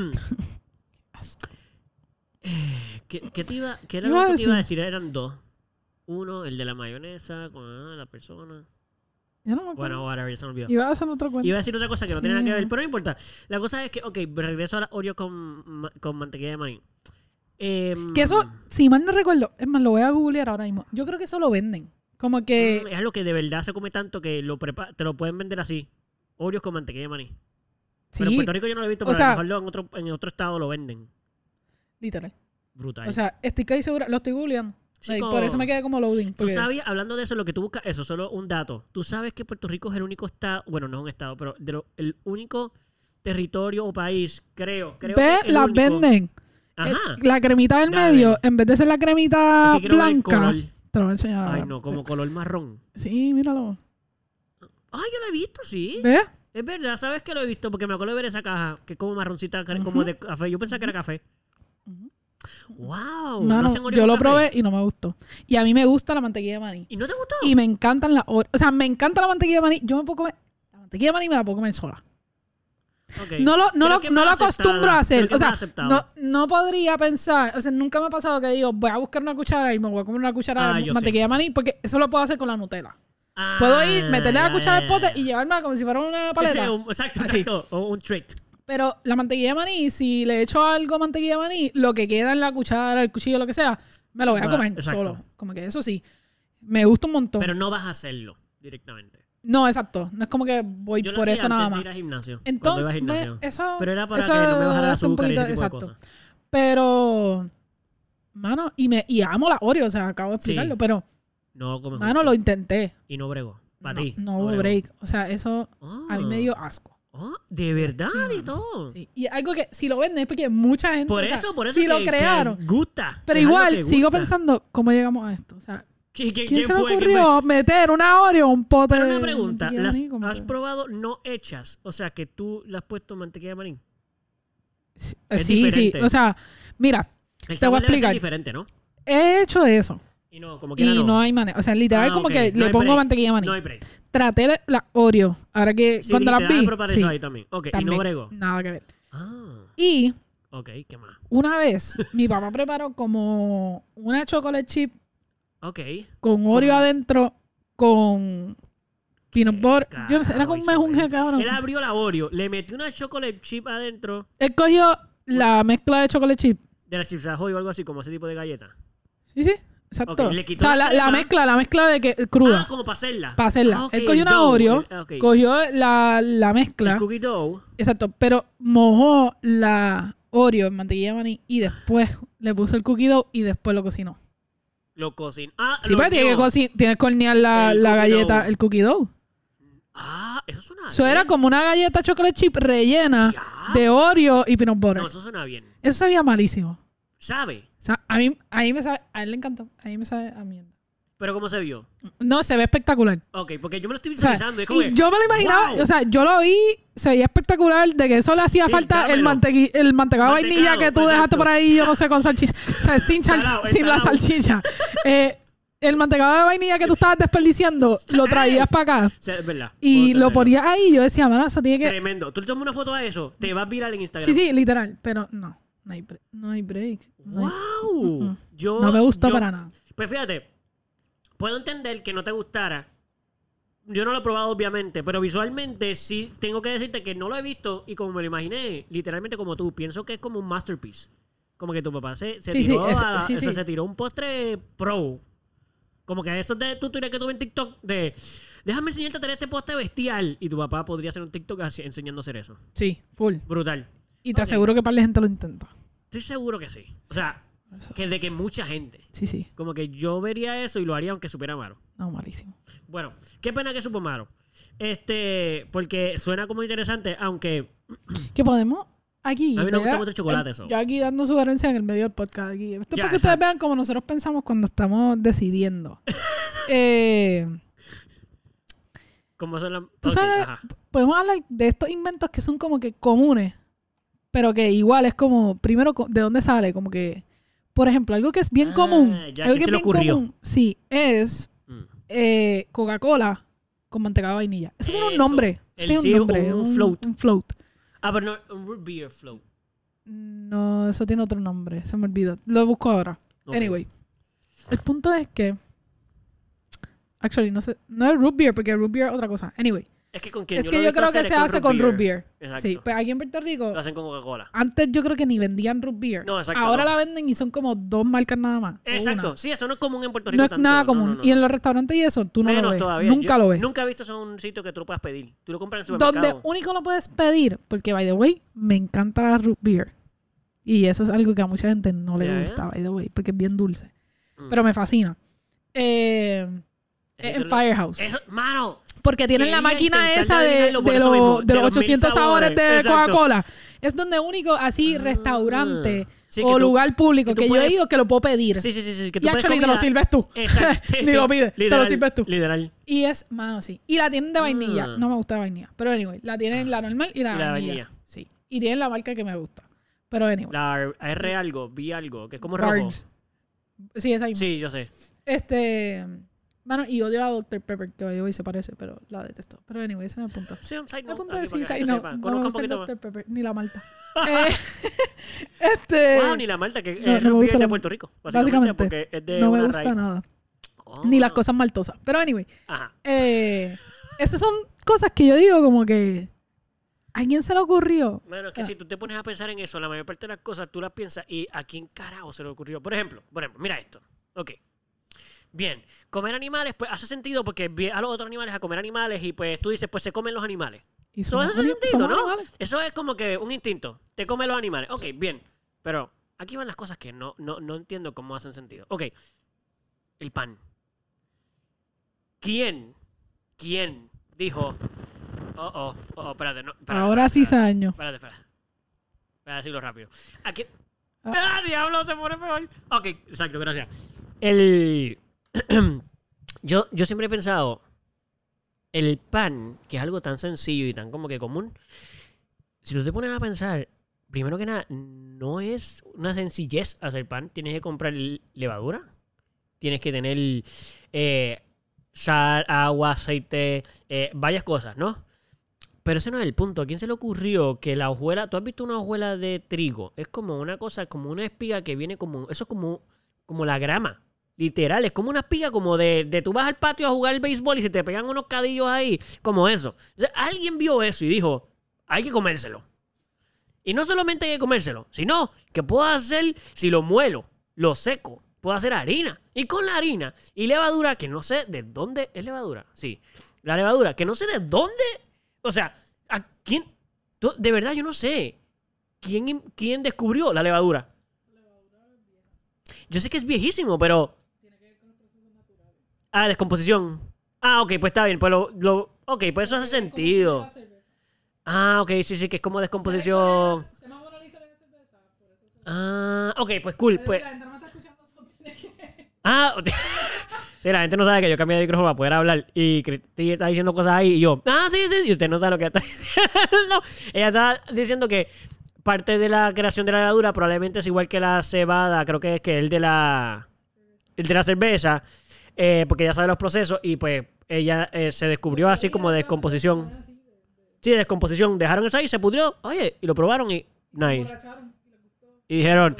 Speaker 2: Asco.
Speaker 1: ¿Qué, qué te iba, qué era
Speaker 2: Iba
Speaker 1: lo
Speaker 2: a
Speaker 1: que te iba a
Speaker 2: decir-
Speaker 1: decir? Eran dos. Uno, el de la mayonesa con ah, la persona.
Speaker 2: Yo no me acuerdo.
Speaker 1: Bueno, whatever, ya se me olvidó.
Speaker 2: Iba a hacer otro cuento.
Speaker 1: Iba a decir otra cosa que no
Speaker 2: Sí.
Speaker 1: tiene nada que ver, pero no importa. La cosa es que, ok, regreso a la Oreo con, ma- con mantequilla de maíz. Em,
Speaker 2: Que eso, si mal no recuerdo, es más, lo voy a googlear ahora mismo. Yo creo que eso lo venden. Como que...
Speaker 1: mm, es algo que de verdad se come tanto que lo prepa- te lo pueden vender así. Oreos con mantequilla de maní. Pero en
Speaker 2: sí,
Speaker 1: Puerto Rico yo no lo he visto,
Speaker 2: O
Speaker 1: pero
Speaker 2: sea-
Speaker 1: a lo mejor lo- en otro, en otro estado lo venden.
Speaker 2: literal.
Speaker 1: Brutal.
Speaker 2: O sea, estoy casi segura, lo estoy googleando.
Speaker 1: Sí,
Speaker 2: Like,
Speaker 1: como-
Speaker 2: por eso me quedé como loading.
Speaker 1: Tú
Speaker 2: porque-
Speaker 1: sabías, hablando de eso, lo que tú buscas, eso, solo un dato. Tú sabes que Puerto Rico es el único estado, bueno, no es un estado, pero de lo- el único territorio o país, creo, creo
Speaker 2: Ve,
Speaker 1: que es el
Speaker 2: las
Speaker 1: único.
Speaker 2: venden.
Speaker 1: Ajá.
Speaker 2: Eh, la cremita del
Speaker 1: Dale.
Speaker 2: medio, en vez de ser la cremita
Speaker 1: Es que quiero ver el
Speaker 2: blanca,
Speaker 1: color.
Speaker 2: te lo voy a enseñar
Speaker 1: Ay,
Speaker 2: ahora.
Speaker 1: no, como color marrón.
Speaker 2: Sí, míralo.
Speaker 1: Ay, yo lo he visto, sí.
Speaker 2: ¿Ves?
Speaker 1: Es verdad, ¿sabes que lo he visto? Porque me acuerdo de ver esa caja, que es como marroncita, que- como
Speaker 2: Ujú.
Speaker 1: de café. Yo pensaba que era café.
Speaker 2: Ujú.
Speaker 1: Wow.
Speaker 2: Mano,
Speaker 1: ¿no hacen Oreo
Speaker 2: yo
Speaker 1: con
Speaker 2: lo
Speaker 1: café?
Speaker 2: probé y no me gustó. Y a mí me gusta la mantequilla de maní.
Speaker 1: ¿Y no te gustó?
Speaker 2: Y me encantan las... O sea, me encanta la mantequilla de maní. Yo me puedo comer... La mantequilla de maní me la puedo comer sola.
Speaker 1: Okay.
Speaker 2: No lo, no
Speaker 1: Creo
Speaker 2: lo,
Speaker 1: que
Speaker 2: no
Speaker 1: más
Speaker 2: lo acostumbro
Speaker 1: aceptada.
Speaker 2: a hacer.
Speaker 1: Creo que
Speaker 2: O sea,
Speaker 1: más aceptado.
Speaker 2: no, no podría pensar, o sea, nunca me ha pasado que digo, voy a buscar una cuchara y me voy a comer una cuchara
Speaker 1: Ah,
Speaker 2: de
Speaker 1: yo
Speaker 2: mantequilla de maní, porque eso lo puedo hacer con la Nutella.
Speaker 1: Ah,
Speaker 2: Puedo ir, meterle la
Speaker 1: ya,
Speaker 2: cuchara al
Speaker 1: ya,
Speaker 2: pote
Speaker 1: ya.
Speaker 2: y llevarla como si fuera una
Speaker 1: Sí,
Speaker 2: paleta.
Speaker 1: sí, un- exacto,
Speaker 2: Así.
Speaker 1: exacto. O un treat.
Speaker 2: Pero la mantequilla de maní, si le echo algo mantequilla de maní, lo que queda en la cuchara, el cuchillo, lo que sea, me lo voy a
Speaker 1: Va,
Speaker 2: comer
Speaker 1: exacto.
Speaker 2: solo. Como que eso sí, me gusta un montón.
Speaker 1: Pero no vas a hacerlo directamente.
Speaker 2: No, exacto. No es como que voy
Speaker 1: Yo lo
Speaker 2: por
Speaker 1: hacía
Speaker 2: eso
Speaker 1: antes
Speaker 2: nada
Speaker 1: de
Speaker 2: más.
Speaker 1: ir al gimnasio.
Speaker 2: Entonces,
Speaker 1: cuando iba al
Speaker 2: me-
Speaker 1: gimnasio.
Speaker 2: eso,
Speaker 1: Pero era para
Speaker 2: eso
Speaker 1: que no me bajara la
Speaker 2: es un
Speaker 1: azúcar y ese
Speaker 2: poquito,
Speaker 1: tipo
Speaker 2: exacto.
Speaker 1: de cosas.
Speaker 2: Pero, mano, y me y amo la Oreo, o sea, acabo de explicarlo,
Speaker 1: Sí.
Speaker 2: pero,
Speaker 1: No lo comes
Speaker 2: mano,
Speaker 1: junto.
Speaker 2: lo intenté.
Speaker 1: Y no bregó. Para
Speaker 2: no,
Speaker 1: ti.
Speaker 2: no hubo
Speaker 1: bregó.
Speaker 2: break. O sea, eso
Speaker 1: Ah.
Speaker 2: a mí me dio asco.
Speaker 1: Ah, de verdad
Speaker 2: Sí,
Speaker 1: y
Speaker 2: mano.
Speaker 1: todo.
Speaker 2: Sí. Y algo que si lo venden es porque mucha gente.
Speaker 1: Por
Speaker 2: o sea,
Speaker 1: eso, por eso
Speaker 2: si
Speaker 1: que,
Speaker 2: lo crearon.
Speaker 1: que gusta.
Speaker 2: Pero
Speaker 1: Es algo
Speaker 2: igual,
Speaker 1: que
Speaker 2: sigo
Speaker 1: gusta.
Speaker 2: pensando, ¿cómo llegamos a esto? O sea,
Speaker 1: Sí, ¿quién,
Speaker 2: ¿quién
Speaker 1: quién
Speaker 2: se le
Speaker 1: fue? ¿Quién
Speaker 2: ocurrió meter una Oreo en un pote
Speaker 1: Pero una
Speaker 2: de
Speaker 1: pregunta,
Speaker 2: mantequilla de
Speaker 1: ¿las
Speaker 2: maní? Como
Speaker 1: has
Speaker 2: que-
Speaker 1: probado no hechas? O sea, que tú le has puesto mantequilla de maní.
Speaker 2: Sí,
Speaker 1: Es
Speaker 2: sí, sí.
Speaker 1: diferente.
Speaker 2: O sea, mira,
Speaker 1: El
Speaker 2: te voy
Speaker 1: sabor
Speaker 2: a
Speaker 1: debe ser
Speaker 2: explicar.
Speaker 1: diferente, ¿no?
Speaker 2: He hecho eso.
Speaker 1: Y no, como quiera
Speaker 2: Y
Speaker 1: no.
Speaker 2: no hay manera. O sea, literal,
Speaker 1: Ah,
Speaker 2: como
Speaker 1: ok.
Speaker 2: que
Speaker 1: No
Speaker 2: le
Speaker 1: hay
Speaker 2: pongo
Speaker 1: break.
Speaker 2: mantequilla de maní.
Speaker 1: No hay break.
Speaker 2: Traté la, la Oreo. Ahora que
Speaker 1: Sí,
Speaker 2: cuando
Speaker 1: dijiste,
Speaker 2: las
Speaker 1: déjame
Speaker 2: vi.
Speaker 1: probar
Speaker 2: Sí,
Speaker 1: eso ahí también. Ok, y no
Speaker 2: también,
Speaker 1: bregó.
Speaker 2: nada que ver.
Speaker 1: Ah,
Speaker 2: Y
Speaker 1: ok, ¿qué más?
Speaker 2: una vez mi papá preparó como una chocolate chip
Speaker 1: Ok.
Speaker 2: con Oreo
Speaker 1: Como-
Speaker 2: adentro con peanut butter. Yo no sé, era
Speaker 1: Carajo,
Speaker 2: como un
Speaker 1: hizo
Speaker 2: mejunje,
Speaker 1: él.
Speaker 2: cabrón.
Speaker 1: Él abrió la Oreo, le metió una chocolate chip adentro
Speaker 2: Él cogió la mezcla de chocolate chip.
Speaker 1: de la Chips Ahoy o algo así, como ese tipo de galleta.
Speaker 2: Sí, sí, exacto.
Speaker 1: Ok, le quitó
Speaker 2: o sea,
Speaker 1: la
Speaker 2: la, la
Speaker 1: crema.
Speaker 2: mezcla, la mezcla de que cruda.
Speaker 1: Ah, como para hacerla.
Speaker 2: Para hacerla.
Speaker 1: Ah, ok,
Speaker 2: Él cogió
Speaker 1: el
Speaker 2: una
Speaker 1: dough,
Speaker 2: Oreo,
Speaker 1: el- ok.
Speaker 2: cogió la, la mezcla.
Speaker 1: El cookie dough.
Speaker 2: Exacto, pero mojó la Oreo en mantequilla de maní y después le puso el cookie dough y después lo cocinó.
Speaker 1: Lo cocinó. Ah,
Speaker 2: Sí,
Speaker 1: lo
Speaker 2: pero tiene que,
Speaker 1: horneó.
Speaker 2: cocin- tiene que hornear la,
Speaker 1: El
Speaker 2: la
Speaker 1: cookie
Speaker 2: galleta,
Speaker 1: dough.
Speaker 2: el cookie dough.
Speaker 1: Ah, eso suena
Speaker 2: Eso
Speaker 1: bien.
Speaker 2: era como una galleta chocolate chip rellena
Speaker 1: Ya.
Speaker 2: de Oreo y peanut butter.
Speaker 1: No, eso suena bien.
Speaker 2: Eso sabía malísimo.
Speaker 1: ¿Sabe?
Speaker 2: O sea, a mí, a mí me sabe, a él le encantó. A mí me sabe a mierda.
Speaker 1: Pero ¿cómo se vio?
Speaker 2: No, se ve espectacular.
Speaker 1: Ok, porque yo me lo estoy
Speaker 2: O sea,
Speaker 1: visualizando. es como
Speaker 2: y
Speaker 1: que,
Speaker 2: yo me lo imaginaba,
Speaker 1: wow.
Speaker 2: o sea, yo lo vi, se veía espectacular, de que eso le hacía
Speaker 1: Sí,
Speaker 2: falta el,
Speaker 1: dámelo.
Speaker 2: mantequi, el mantecado de vainilla
Speaker 1: Mantecado,
Speaker 2: que tú
Speaker 1: exacto.
Speaker 2: dejaste por ahí, yo no sé, con salchicha. O sea, sin, chal-
Speaker 1: Salado,
Speaker 2: sin la
Speaker 1: salado.
Speaker 2: salchicha. Eh, el mantecado de vainilla que tú estabas desperdiciando, lo traías para acá
Speaker 1: O sea, es verdad.
Speaker 2: y
Speaker 1: Puedo
Speaker 2: lo
Speaker 1: entenderlo.
Speaker 2: ponías ahí. Y yo decía, mano, eso tiene que.
Speaker 1: Tremendo. Tú le tomas una foto a eso, te vas viral en Instagram.
Speaker 2: Sí, sí, literal. Pero no, no hay, bre- no hay break. No, hay-
Speaker 1: ¡Wow!
Speaker 2: Mm-mm.
Speaker 1: Yo,
Speaker 2: no me gustó
Speaker 1: yo-
Speaker 2: para nada.
Speaker 1: Pues fíjate, puedo entender que no te gustara. Yo no lo he probado, obviamente, pero visualmente sí tengo que decirte que no lo he visto y como me lo imaginé, literalmente como tú, pienso que es como un masterpiece. Como que tu papá se, se
Speaker 2: Sí, sí,
Speaker 1: tiró
Speaker 2: es-
Speaker 1: a-
Speaker 2: sí,
Speaker 1: o sea,
Speaker 2: sí.
Speaker 1: se tiró un postre pro. Como que esos de tutoriales que tuve en TikTok de déjame enseñarte a tener este postre bestial y tu papá podría hacer un TikTok así, enseñando a hacer eso.
Speaker 2: Sí, full.
Speaker 1: Brutal.
Speaker 2: Y te
Speaker 1: Ok.
Speaker 2: aseguro que par de gente lo intenta.
Speaker 1: Estoy seguro que sí. O sea, que de que mucha gente.
Speaker 2: Sí, sí.
Speaker 1: Como que yo vería eso y lo haría aunque supiera malo.
Speaker 2: No, malísimo.
Speaker 1: Bueno, qué pena que supo malo. Este, porque suena como interesante, aunque
Speaker 2: Que podemos aquí.
Speaker 1: a mí me gusta
Speaker 2: ¿verdad?
Speaker 1: mucho el chocolate eso.
Speaker 2: Yo aquí dando sugerencias en el medio del podcast. Aquí. Esto es
Speaker 1: Ya,
Speaker 2: para que ustedes
Speaker 1: exacto.
Speaker 2: vean cómo nosotros pensamos cuando estamos decidiendo. eh,
Speaker 1: Como son las...
Speaker 2: ¿Tú
Speaker 1: Ok,
Speaker 2: sabes?
Speaker 1: ajá.
Speaker 2: Podemos hablar de estos inventos que son como que comunes, pero que igual es como, primero, co- ¿de dónde sale? Como que, por ejemplo, algo que es bien
Speaker 1: Ah,
Speaker 2: común.
Speaker 1: ya,
Speaker 2: Algo
Speaker 1: ¿quién
Speaker 2: que es
Speaker 1: se le
Speaker 2: bien
Speaker 1: ocurrió?
Speaker 2: común. Sí, es
Speaker 1: Mm.
Speaker 2: eh, Coca-Cola con mantecado de vainilla. Eso tiene un
Speaker 1: Eso.
Speaker 2: nombre. Eso
Speaker 1: El
Speaker 2: tiene un
Speaker 1: sí,
Speaker 2: nombre.
Speaker 1: un float.
Speaker 2: Un float.
Speaker 1: Ah, pero no, un root beer float.
Speaker 2: No, eso tiene otro nombre. Se me olvidó. Lo busco ahora.
Speaker 1: Ok.
Speaker 2: Anyway. El punto es que... Actually, no sé. No es root beer, porque root beer es otra cosa. Anyway.
Speaker 1: Es que con quien
Speaker 2: Es
Speaker 1: yo
Speaker 2: que
Speaker 1: lo he
Speaker 2: yo
Speaker 1: visto
Speaker 2: creo que
Speaker 1: hacer
Speaker 2: se
Speaker 1: es
Speaker 2: hace con root beer.
Speaker 1: Exacto.
Speaker 2: Sí, pues aquí en Puerto Rico...
Speaker 1: Lo hacen con Coca-Cola.
Speaker 2: Antes yo creo que ni vendían root beer.
Speaker 1: No, exacto,
Speaker 2: Ahora
Speaker 1: no.
Speaker 2: la venden y son como dos marcas nada más. o
Speaker 1: Exacto.
Speaker 2: una.
Speaker 1: Sí, esto no es común en Puerto Rico
Speaker 2: No es
Speaker 1: tanto.
Speaker 2: nada
Speaker 1: No,
Speaker 2: común.
Speaker 1: no, no,
Speaker 2: Y en
Speaker 1: no.
Speaker 2: los restaurantes y eso, tú no
Speaker 1: Menos
Speaker 2: lo ves.
Speaker 1: todavía.
Speaker 2: Nunca
Speaker 1: Yo
Speaker 2: lo ves.
Speaker 1: Nunca he visto eso en un sitio que tú lo puedas pedir. Tú lo compras en el
Speaker 2: Donde
Speaker 1: supermercado.
Speaker 2: único lo puedes pedir, porque, by the way, me encanta la root beer. Y eso es algo que a mucha gente no le
Speaker 1: Ya,
Speaker 2: gusta,
Speaker 1: ya.
Speaker 2: by the way, porque es bien dulce.
Speaker 1: Mm.
Speaker 2: Pero me fascina. Eh,
Speaker 1: Es
Speaker 2: es
Speaker 1: que
Speaker 2: en
Speaker 1: lo-
Speaker 2: Firehouse.
Speaker 1: Eso, mano.
Speaker 2: Porque tienen la
Speaker 1: quería
Speaker 2: máquina
Speaker 1: intentar
Speaker 2: esa de,
Speaker 1: adivinarlo por
Speaker 2: de,
Speaker 1: eso
Speaker 2: lo-
Speaker 1: mismo,
Speaker 2: de
Speaker 1: de
Speaker 2: los
Speaker 1: los mil
Speaker 2: ochocientos sabores de
Speaker 1: sabores. Exacto.
Speaker 2: Coca-Cola. Es donde único, así, restaurante
Speaker 1: Sí, que
Speaker 2: o
Speaker 1: tú-
Speaker 2: lugar público
Speaker 1: que
Speaker 2: que,
Speaker 1: tú
Speaker 2: yo he
Speaker 1: puedes-
Speaker 2: ido que lo puedo pedir.
Speaker 1: Sí, sí, sí, sí. Que tú
Speaker 2: Y
Speaker 1: puedes
Speaker 2: actually te lo
Speaker 1: comida-
Speaker 2: sirves tú.
Speaker 1: Exacto. sí,
Speaker 2: Ni
Speaker 1: sí.
Speaker 2: lo pides, te lo
Speaker 1: Literal,
Speaker 2: sirves tú.
Speaker 1: Literal.
Speaker 2: Y es, mano, sí. Y la tienen de vainilla.
Speaker 1: Ah.
Speaker 2: No me gusta de vainilla. Pero anyway, la tienen la normal y la,
Speaker 1: Y la
Speaker 2: vainilla.
Speaker 1: vainilla.
Speaker 2: Sí. Y tienen la marca que me gusta. Pero anyway.
Speaker 1: La R algo, vi algo, que es como rojo.
Speaker 2: Cards. Sí, esa misma.
Speaker 1: Sí, yo sé.
Speaker 2: Este. Bueno, y odio a la doctor Pepper, que hoy se parece, pero la detesto. Pero anyway, ese no es el punto.
Speaker 1: Sí, un side
Speaker 2: El
Speaker 1: note
Speaker 2: punto
Speaker 1: aquí
Speaker 2: es
Speaker 1: para
Speaker 2: sí,
Speaker 1: que
Speaker 2: side
Speaker 1: la
Speaker 2: note.
Speaker 1: sepa.
Speaker 2: No
Speaker 1: Conozca
Speaker 2: me
Speaker 1: un
Speaker 2: gusta el
Speaker 1: poquito más.
Speaker 2: doctor Pepper, ni la malta. eh, este...
Speaker 1: Wow, ni la Malta, que
Speaker 2: no,
Speaker 1: es
Speaker 2: no me
Speaker 1: rugby
Speaker 2: gusta
Speaker 1: de
Speaker 2: la-
Speaker 1: Puerto Rico. Básicamente,
Speaker 2: básicamente,
Speaker 1: porque es de
Speaker 2: no me
Speaker 1: una
Speaker 2: gusta
Speaker 1: raíz.
Speaker 2: nada.
Speaker 1: Oh.
Speaker 2: Ni las cosas maltosas. Pero anyway,
Speaker 1: Ajá.
Speaker 2: eh, esas son cosas que yo digo como que... ¿A quién se le ocurrió?
Speaker 1: Bueno, es que
Speaker 2: Ah.
Speaker 1: si tú te pones a pensar en eso, la mayor parte de las cosas tú las piensas y a quién carajo se le ocurrió. Por ejemplo, por ejemplo, mira esto. Ok. Bien, comer animales, pues hace sentido porque ve a los otros animales a comer animales y pues tú dices, pues se comen los animales.
Speaker 2: Y
Speaker 1: Eso
Speaker 2: somos
Speaker 1: hace
Speaker 2: ani-
Speaker 1: sentido,
Speaker 2: somos
Speaker 1: ¿no?
Speaker 2: animales.
Speaker 1: Eso es como que un instinto. Te comen los animales. Ok, bien. Pero aquí van las cosas que no, no, no entiendo cómo hacen sentido. Ok. El pan. ¿Quién? ¿Quién dijo? Oh, oh, oh, oh, espérate. No, espérate,
Speaker 2: Ahora sí
Speaker 1: espérate,
Speaker 2: años.
Speaker 1: Espérate, espérate. Voy a decirlo rápido. ¿A quién?
Speaker 2: Ah.
Speaker 1: ¡Ah, diablo! Se pone peor. Ok, exacto, gracias. El... yo, yo siempre he pensado... El pan, que es algo tan sencillo y tan como que común, si tú te pones a pensar, primero que nada, no es una sencillez hacer pan. Tienes que comprar levadura, tienes que tener eh, sal, agua, aceite, eh, varias cosas, ¿no? Pero ese no es el punto. ¿A quién se le ocurrió que la hojuela... ¿Tú has visto una hojuela de trigo? Es como una cosa, como una espiga que viene como... Eso es como, como la grama. Literal, es como una espiga como de, de tú vas al patio a jugar el béisbol y se te pegan unos cadillos ahí, como eso. O sea, alguien vio eso y dijo, hay que comérselo. Y no solamente hay que comérselo, sino que puedo hacer, si lo muelo, lo seco, puedo hacer harina. Y con la harina y levadura, que no sé de dónde es levadura. Sí, la levadura, que no sé de dónde. O sea, ¿a quién? Tú- De verdad, yo no sé. ¿Quién, quién descubrió la levadura? Yo sé que es viejísimo, pero... Ah, descomposición. Ah, ok, pues está bien. Pues lo, lo, ok, pues eso hace sentido. Ah, ok, sí, sí, que es como descomposición. Ah, ok, pues cool. Pues... Ah, sí, la gente no sabe que yo cambié de micrófono para poder hablar. Y Cristi está diciendo cosas ahí y yo, ah, sí, sí, y usted no sabe lo que está diciendo. Ella está diciendo que parte de la creación de la levadura probablemente es igual que la cebada, creo que es que el de la, el de la cerveza. Eh, porque ya sabe los procesos y pues ella eh, se descubrió así como de descomposición. Sí, de descomposición. Dejaron eso ahí, se pudrió, oye, y lo probaron y nice. Y dijeron,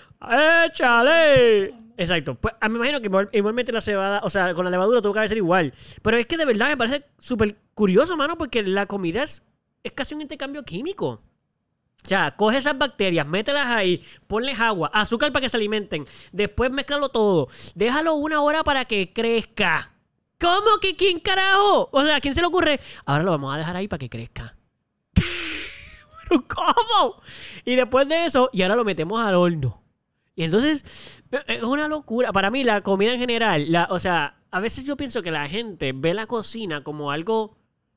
Speaker 1: ¡échale! Exacto. Pues me imagino que igual- igualmente la cebada, o sea, con la levadura tuvo que ser igual. Pero es que de verdad me parece súper curioso, mano, porque la comida es, es casi un intercambio químico. O sea, coge esas bacterias, mételas ahí, ponles agua, azúcar para que se alimenten, después mezclalo todo, déjalo una hora para que crezca. ¿Cómo que quién carajo? O sea, ¿a quién se le ocurre? Ahora lo vamos a dejar ahí para que crezca. ¿Pero cómo? Y después de eso, y ahora lo metemos al horno. Y entonces, es una locura. Para mí, la comida en general, la, o sea, a veces yo pienso que la gente ve la cocina como algo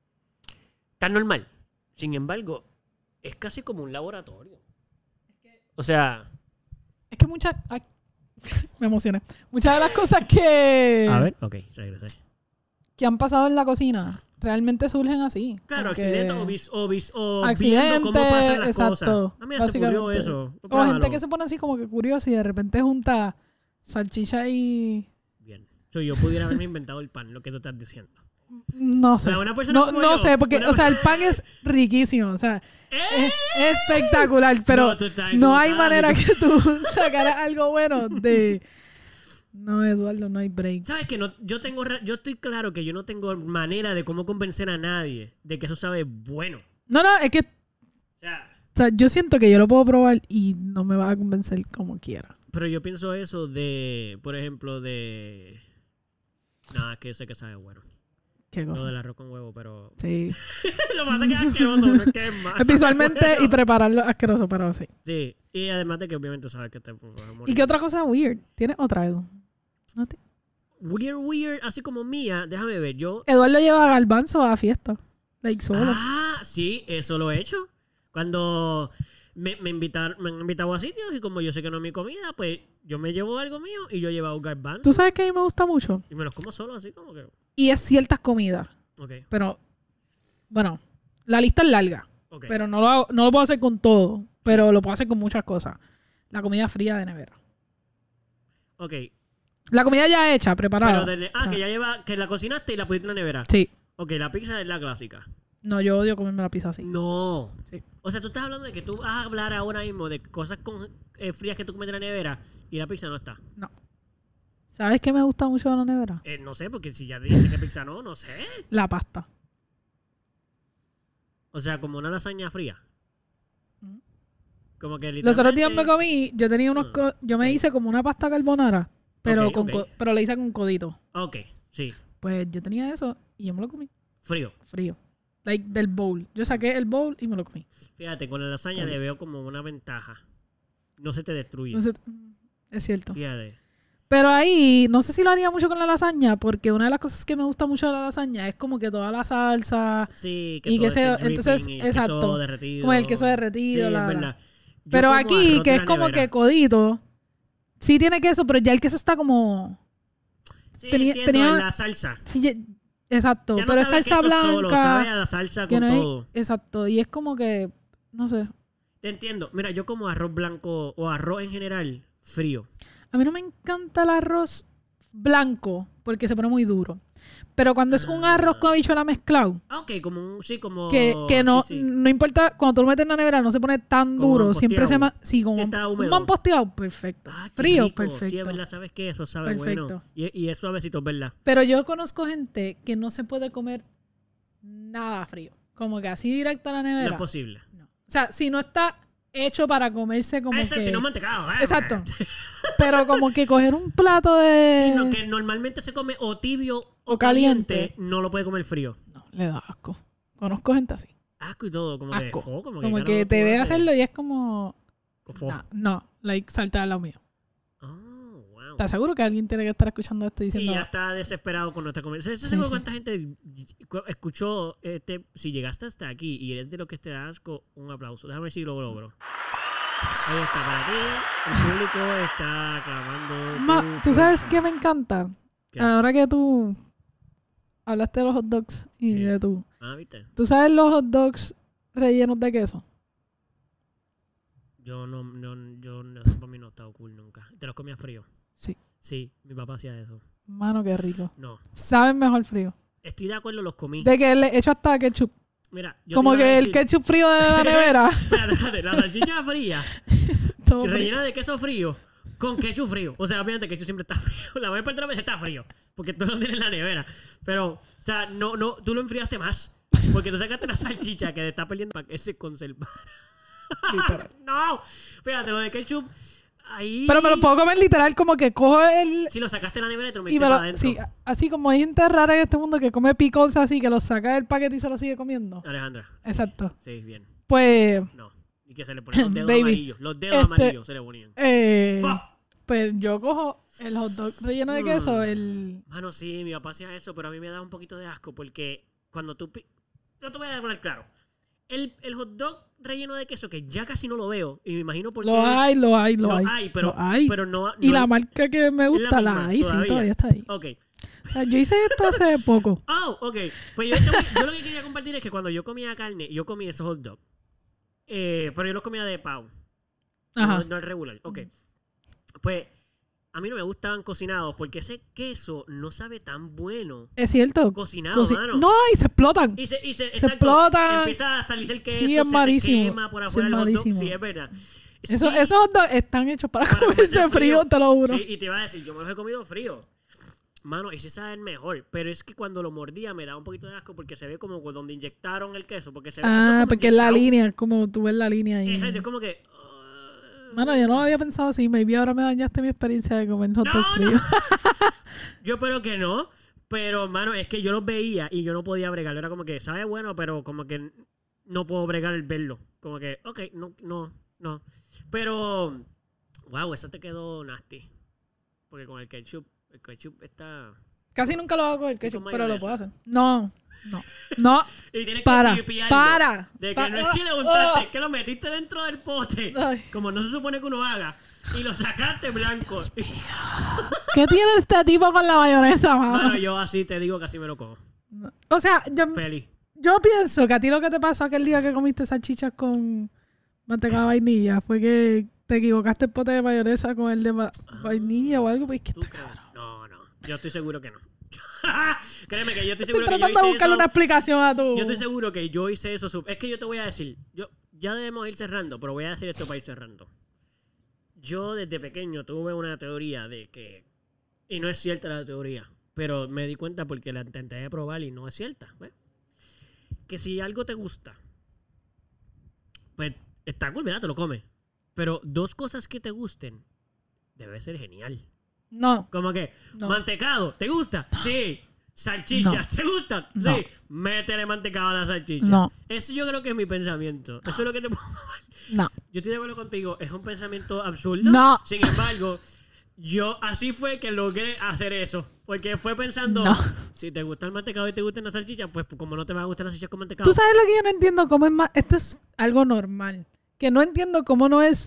Speaker 1: tan normal. Sin embargo, es casi como un laboratorio. O sea...
Speaker 2: Es que muchas... ay, me emocioné. Muchas de las cosas que...
Speaker 1: A ver, ok, regresé.
Speaker 2: que han pasado en la cocina realmente surgen así.
Speaker 1: Claro,
Speaker 2: como que-
Speaker 1: accidentes o, vis, o, vis, o
Speaker 2: accidentes,
Speaker 1: viendo cómo pasan las
Speaker 2: exacto,
Speaker 1: cosas. Ah, mira, se murió
Speaker 2: básicamente.
Speaker 1: eso.
Speaker 2: O
Speaker 1: Pruébalo.
Speaker 2: gente que se pone así como que curiosa y de repente junta salchicha y...
Speaker 1: Bien. So, yo pudiera haberme inventado el pan, lo que tú estás diciendo.
Speaker 2: No sé.
Speaker 1: sea, una persona
Speaker 2: no
Speaker 1: como
Speaker 2: no
Speaker 1: yo,
Speaker 2: sé, porque,
Speaker 1: una-
Speaker 2: o sea, el pan es riquísimo. O sea,
Speaker 1: ¡Eh!
Speaker 2: es, es espectacular, pero
Speaker 1: No, tú estás
Speaker 2: no hay
Speaker 1: equivocada,
Speaker 2: manera
Speaker 1: tú-
Speaker 2: que tú sacaras algo bueno de... No, Eduardo, no hay break.
Speaker 1: ¿Sabes que no, yo tengo ra- yo estoy claro que yo no tengo manera de cómo convencer a nadie de que eso sabe bueno.
Speaker 2: No, no, es que...
Speaker 1: O sea,
Speaker 2: O sea, yo siento que yo lo puedo probar y no me va a convencer como quiera.
Speaker 1: pero yo pienso eso de, por ejemplo, de... Nada, es que yo sé que sabe bueno.
Speaker 2: ¿Qué
Speaker 1: Lo
Speaker 2: cosa?
Speaker 1: del arroz con huevo, pero...
Speaker 2: Sí.
Speaker 1: Lo más que es asqueroso, no es que es más.
Speaker 2: Es visualmente
Speaker 1: bueno.
Speaker 2: y prepararlo asqueroso, pero sí.
Speaker 1: Sí, y además de que obviamente sabes que te vas a morir.
Speaker 2: ¿Y qué otra cosa weird? ¿Tienes otra, Edu? ¿No te-
Speaker 1: Weird, weird, así como mía, déjame ver, yo...
Speaker 2: Eduardo lleva garbanzo a fiesta. Like solo.
Speaker 1: Ah, sí, eso lo he hecho. Cuando me, me, invitar, me han invitado a sitios y como yo sé que no es mi comida, pues yo me llevo algo mío y yo he llevado garbanzo.
Speaker 2: Tú sabes que a mí me gusta mucho.
Speaker 1: Y me los como solo, así como que...
Speaker 2: Y es ciertas comidas.
Speaker 1: Ok,
Speaker 2: Pero, bueno, la lista es larga.
Speaker 1: ok.
Speaker 2: Pero no lo, hago- no lo puedo hacer con todo. Pero lo puedo hacer con muchas cosas. La comida fría de nevera.
Speaker 1: Ok,
Speaker 2: La comida ya hecha, preparada.
Speaker 1: Pero de, ah,
Speaker 2: o sea,
Speaker 1: que ya lleva, que la cocinaste y la pusiste en la nevera.
Speaker 2: Sí.
Speaker 1: Ok, la pizza es la clásica.
Speaker 2: No, yo odio comerme la pizza así.
Speaker 1: No.
Speaker 2: Sí.
Speaker 1: O sea, tú estás hablando de que tú vas a hablar ahora mismo de cosas con, eh, frías que tú comes en la nevera y la pizza no está.
Speaker 2: No. ¿Sabes qué me gusta mucho de la nevera?
Speaker 1: Eh, no sé, porque si ya dijiste que pizza no, no sé.
Speaker 2: La pasta.
Speaker 1: O sea, como una lasaña fría.
Speaker 2: Mm.
Speaker 1: Como que
Speaker 2: Los otros días
Speaker 1: literalmente...
Speaker 2: me comí, yo tenía unos... co- yo me
Speaker 1: Ok.
Speaker 2: hice como una pasta carbonara, pero,
Speaker 1: Ok,
Speaker 2: con
Speaker 1: ok.
Speaker 2: co- pero le hice con codito.
Speaker 1: Ok, sí.
Speaker 2: Pues yo tenía eso y yo me lo comí
Speaker 1: Frío.
Speaker 2: frío. Like, del bowl. Yo saqué el bowl y me lo comí.
Speaker 1: Fíjate, con la lasaña le veo como una ventaja. No se te destruye.
Speaker 2: Entonces, es cierto.
Speaker 1: Fíjate.
Speaker 2: Pero ahí, no sé si lo haría mucho con la lasaña, porque una de las cosas que me gusta mucho de la lasaña es como que toda la salsa,
Speaker 1: Sí, que
Speaker 2: Y
Speaker 1: todo
Speaker 2: que se-
Speaker 1: esté
Speaker 2: entonces,
Speaker 1: dripping y el
Speaker 2: exacto.
Speaker 1: queso derretido.
Speaker 2: como el queso
Speaker 1: Sí,
Speaker 2: derretido.
Speaker 1: es
Speaker 2: la- la-
Speaker 1: verdad. Yo
Speaker 2: Pero
Speaker 1: como
Speaker 2: aquí,
Speaker 1: arroz
Speaker 2: que
Speaker 1: de
Speaker 2: es
Speaker 1: la
Speaker 2: como
Speaker 1: nevera.
Speaker 2: que codito, sí tiene queso, pero ya el queso está como...
Speaker 1: Sí,
Speaker 2: tenía-
Speaker 1: entiendo,
Speaker 2: tenía-
Speaker 1: en la salsa.
Speaker 2: Sí, ya- exacto,
Speaker 1: Ya no
Speaker 2: pero es
Speaker 1: sabe a
Speaker 2: salsa
Speaker 1: queso
Speaker 2: blanca.
Speaker 1: solo, sabe a la salsa
Speaker 2: que
Speaker 1: con
Speaker 2: no hay-
Speaker 1: todo.
Speaker 2: exacto, y es como que, no sé.
Speaker 1: Te entiendo. Mira, yo como arroz blanco o arroz en general frío.
Speaker 2: A mí no me encanta el arroz blanco porque se pone muy duro. Pero cuando es un
Speaker 1: Ah.
Speaker 2: arroz con habichuela mezclado,
Speaker 1: Ah, ok, como un... Sí, como...
Speaker 2: que, que no,
Speaker 1: sí, sí.
Speaker 2: no importa, cuando tú lo metes en la nevera no se pone tan
Speaker 1: Como
Speaker 2: duro, siempre se
Speaker 1: mamposteado.
Speaker 2: ma- sí, como
Speaker 1: Sí,
Speaker 2: un
Speaker 1: está
Speaker 2: un
Speaker 1: húmedo.
Speaker 2: mamposteado, perfecto.
Speaker 1: Ah, qué
Speaker 2: Frío,
Speaker 1: rico.
Speaker 2: perfecto.
Speaker 1: Sí, es verdad, ¿sabes qué? Eso sabe
Speaker 2: Perfecto.
Speaker 1: bueno. Y, y es suavecito, es verdad.
Speaker 2: Pero yo conozco gente que no se puede comer nada frío. Como que así directo a la
Speaker 1: No
Speaker 2: nevera.
Speaker 1: es posible.
Speaker 2: No. O sea, si no está hecho para comerse como
Speaker 1: Ese
Speaker 2: que...
Speaker 1: si no mantecado. ¿eh?
Speaker 2: Exacto. Pero como que coger un plato de...
Speaker 1: Sino que normalmente se come o tibio o,
Speaker 2: O caliente.
Speaker 1: caliente. No lo puede comer frío.
Speaker 2: No, le da asco. Conozco gente así.
Speaker 1: Asco y todo. Como
Speaker 2: Asco.
Speaker 1: que fo, como,
Speaker 2: Como
Speaker 1: que,
Speaker 2: que
Speaker 1: carajo
Speaker 2: te
Speaker 1: tú
Speaker 2: ve
Speaker 1: haces.
Speaker 2: hacerlo y es como...
Speaker 1: Fo.
Speaker 2: nah, no, like, salta al lado mío.
Speaker 1: Oh, wow.
Speaker 2: ¿Estás seguro que alguien tiene que estar escuchando esto y
Speaker 1: Y
Speaker 2: diciendo...
Speaker 1: ya está desesperado con nuestra conversación.
Speaker 2: Sí,
Speaker 1: Seguro
Speaker 2: sí.
Speaker 1: cuánta gente escuchó este. Si llegaste hasta aquí y eres de lo que te da asco, un aplauso. Déjame ver si lo logro. Ahí está para ti. El público está aclamando.
Speaker 2: Ma,
Speaker 1: tu
Speaker 2: ¿tú sabes
Speaker 1: fuerza.
Speaker 2: qué me encanta?
Speaker 1: ¿Qué?
Speaker 2: Ahora que tú hablaste de los hot dogs y
Speaker 1: Sí.
Speaker 2: de tú.
Speaker 1: Ah, ¿viste?
Speaker 2: ¿Tú sabes los hot dogs rellenos de queso?
Speaker 1: Yo no, no, yo no, eso para mí no estaba cool nunca. ¿Te los comías frío?
Speaker 2: Sí.
Speaker 1: Sí, mi papá hacía eso.
Speaker 2: Mano, qué rico.
Speaker 1: No.
Speaker 2: Saben mejor frío.
Speaker 1: Estoy de acuerdo, los comí.
Speaker 2: De que le he hecho hasta ketchup.
Speaker 1: Mira, yo
Speaker 2: Como
Speaker 1: te iba a
Speaker 2: que el
Speaker 1: decir-
Speaker 2: ketchup frío de la nevera.
Speaker 1: Espérate, espérate, la salchicha fría,
Speaker 2: Todo frío.
Speaker 1: rellena de queso frío, con ketchup frío. O sea, obviamente que ketchup siempre está frío. La mayor parte de las veces está frío. Porque tú lo tienes en la nevera. Pero, o sea, no, no, tú lo enfriaste más. Porque tú sacaste la salchicha que te está perdiendo para que se conservara.
Speaker 2: Literal.
Speaker 1: No, fíjate, lo de ketchup, ahí...
Speaker 2: Pero me lo puedo comer literal como que cojo el...
Speaker 1: Si lo sacaste de la nevera y te lo
Speaker 2: Y
Speaker 1: metiste
Speaker 2: me
Speaker 1: para
Speaker 2: lo,
Speaker 1: adentro.
Speaker 2: sí, así como hay gente rara en este mundo que come pickles así, que los saca del paquete y se lo sigue comiendo.
Speaker 1: Alejandra.
Speaker 2: Exacto.
Speaker 1: Sí, bien.
Speaker 2: Pues,
Speaker 1: No. Y que se le ponen los dedos
Speaker 2: Baby,
Speaker 1: amarillos. Los dedos
Speaker 2: este-
Speaker 1: amarillos se le ponían.
Speaker 2: eh,
Speaker 1: ¡Fua!
Speaker 2: pues yo cojo el hot dog relleno de
Speaker 1: Mm.
Speaker 2: queso, el...
Speaker 1: Mano, sí, mi papá hacía eso, pero a mí me da un poquito de asco porque cuando tú... pi- Yo te voy a poner claro. El, el hot dog relleno de queso, que ya casi no lo veo, y me imagino porque...
Speaker 2: Lo hay, lo hay, lo,
Speaker 1: lo
Speaker 2: hay.
Speaker 1: hay, pero,
Speaker 2: lo hay.
Speaker 1: pero no,
Speaker 2: Y
Speaker 1: no-
Speaker 2: la marca que me gusta, la,
Speaker 1: misma,
Speaker 2: hay, sí,
Speaker 1: todavía.
Speaker 2: todavía está ahí.
Speaker 1: Ok.
Speaker 2: O sea, yo hice esto hace poco.
Speaker 1: Oh, ok. Pues yo, te voy- yo lo que quería compartir es que cuando yo comía carne, yo comía esos hot dogs. Eh, pero yo los comía de pavo.
Speaker 2: Ajá.
Speaker 1: No, no el regular. Ok. Pues a mí no me gustaban cocinados porque ese queso no sabe tan bueno
Speaker 2: Es cierto.
Speaker 1: cocinado,
Speaker 2: Cosi-
Speaker 1: mano.
Speaker 2: No, y se explotan.
Speaker 1: Y se, y se,
Speaker 2: Se
Speaker 1: exacto,
Speaker 2: explotan.
Speaker 1: Empieza a salirse el queso,
Speaker 2: Sí, es
Speaker 1: se
Speaker 2: malísimo.
Speaker 1: te quema por
Speaker 2: Sí,
Speaker 1: afuera
Speaker 2: es
Speaker 1: el hot dog.
Speaker 2: malísimo.
Speaker 1: Sí, es verdad.
Speaker 2: Eso,
Speaker 1: Sí,
Speaker 2: esos hot dogs están hechos para,
Speaker 1: para
Speaker 2: comerse
Speaker 1: comerse
Speaker 2: frío,
Speaker 1: frío.
Speaker 2: te lo juro.
Speaker 1: Sí, y te iba a decir, yo me los he comido frío. Mano, ese sabe mejor. Pero es que cuando lo mordía me daba un poquito de asco porque se ve como donde inyectaron el queso. Porque se ve eso
Speaker 2: Ah,
Speaker 1: como
Speaker 2: porque es la
Speaker 1: inyectado.
Speaker 2: línea, como tú ves la línea ahí.
Speaker 1: Exacto, es como que... uh,
Speaker 2: Mano, yo no lo había pensado así. Maybe ahora me dañaste mi experiencia de comer hot
Speaker 1: No,
Speaker 2: dog
Speaker 1: no.
Speaker 2: frío.
Speaker 1: Yo espero que no. Pero, mano, es que yo los veía y yo no podía bregarlo. Era como que sabe bueno, pero como que no puedo bregar el verlo. Como que, ok, no, no, no. Pero, wow, eso te quedó nasty. Porque con el ketchup, el ketchup está...
Speaker 2: Casi nunca lo hago con el
Speaker 1: con
Speaker 2: ketchup, pero lo
Speaker 1: mayonesa.
Speaker 2: puedo hacer. No, no, no.
Speaker 1: Y tienes
Speaker 2: Para,
Speaker 1: que tripearlo.
Speaker 2: para.
Speaker 1: De que
Speaker 2: pa-
Speaker 1: no es que le
Speaker 2: ah,
Speaker 1: untaste,
Speaker 2: ah.
Speaker 1: es que lo metiste dentro del pote.
Speaker 2: Ay.
Speaker 1: Como no se supone que uno haga. Y lo sacaste blanco.
Speaker 2: ¿Qué tiene este tipo con la mayonesa, mano?
Speaker 1: Mano, yo así te digo que así me lo cojo.
Speaker 2: O sea, yo,
Speaker 1: Feliz.
Speaker 2: yo pienso que a ti lo que te pasó aquel día que comiste salchichas con manteca de vainilla fue que te equivocaste el pote de mayonesa con el de ma- vainilla o algo. Pues es que
Speaker 1: ¿Tú
Speaker 2: está
Speaker 1: crees?
Speaker 2: cabrón.
Speaker 1: No, Yo estoy seguro que no. Créeme que yo estoy
Speaker 2: Estoy
Speaker 1: seguro que yo
Speaker 2: tratando de
Speaker 1: hice
Speaker 2: buscarle
Speaker 1: eso.
Speaker 2: una explicación a tu...
Speaker 1: Yo estoy seguro que yo hice eso. Es que yo te voy a decir, yo ya debemos ir cerrando, pero voy a decir esto para ir cerrando. Yo desde pequeño tuve una teoría de que, y no es cierta la teoría, pero me di cuenta porque la intenté probar y no es cierta. ¿Ves? Que si algo te gusta, pues está cool, ¿verdad? Te lo comes. Pero dos cosas que te gusten, debe ser genial.
Speaker 2: No.
Speaker 1: Como que,
Speaker 2: No.
Speaker 1: mantecado, ¿te gusta? Sí. Salchichas,
Speaker 2: No.
Speaker 1: ¿te gustan?
Speaker 2: No.
Speaker 1: Sí. Métele mantecado a la salchicha.
Speaker 2: No.
Speaker 1: Eso yo creo que es mi pensamiento. Eso es lo que te puedo...
Speaker 2: No.
Speaker 1: Yo estoy de acuerdo contigo. Es un pensamiento absurdo.
Speaker 2: No.
Speaker 1: Sin embargo, yo así fue que logré hacer eso. Porque fue pensando,
Speaker 2: No.
Speaker 1: si te gusta el mantecado y te gustan las salchichas, pues como no te va a gustar las salchichas con mantecado.
Speaker 2: Tú sabes lo que yo no entiendo, cómo es más... Esto es algo normal. Que no entiendo cómo no es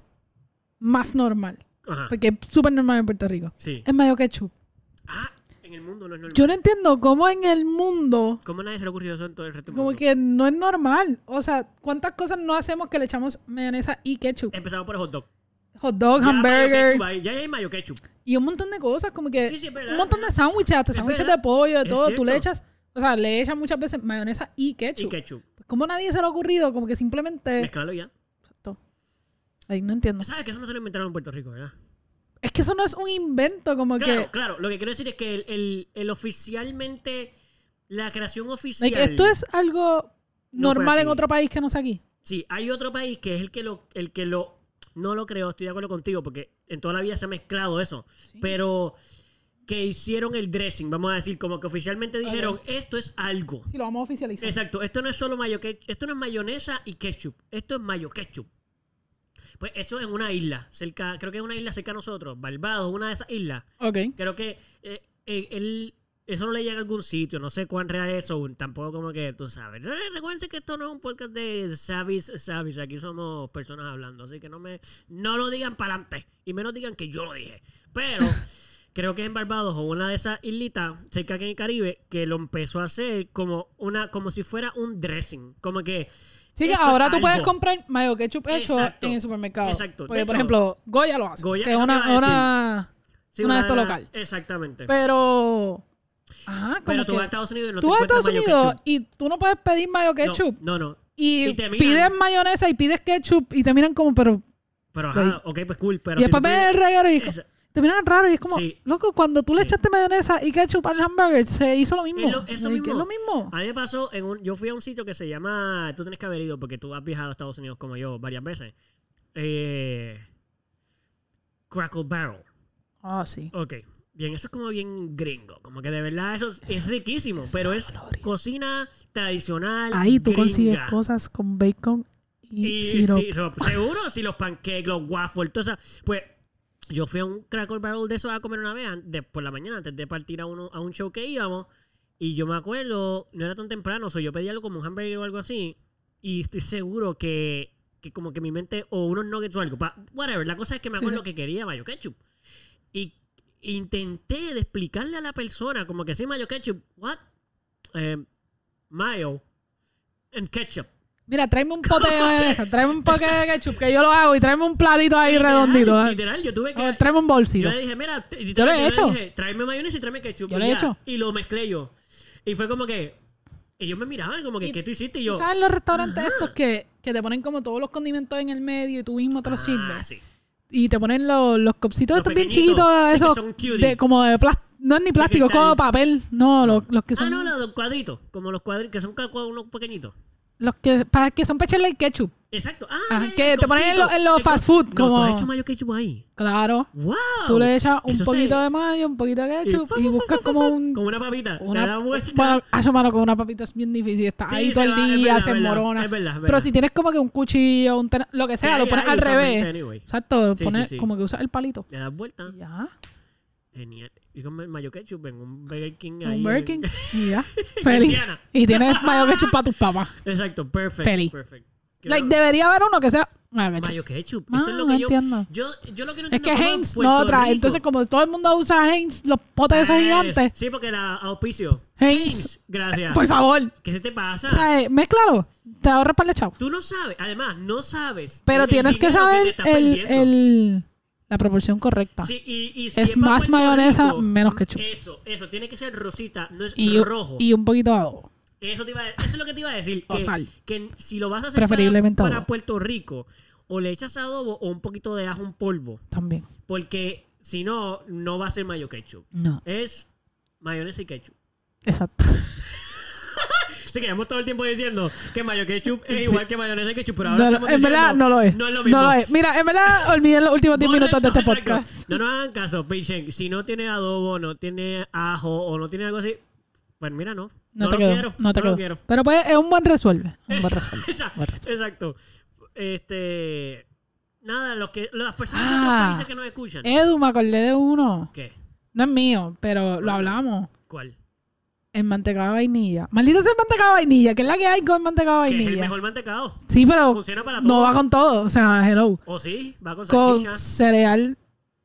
Speaker 2: más normal.
Speaker 1: Ajá.
Speaker 2: Porque es súper normal en Puerto Rico.
Speaker 1: Sí.
Speaker 2: Es mayo ketchup.
Speaker 1: Ah, en el mundo no es normal.
Speaker 2: Yo no entiendo cómo en el mundo...
Speaker 1: ¿Cómo a nadie se le ocurrió eso en todo el resto del
Speaker 2: Como
Speaker 1: mundo?
Speaker 2: que no es normal. O sea, ¿cuántas cosas no hacemos que le echamos mayonesa y ketchup?
Speaker 1: Empezamos por el hot dog.
Speaker 2: Hot dog,
Speaker 1: Ya mayo
Speaker 2: hamburger
Speaker 1: ketchup ahí, ya hay mayo ketchup.
Speaker 2: y un montón de cosas. Como que
Speaker 1: Sí, sí, es verdad,
Speaker 2: un montón
Speaker 1: es
Speaker 2: de sándwiches, hasta
Speaker 1: Es
Speaker 2: sándwiches
Speaker 1: verdad.
Speaker 2: de pollo, de
Speaker 1: Es
Speaker 2: todo. Tú le
Speaker 1: cierto.
Speaker 2: echas... O sea, le echas muchas veces mayonesa y ketchup.
Speaker 1: Y ketchup.
Speaker 2: ¿Cómo nadie se le ha ocurrido? Como que simplemente...
Speaker 1: Mezclalo ya.
Speaker 2: Exacto. Ay, no entiendo.
Speaker 1: ¿Sabes que eso no se lo inventaron en Puerto Rico, verdad?
Speaker 2: Es que eso no es un invento, como
Speaker 1: Claro,
Speaker 2: que...
Speaker 1: claro. Lo que quiero decir es que el, el, el oficialmente... La creación oficial...
Speaker 2: like, esto es algo
Speaker 1: No fue
Speaker 2: normal
Speaker 1: aquí.
Speaker 2: en otro país que no sea aquí.
Speaker 1: Sí, hay otro país que es el que lo... El que lo no lo creó, estoy de acuerdo contigo, porque en toda la vida se ha mezclado eso.
Speaker 2: Sí.
Speaker 1: Pero que hicieron el dressing, vamos a decir, como que oficialmente dijeron, esto es algo.
Speaker 2: Sí, lo vamos a oficializar.
Speaker 1: Exacto, esto no es solo mayo ketchup, esto no es mayonesa y ketchup, esto es mayo ketchup. Pues eso en una isla, cerca, creo que es una isla cerca a nosotros, Barbados, una de esas islas.
Speaker 2: Ok.
Speaker 1: Creo que eh, eh, él, eso lo leía en algún sitio, no sé cuán real es eso, tampoco como que tú sabes. Eh, Recuerden que esto no es un podcast de Savis, Savis, aquí somos personas hablando, así que no me, no lo digan para adelante y menos digan que yo lo dije. Pero creo que en Barbados o una de esas islitas cerca aquí en el Caribe que lo empezó a hacer como una, como si fuera un dressing, como que
Speaker 2: Sí, que
Speaker 1: esto
Speaker 2: ahora
Speaker 1: es
Speaker 2: tú puedes
Speaker 1: algo.
Speaker 2: comprar mayo ketchup hecho
Speaker 1: Exacto.
Speaker 2: en el supermercado.
Speaker 1: Exacto. De
Speaker 2: Porque, por
Speaker 1: hecho,
Speaker 2: ejemplo, Goya lo hace.
Speaker 1: Goya
Speaker 2: que
Speaker 1: es
Speaker 2: es
Speaker 1: lo que
Speaker 2: una,
Speaker 1: iba a
Speaker 2: una,
Speaker 1: Sí,
Speaker 2: una de esto local.
Speaker 1: Exactamente.
Speaker 2: Pero... Ajá, como
Speaker 1: Pero tú
Speaker 2: que...
Speaker 1: vas a Estados Unidos y no
Speaker 2: tú
Speaker 1: te
Speaker 2: vas a
Speaker 1: encuentras
Speaker 2: Estados
Speaker 1: mayo
Speaker 2: Unidos
Speaker 1: ketchup.
Speaker 2: y tú no puedes pedir mayo ketchup.
Speaker 1: No, no. no.
Speaker 2: Y,
Speaker 1: Y te miran.
Speaker 2: pides mayonesa y pides ketchup y te miran como, pero...
Speaker 1: Pero ajá, ok, pues cool. Pero
Speaker 2: y después
Speaker 1: si tú
Speaker 2: ven el
Speaker 1: pides-
Speaker 2: reguero y
Speaker 1: Esa-
Speaker 2: te miran raro y es como...
Speaker 1: Sí.
Speaker 2: Loco, cuando tú le
Speaker 1: Sí.
Speaker 2: echaste mayonesa y ketchup al hamburger, se hizo lo mismo.
Speaker 1: Es lo- eso
Speaker 2: Like,
Speaker 1: mismo.
Speaker 2: Es lo mismo.
Speaker 1: A mí me pasó, en un, yo fui a un sitio que se llama, tú tienes que haber ido porque tú has viajado a Estados Unidos como yo varias veces. Eh, Crackle Barrel.
Speaker 2: Ah, sí.
Speaker 1: Ok. Bien, eso es como bien gringo. Como que de verdad eso es, es riquísimo. Pero es
Speaker 2: gloria.
Speaker 1: cocina tradicional.
Speaker 2: Ahí tú
Speaker 1: gringa.
Speaker 2: consigues cosas con bacon y,
Speaker 1: Y
Speaker 2: sirope.
Speaker 1: sí, so- seguro, si los pancakes, los waffles, todo eso. Pues yo fui a un Crackle Barrel de eso a comer una vez an- de, por la mañana antes de partir a, uno, a un show que íbamos. Y yo me acuerdo, no era tan temprano, so yo pedí algo como un hamburger o algo así. Y estoy seguro que, que como que mi mente, o unos nuggets o algo. Pa, whatever, la cosa es que me
Speaker 2: Sí,
Speaker 1: acuerdo
Speaker 2: sí.
Speaker 1: que quería mayo ketchup. Y intenté de explicarle a la persona, como que sí, mayo ketchup. What? Eh, mayo and ketchup.
Speaker 2: Mira, tráeme un pote de mayonesa, tráeme un pote de ketchup, que yo lo hago, y tráeme un platito ahí
Speaker 1: Literal,
Speaker 2: redondito. ¿eh?
Speaker 1: Literal, yo tuve que...
Speaker 2: O tráeme un bolsito.
Speaker 1: Yo le dije, mira, t-
Speaker 2: Yo lo he
Speaker 1: literal,
Speaker 2: hecho.
Speaker 1: le dije, tráeme mayonesa y tráeme ketchup.
Speaker 2: Yo
Speaker 1: y
Speaker 2: lo he
Speaker 1: ya.
Speaker 2: hecho.
Speaker 1: Y lo mezclé yo. Y fue como que... Ellos me miraban como que,
Speaker 2: Y-
Speaker 1: ¿qué tú hiciste? Y
Speaker 2: ¿Tú
Speaker 1: yo...
Speaker 2: sabes los restaurantes estos que, que te ponen como todos los condimentos en el medio y tú mismo te los
Speaker 1: ah,
Speaker 2: sirves?
Speaker 1: sí.
Speaker 2: Y te ponen los, los copsitos
Speaker 1: Los
Speaker 2: estos bien
Speaker 1: pequeñitos,
Speaker 2: chiquitos,
Speaker 1: sí, que
Speaker 2: esos
Speaker 1: son cutie.
Speaker 2: de, como de plástico. No es ni plástico, es
Speaker 1: cristal.
Speaker 2: como papel. No, los, los que son...
Speaker 1: Ah, no, los cuadritos. Como los cuadritos, que son ca- cua- unos pequeñitos.
Speaker 2: Los que, para que son para echarle el ketchup.
Speaker 1: Exacto. Ah,
Speaker 2: Ajá,
Speaker 1: ya, ya,
Speaker 2: que
Speaker 1: el
Speaker 2: te ponen en,
Speaker 1: copsito.
Speaker 2: lo- en los
Speaker 1: El
Speaker 2: fast
Speaker 1: co-
Speaker 2: food.
Speaker 1: No,
Speaker 2: como...
Speaker 1: tú has hecho mayo ketchup ahí.
Speaker 2: Claro.
Speaker 1: ¡Wow!
Speaker 2: Tú le echas un
Speaker 1: Eso
Speaker 2: poquito
Speaker 1: se-
Speaker 2: de mayo, un poquito de
Speaker 1: y
Speaker 2: ketchup
Speaker 1: fa,
Speaker 2: y,
Speaker 1: fa, fa,
Speaker 2: buscas
Speaker 1: fa,
Speaker 2: como
Speaker 1: fa,
Speaker 2: un...
Speaker 1: Como una papita.
Speaker 2: Una,
Speaker 1: Te da vuelta.
Speaker 2: bueno, hace mano con una papita es bien difícil. Está
Speaker 1: Sí,
Speaker 2: ahí
Speaker 1: se
Speaker 2: todo el
Speaker 1: va, es
Speaker 2: día,
Speaker 1: verdad,
Speaker 2: se
Speaker 1: es verdad,
Speaker 2: morona.
Speaker 1: es verdad, es
Speaker 2: Pero
Speaker 1: verdad.
Speaker 2: si tienes como que un cuchillo, un ten- lo que sea,
Speaker 1: Sí,
Speaker 2: lo pones
Speaker 1: ahí
Speaker 2: al
Speaker 1: usualmente,
Speaker 2: revés.
Speaker 1: anyway.
Speaker 2: Exacto,
Speaker 1: Sí,
Speaker 2: pones
Speaker 1: sí, sí.
Speaker 2: como que usas el palito.
Speaker 1: Le das vuelta.
Speaker 2: Y ya.
Speaker 1: Genial. Y con el mayo ketchup en un Burger King ahí.
Speaker 2: Un Burger
Speaker 1: en-
Speaker 2: King. Y ya. Feliz.
Speaker 1: Indiana.
Speaker 2: Y tienes mayo ketchup para tus papás.
Speaker 1: Exacto, perfecto.
Speaker 2: Feliz.
Speaker 1: Perfect.
Speaker 2: Like, debería haber uno que sea mayo ketchup.
Speaker 1: Mayo ketchup.
Speaker 2: Ah,
Speaker 1: Eso es lo
Speaker 2: no
Speaker 1: que yo,
Speaker 2: entiendo.
Speaker 1: yo. Yo lo que no
Speaker 2: Es
Speaker 1: entiendo
Speaker 2: que
Speaker 1: cómo en
Speaker 2: Heinz
Speaker 1: Puerto
Speaker 2: no trae.
Speaker 1: Rico-
Speaker 2: Entonces, como todo el mundo usa Heinz, los potes esos
Speaker 1: Ah,
Speaker 2: gigantes.
Speaker 1: Sí, porque era auspicio.
Speaker 2: Heinz.
Speaker 1: Gracias.
Speaker 2: Por favor.
Speaker 1: ¿Qué se te pasa?
Speaker 2: O sea, eh, mézclalo. Te ahorras para el chavo.
Speaker 1: Tú no sabes. Además, no sabes.
Speaker 2: Pero
Speaker 1: el
Speaker 2: tienes que
Speaker 1: dinero te
Speaker 2: saber
Speaker 1: estás
Speaker 2: el,
Speaker 1: perdiendo.
Speaker 2: el... La proporción correcta.
Speaker 1: Sí, y, y si
Speaker 2: es
Speaker 1: es
Speaker 2: más
Speaker 1: Puerto
Speaker 2: mayonesa,
Speaker 1: Rico,
Speaker 2: menos ketchup.
Speaker 1: Eso, eso. Tiene que ser rosita, no es
Speaker 2: Y,
Speaker 1: rojo.
Speaker 2: y un poquito de adobo.
Speaker 1: Eso, te iba a, eso es lo que te iba a decir.
Speaker 2: O
Speaker 1: que,
Speaker 2: sal.
Speaker 1: que si lo vas a hacer
Speaker 2: Preferiblemente
Speaker 1: para, para
Speaker 2: adobo.
Speaker 1: Puerto Rico, o le echas adobo o un poquito de ajo en polvo.
Speaker 2: También.
Speaker 1: Porque si no, no va a ser mayo ketchup.
Speaker 2: No.
Speaker 1: Es mayonesa y ketchup.
Speaker 2: Exacto.
Speaker 1: Así que llevamos todo el tiempo diciendo que mayo ketchup es
Speaker 2: Sí.
Speaker 1: igual que mayonesa y ketchup, pero ahora
Speaker 2: No,
Speaker 1: estamos
Speaker 2: en
Speaker 1: diciendo
Speaker 2: verdad no lo es.
Speaker 1: No es lo mismo.
Speaker 2: No lo es. Mira, en verdad olvidé los últimos diez
Speaker 1: Borren
Speaker 2: minutos de este
Speaker 1: todo, exacto.
Speaker 2: podcast.
Speaker 1: No nos hagan caso, Pichen. Si no tiene adobo, no tiene ajo o no tiene algo así, pues mira, no.
Speaker 2: No,
Speaker 1: No,
Speaker 2: te
Speaker 1: lo
Speaker 2: quedó.
Speaker 1: quiero.
Speaker 2: No te
Speaker 1: no
Speaker 2: quedó.
Speaker 1: lo quiero.
Speaker 2: Pero pues es un buen resuelve. Un buen resuelve.
Speaker 1: Exacto.
Speaker 2: Buen resuelve.
Speaker 1: Exacto. Este. Nada, los que, las personas de
Speaker 2: Ah.
Speaker 1: otros países que nos escuchan.
Speaker 2: Edu, me acordé de uno.
Speaker 1: ¿Qué?
Speaker 2: No es mío, pero lo hablamos.
Speaker 1: ¿Cuál?
Speaker 2: El mantecado de vainilla. Maldito sea el mantecado de vainilla. ¿Qué es la que hay con el mantecado de
Speaker 1: Que es el
Speaker 2: vainilla?
Speaker 1: mejor mantecado.
Speaker 2: Sí, pero
Speaker 1: Funciona para todo.
Speaker 2: no va con todo. O sea, hello.
Speaker 1: O sí, va con
Speaker 2: Con
Speaker 1: salchicha.
Speaker 2: cereal.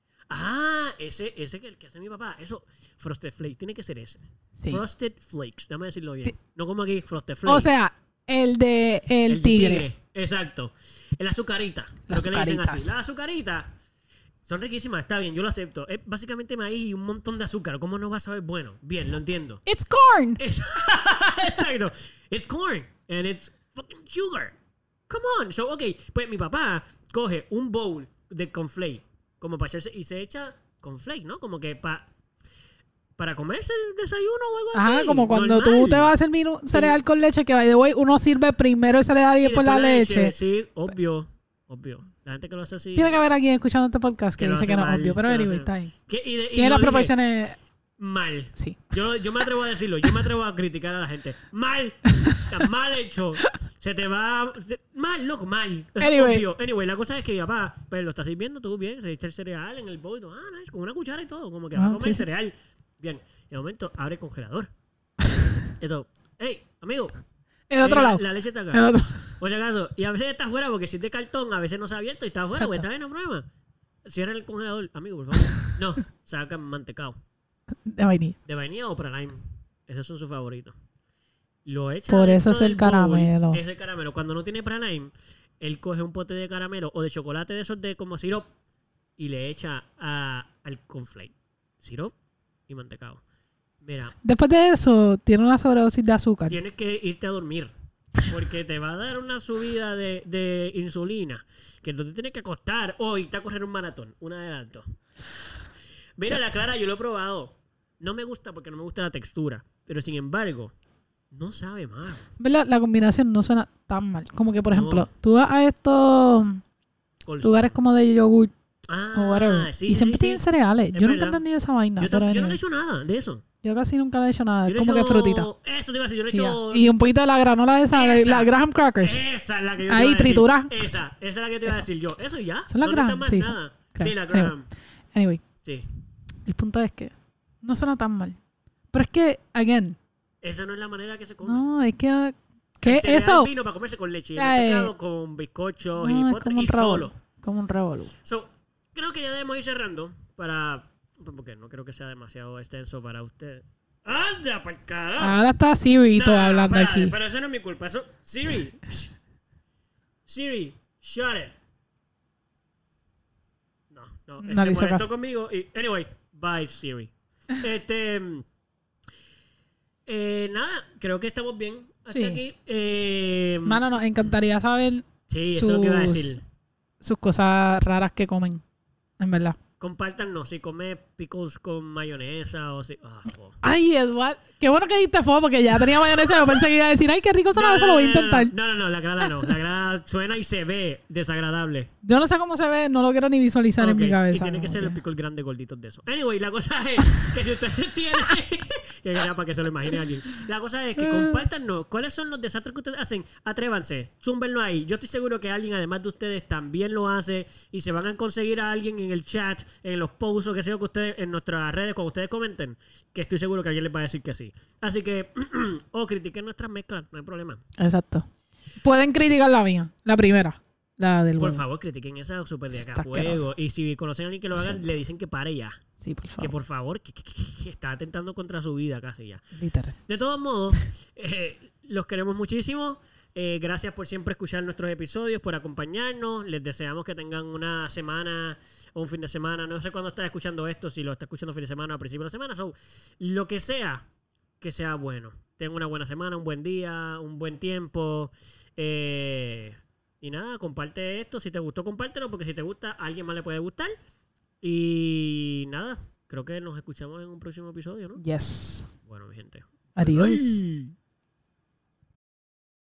Speaker 1: Ah, ese, ese que, que hace mi papá. Eso, Frosted Flakes. Tiene que ser ese.
Speaker 2: Sí.
Speaker 1: Frosted Flakes. Déjame decirlo bien. No como aquí, Frosted Flakes.
Speaker 2: O sea, el de el,
Speaker 1: El
Speaker 2: tigre.
Speaker 1: Exacto. El azucarita.
Speaker 2: Las
Speaker 1: lo que le dicen
Speaker 2: azucaritas.
Speaker 1: así. Las azucaritas son riquísimas. Está bien, yo lo acepto. Es básicamente maíz y un montón de azúcar. ¿Cómo no va a saber bueno? Bien, lo entiendo.
Speaker 2: It's corn.
Speaker 1: Es- Exacto. It's corn. And it's fucking sugar. Come on. So, ok. Pues mi papá coge un bowl de cornflake. Como para echarse. Y se echa cornflake, ¿no? Como que para. Para comerse el desayuno o algo así.
Speaker 2: Ajá, como cuando
Speaker 1: normal.
Speaker 2: tú te vas a servir un cereal con leche, que by the way, uno sirve primero el cereal y,
Speaker 1: Y
Speaker 2: después la leche.
Speaker 1: Sí, obvio. Obvio. La gente que lo hace así.
Speaker 2: Tiene que haber alguien escuchando este podcast que
Speaker 1: Que lo
Speaker 2: dice
Speaker 1: hace
Speaker 2: que no es
Speaker 1: mal,
Speaker 2: obvio, pero
Speaker 1: que lo
Speaker 2: anyway,
Speaker 1: hace-
Speaker 2: está ahí.
Speaker 1: Que- y de- y
Speaker 2: Tiene
Speaker 1: lo
Speaker 2: las
Speaker 1: dije
Speaker 2: proporciones.
Speaker 1: Mal.
Speaker 2: Sí.
Speaker 1: Yo, yo me atrevo a decirlo. Yo me atrevo a criticar a la gente. Mal. Está mal hecho. Se te va. se- mal, loco, mal. Es
Speaker 2: Anyway.
Speaker 1: obvio. Anyway, la cosa es que mi papá, pues lo está sirviendo tú bien. Se echa el cereal en el bowl y todo. Ah, nice, con una cuchara y todo. Como que va
Speaker 2: Ah,
Speaker 1: a comer
Speaker 2: sí, sí.
Speaker 1: cereal. Bien. De momento abre el congelador. Esto. Hey, amigo.
Speaker 2: El otro
Speaker 1: eh,
Speaker 2: lado.
Speaker 1: La leche está acá.
Speaker 2: El otro.
Speaker 1: Por si acaso. Y a veces está afuera porque si es de cartón, a veces no se ha abierto y está afuera. Pues
Speaker 2: Exacto.
Speaker 1: está bien, no hay problema. Cierra el congelador. Amigo, por favor. No, saca mantecado.
Speaker 2: De vainilla.
Speaker 1: De vainilla o praline. Esos son sus favoritos. Lo echa
Speaker 2: Por
Speaker 1: dentro
Speaker 2: eso es el
Speaker 1: del bowl.
Speaker 2: caramelo.
Speaker 1: Es el caramelo. Cuando no tiene praline, él coge un pote de caramelo o de chocolate de esos de como sirop y le echa a, al cornflake. Sirop y mantecado. Mira,
Speaker 2: Después de eso, tiene una sobredosis de azúcar.
Speaker 1: tienes que irte a dormir. Porque te va a dar una subida de, de insulina. Que tú te tienes que acostar o irte a correr un maratón. Una de las dos. Mira, la clara, yo lo he probado. No me gusta porque no me gusta la textura. Pero sin embargo, no sabe mal.
Speaker 2: ¿Verdad? La combinación no suena tan mal. Como que, por ejemplo,
Speaker 1: No.
Speaker 2: tú vas a estos
Speaker 1: All
Speaker 2: lugares como de yogur
Speaker 1: Ah,
Speaker 2: o whatever.
Speaker 1: sí,
Speaker 2: y
Speaker 1: sí,
Speaker 2: siempre
Speaker 1: sí,
Speaker 2: tienen
Speaker 1: sí.
Speaker 2: cereales.
Speaker 1: Es
Speaker 2: Yo nunca he
Speaker 1: verdad.
Speaker 2: entendido esa vaina.
Speaker 1: Yo,
Speaker 2: pero
Speaker 1: ta- yo no
Speaker 2: anyway.
Speaker 1: le he hecho nada de eso.
Speaker 2: Yo casi nunca le he hecho nada.
Speaker 1: Yo
Speaker 2: Es
Speaker 1: le
Speaker 2: como
Speaker 1: echo-
Speaker 2: que frutita.
Speaker 1: Eso te iba a decir. Yo le he
Speaker 2: Y ya.
Speaker 1: hecho...
Speaker 2: Y un poquito de la granola esa, de
Speaker 1: Esa.
Speaker 2: la Graham Crackers.
Speaker 1: Esa es la que yo te
Speaker 2: Ahí,
Speaker 1: iba a decir.
Speaker 2: tritura.
Speaker 1: Esa, esa es la que te iba a decir yo. Eso y ya.
Speaker 2: Son las
Speaker 1: no necesitas
Speaker 2: Graham,
Speaker 1: más
Speaker 2: sí, son
Speaker 1: nada.
Speaker 2: Graham.
Speaker 1: Sí, la Graham.
Speaker 2: Anyway,
Speaker 1: Sí.
Speaker 2: el punto es que no suena tan mal. Pero es que, again,
Speaker 1: Esa no es la manera que se come.
Speaker 2: no, es que... ¿Qué
Speaker 1: El
Speaker 2: es
Speaker 1: cereal
Speaker 2: eso?
Speaker 1: vino para comerse con leche. Y el
Speaker 2: Ay.
Speaker 1: mantecado con bizcochos
Speaker 2: No,
Speaker 1: y
Speaker 2: es
Speaker 1: postres
Speaker 2: como un
Speaker 1: y
Speaker 2: revolú.
Speaker 1: solo.
Speaker 2: Como un revolú.
Speaker 1: So, creo que ya debemos ir cerrando para... Porque no creo que sea demasiado extenso para usted. ¡Anda, pa'l carajo!
Speaker 2: Ahora está Siri y todo
Speaker 1: Nah,
Speaker 2: hablando
Speaker 1: espérate,
Speaker 2: aquí.
Speaker 1: Pero eso no es mi culpa. Eso... Siri. Siri, shut it. No, no.
Speaker 2: No le
Speaker 1: se
Speaker 2: hizo
Speaker 1: molestó
Speaker 2: caso.
Speaker 1: conmigo y... Anyway, bye, Siri. Este... Eh, nada, creo que estamos bien hasta
Speaker 2: Sí.
Speaker 1: aquí. Eh,
Speaker 2: Mano, nos encantaría saber
Speaker 1: sí, eso es lo que iba a
Speaker 2: sus-
Speaker 1: decir.
Speaker 2: sus cosas raras que comen. En verdad.
Speaker 1: Compártanos si come pickles con mayonesa o si... Ah, fo.
Speaker 2: Ay, Eduard, qué bueno que diste fuego porque ya tenía mayonesa. Yo pensé que iba a decir, ay, qué rico suena eso, lo voy a intentar.
Speaker 1: No, no, no, la grada no. La grada suena y se ve desagradable.
Speaker 2: Yo no sé cómo se ve, no lo quiero ni visualizar en
Speaker 1: Ok,
Speaker 2: mi cabeza.
Speaker 1: Y tiene que
Speaker 2: como
Speaker 1: ser
Speaker 2: que-
Speaker 1: los pickles grandes gorditos de eso. Anyway, la cosa es que si ustedes tienen... que era para que se lo imagine alguien. La cosa es que compártanos cuáles son los desastres que ustedes hacen. Atrévanse, zúmbenlo ahí. Yo estoy seguro que alguien, además de ustedes, también lo hace y se van a conseguir a alguien en el chat, en los posts o que sea que ustedes, en nuestras redes, cuando ustedes comenten, que estoy seguro que alguien les va a decir que sí. Así que, o critiquen nuestras mezclas, no hay problema.
Speaker 2: Exacto. Pueden criticar la mía, la primera. La del
Speaker 1: Por
Speaker 2: huevo.
Speaker 1: favor, critiquen esa super de acá
Speaker 2: Está
Speaker 1: fuego.
Speaker 2: asqueroso.
Speaker 1: Y si conocen a alguien que lo haga,
Speaker 2: Sí.
Speaker 1: le dicen que pare ya.
Speaker 2: Sí, por
Speaker 1: Que
Speaker 2: favor.
Speaker 1: por favor, que, que- que- que está atentando contra su vida casi ya.
Speaker 2: Literal.
Speaker 1: De todos modos, eh, los queremos muchísimo. Eh, gracias por siempre escuchar nuestros episodios, por acompañarnos. Les deseamos que tengan una semana o un fin de semana. No sé cuándo estás escuchando esto, si lo estás escuchando fin de semana o a principio de la semana. So, lo que sea, que sea bueno. Tengan una buena semana, un buen día, un buen tiempo. Eh, y nada, comparte esto. Si te gustó, compártelo, porque si te gusta, a alguien más le puede gustar. Y nada, creo que nos escuchamos en un próximo episodio, ¿no?
Speaker 2: Yes.
Speaker 1: Bueno, mi gente.
Speaker 2: Adiós.
Speaker 1: Bye.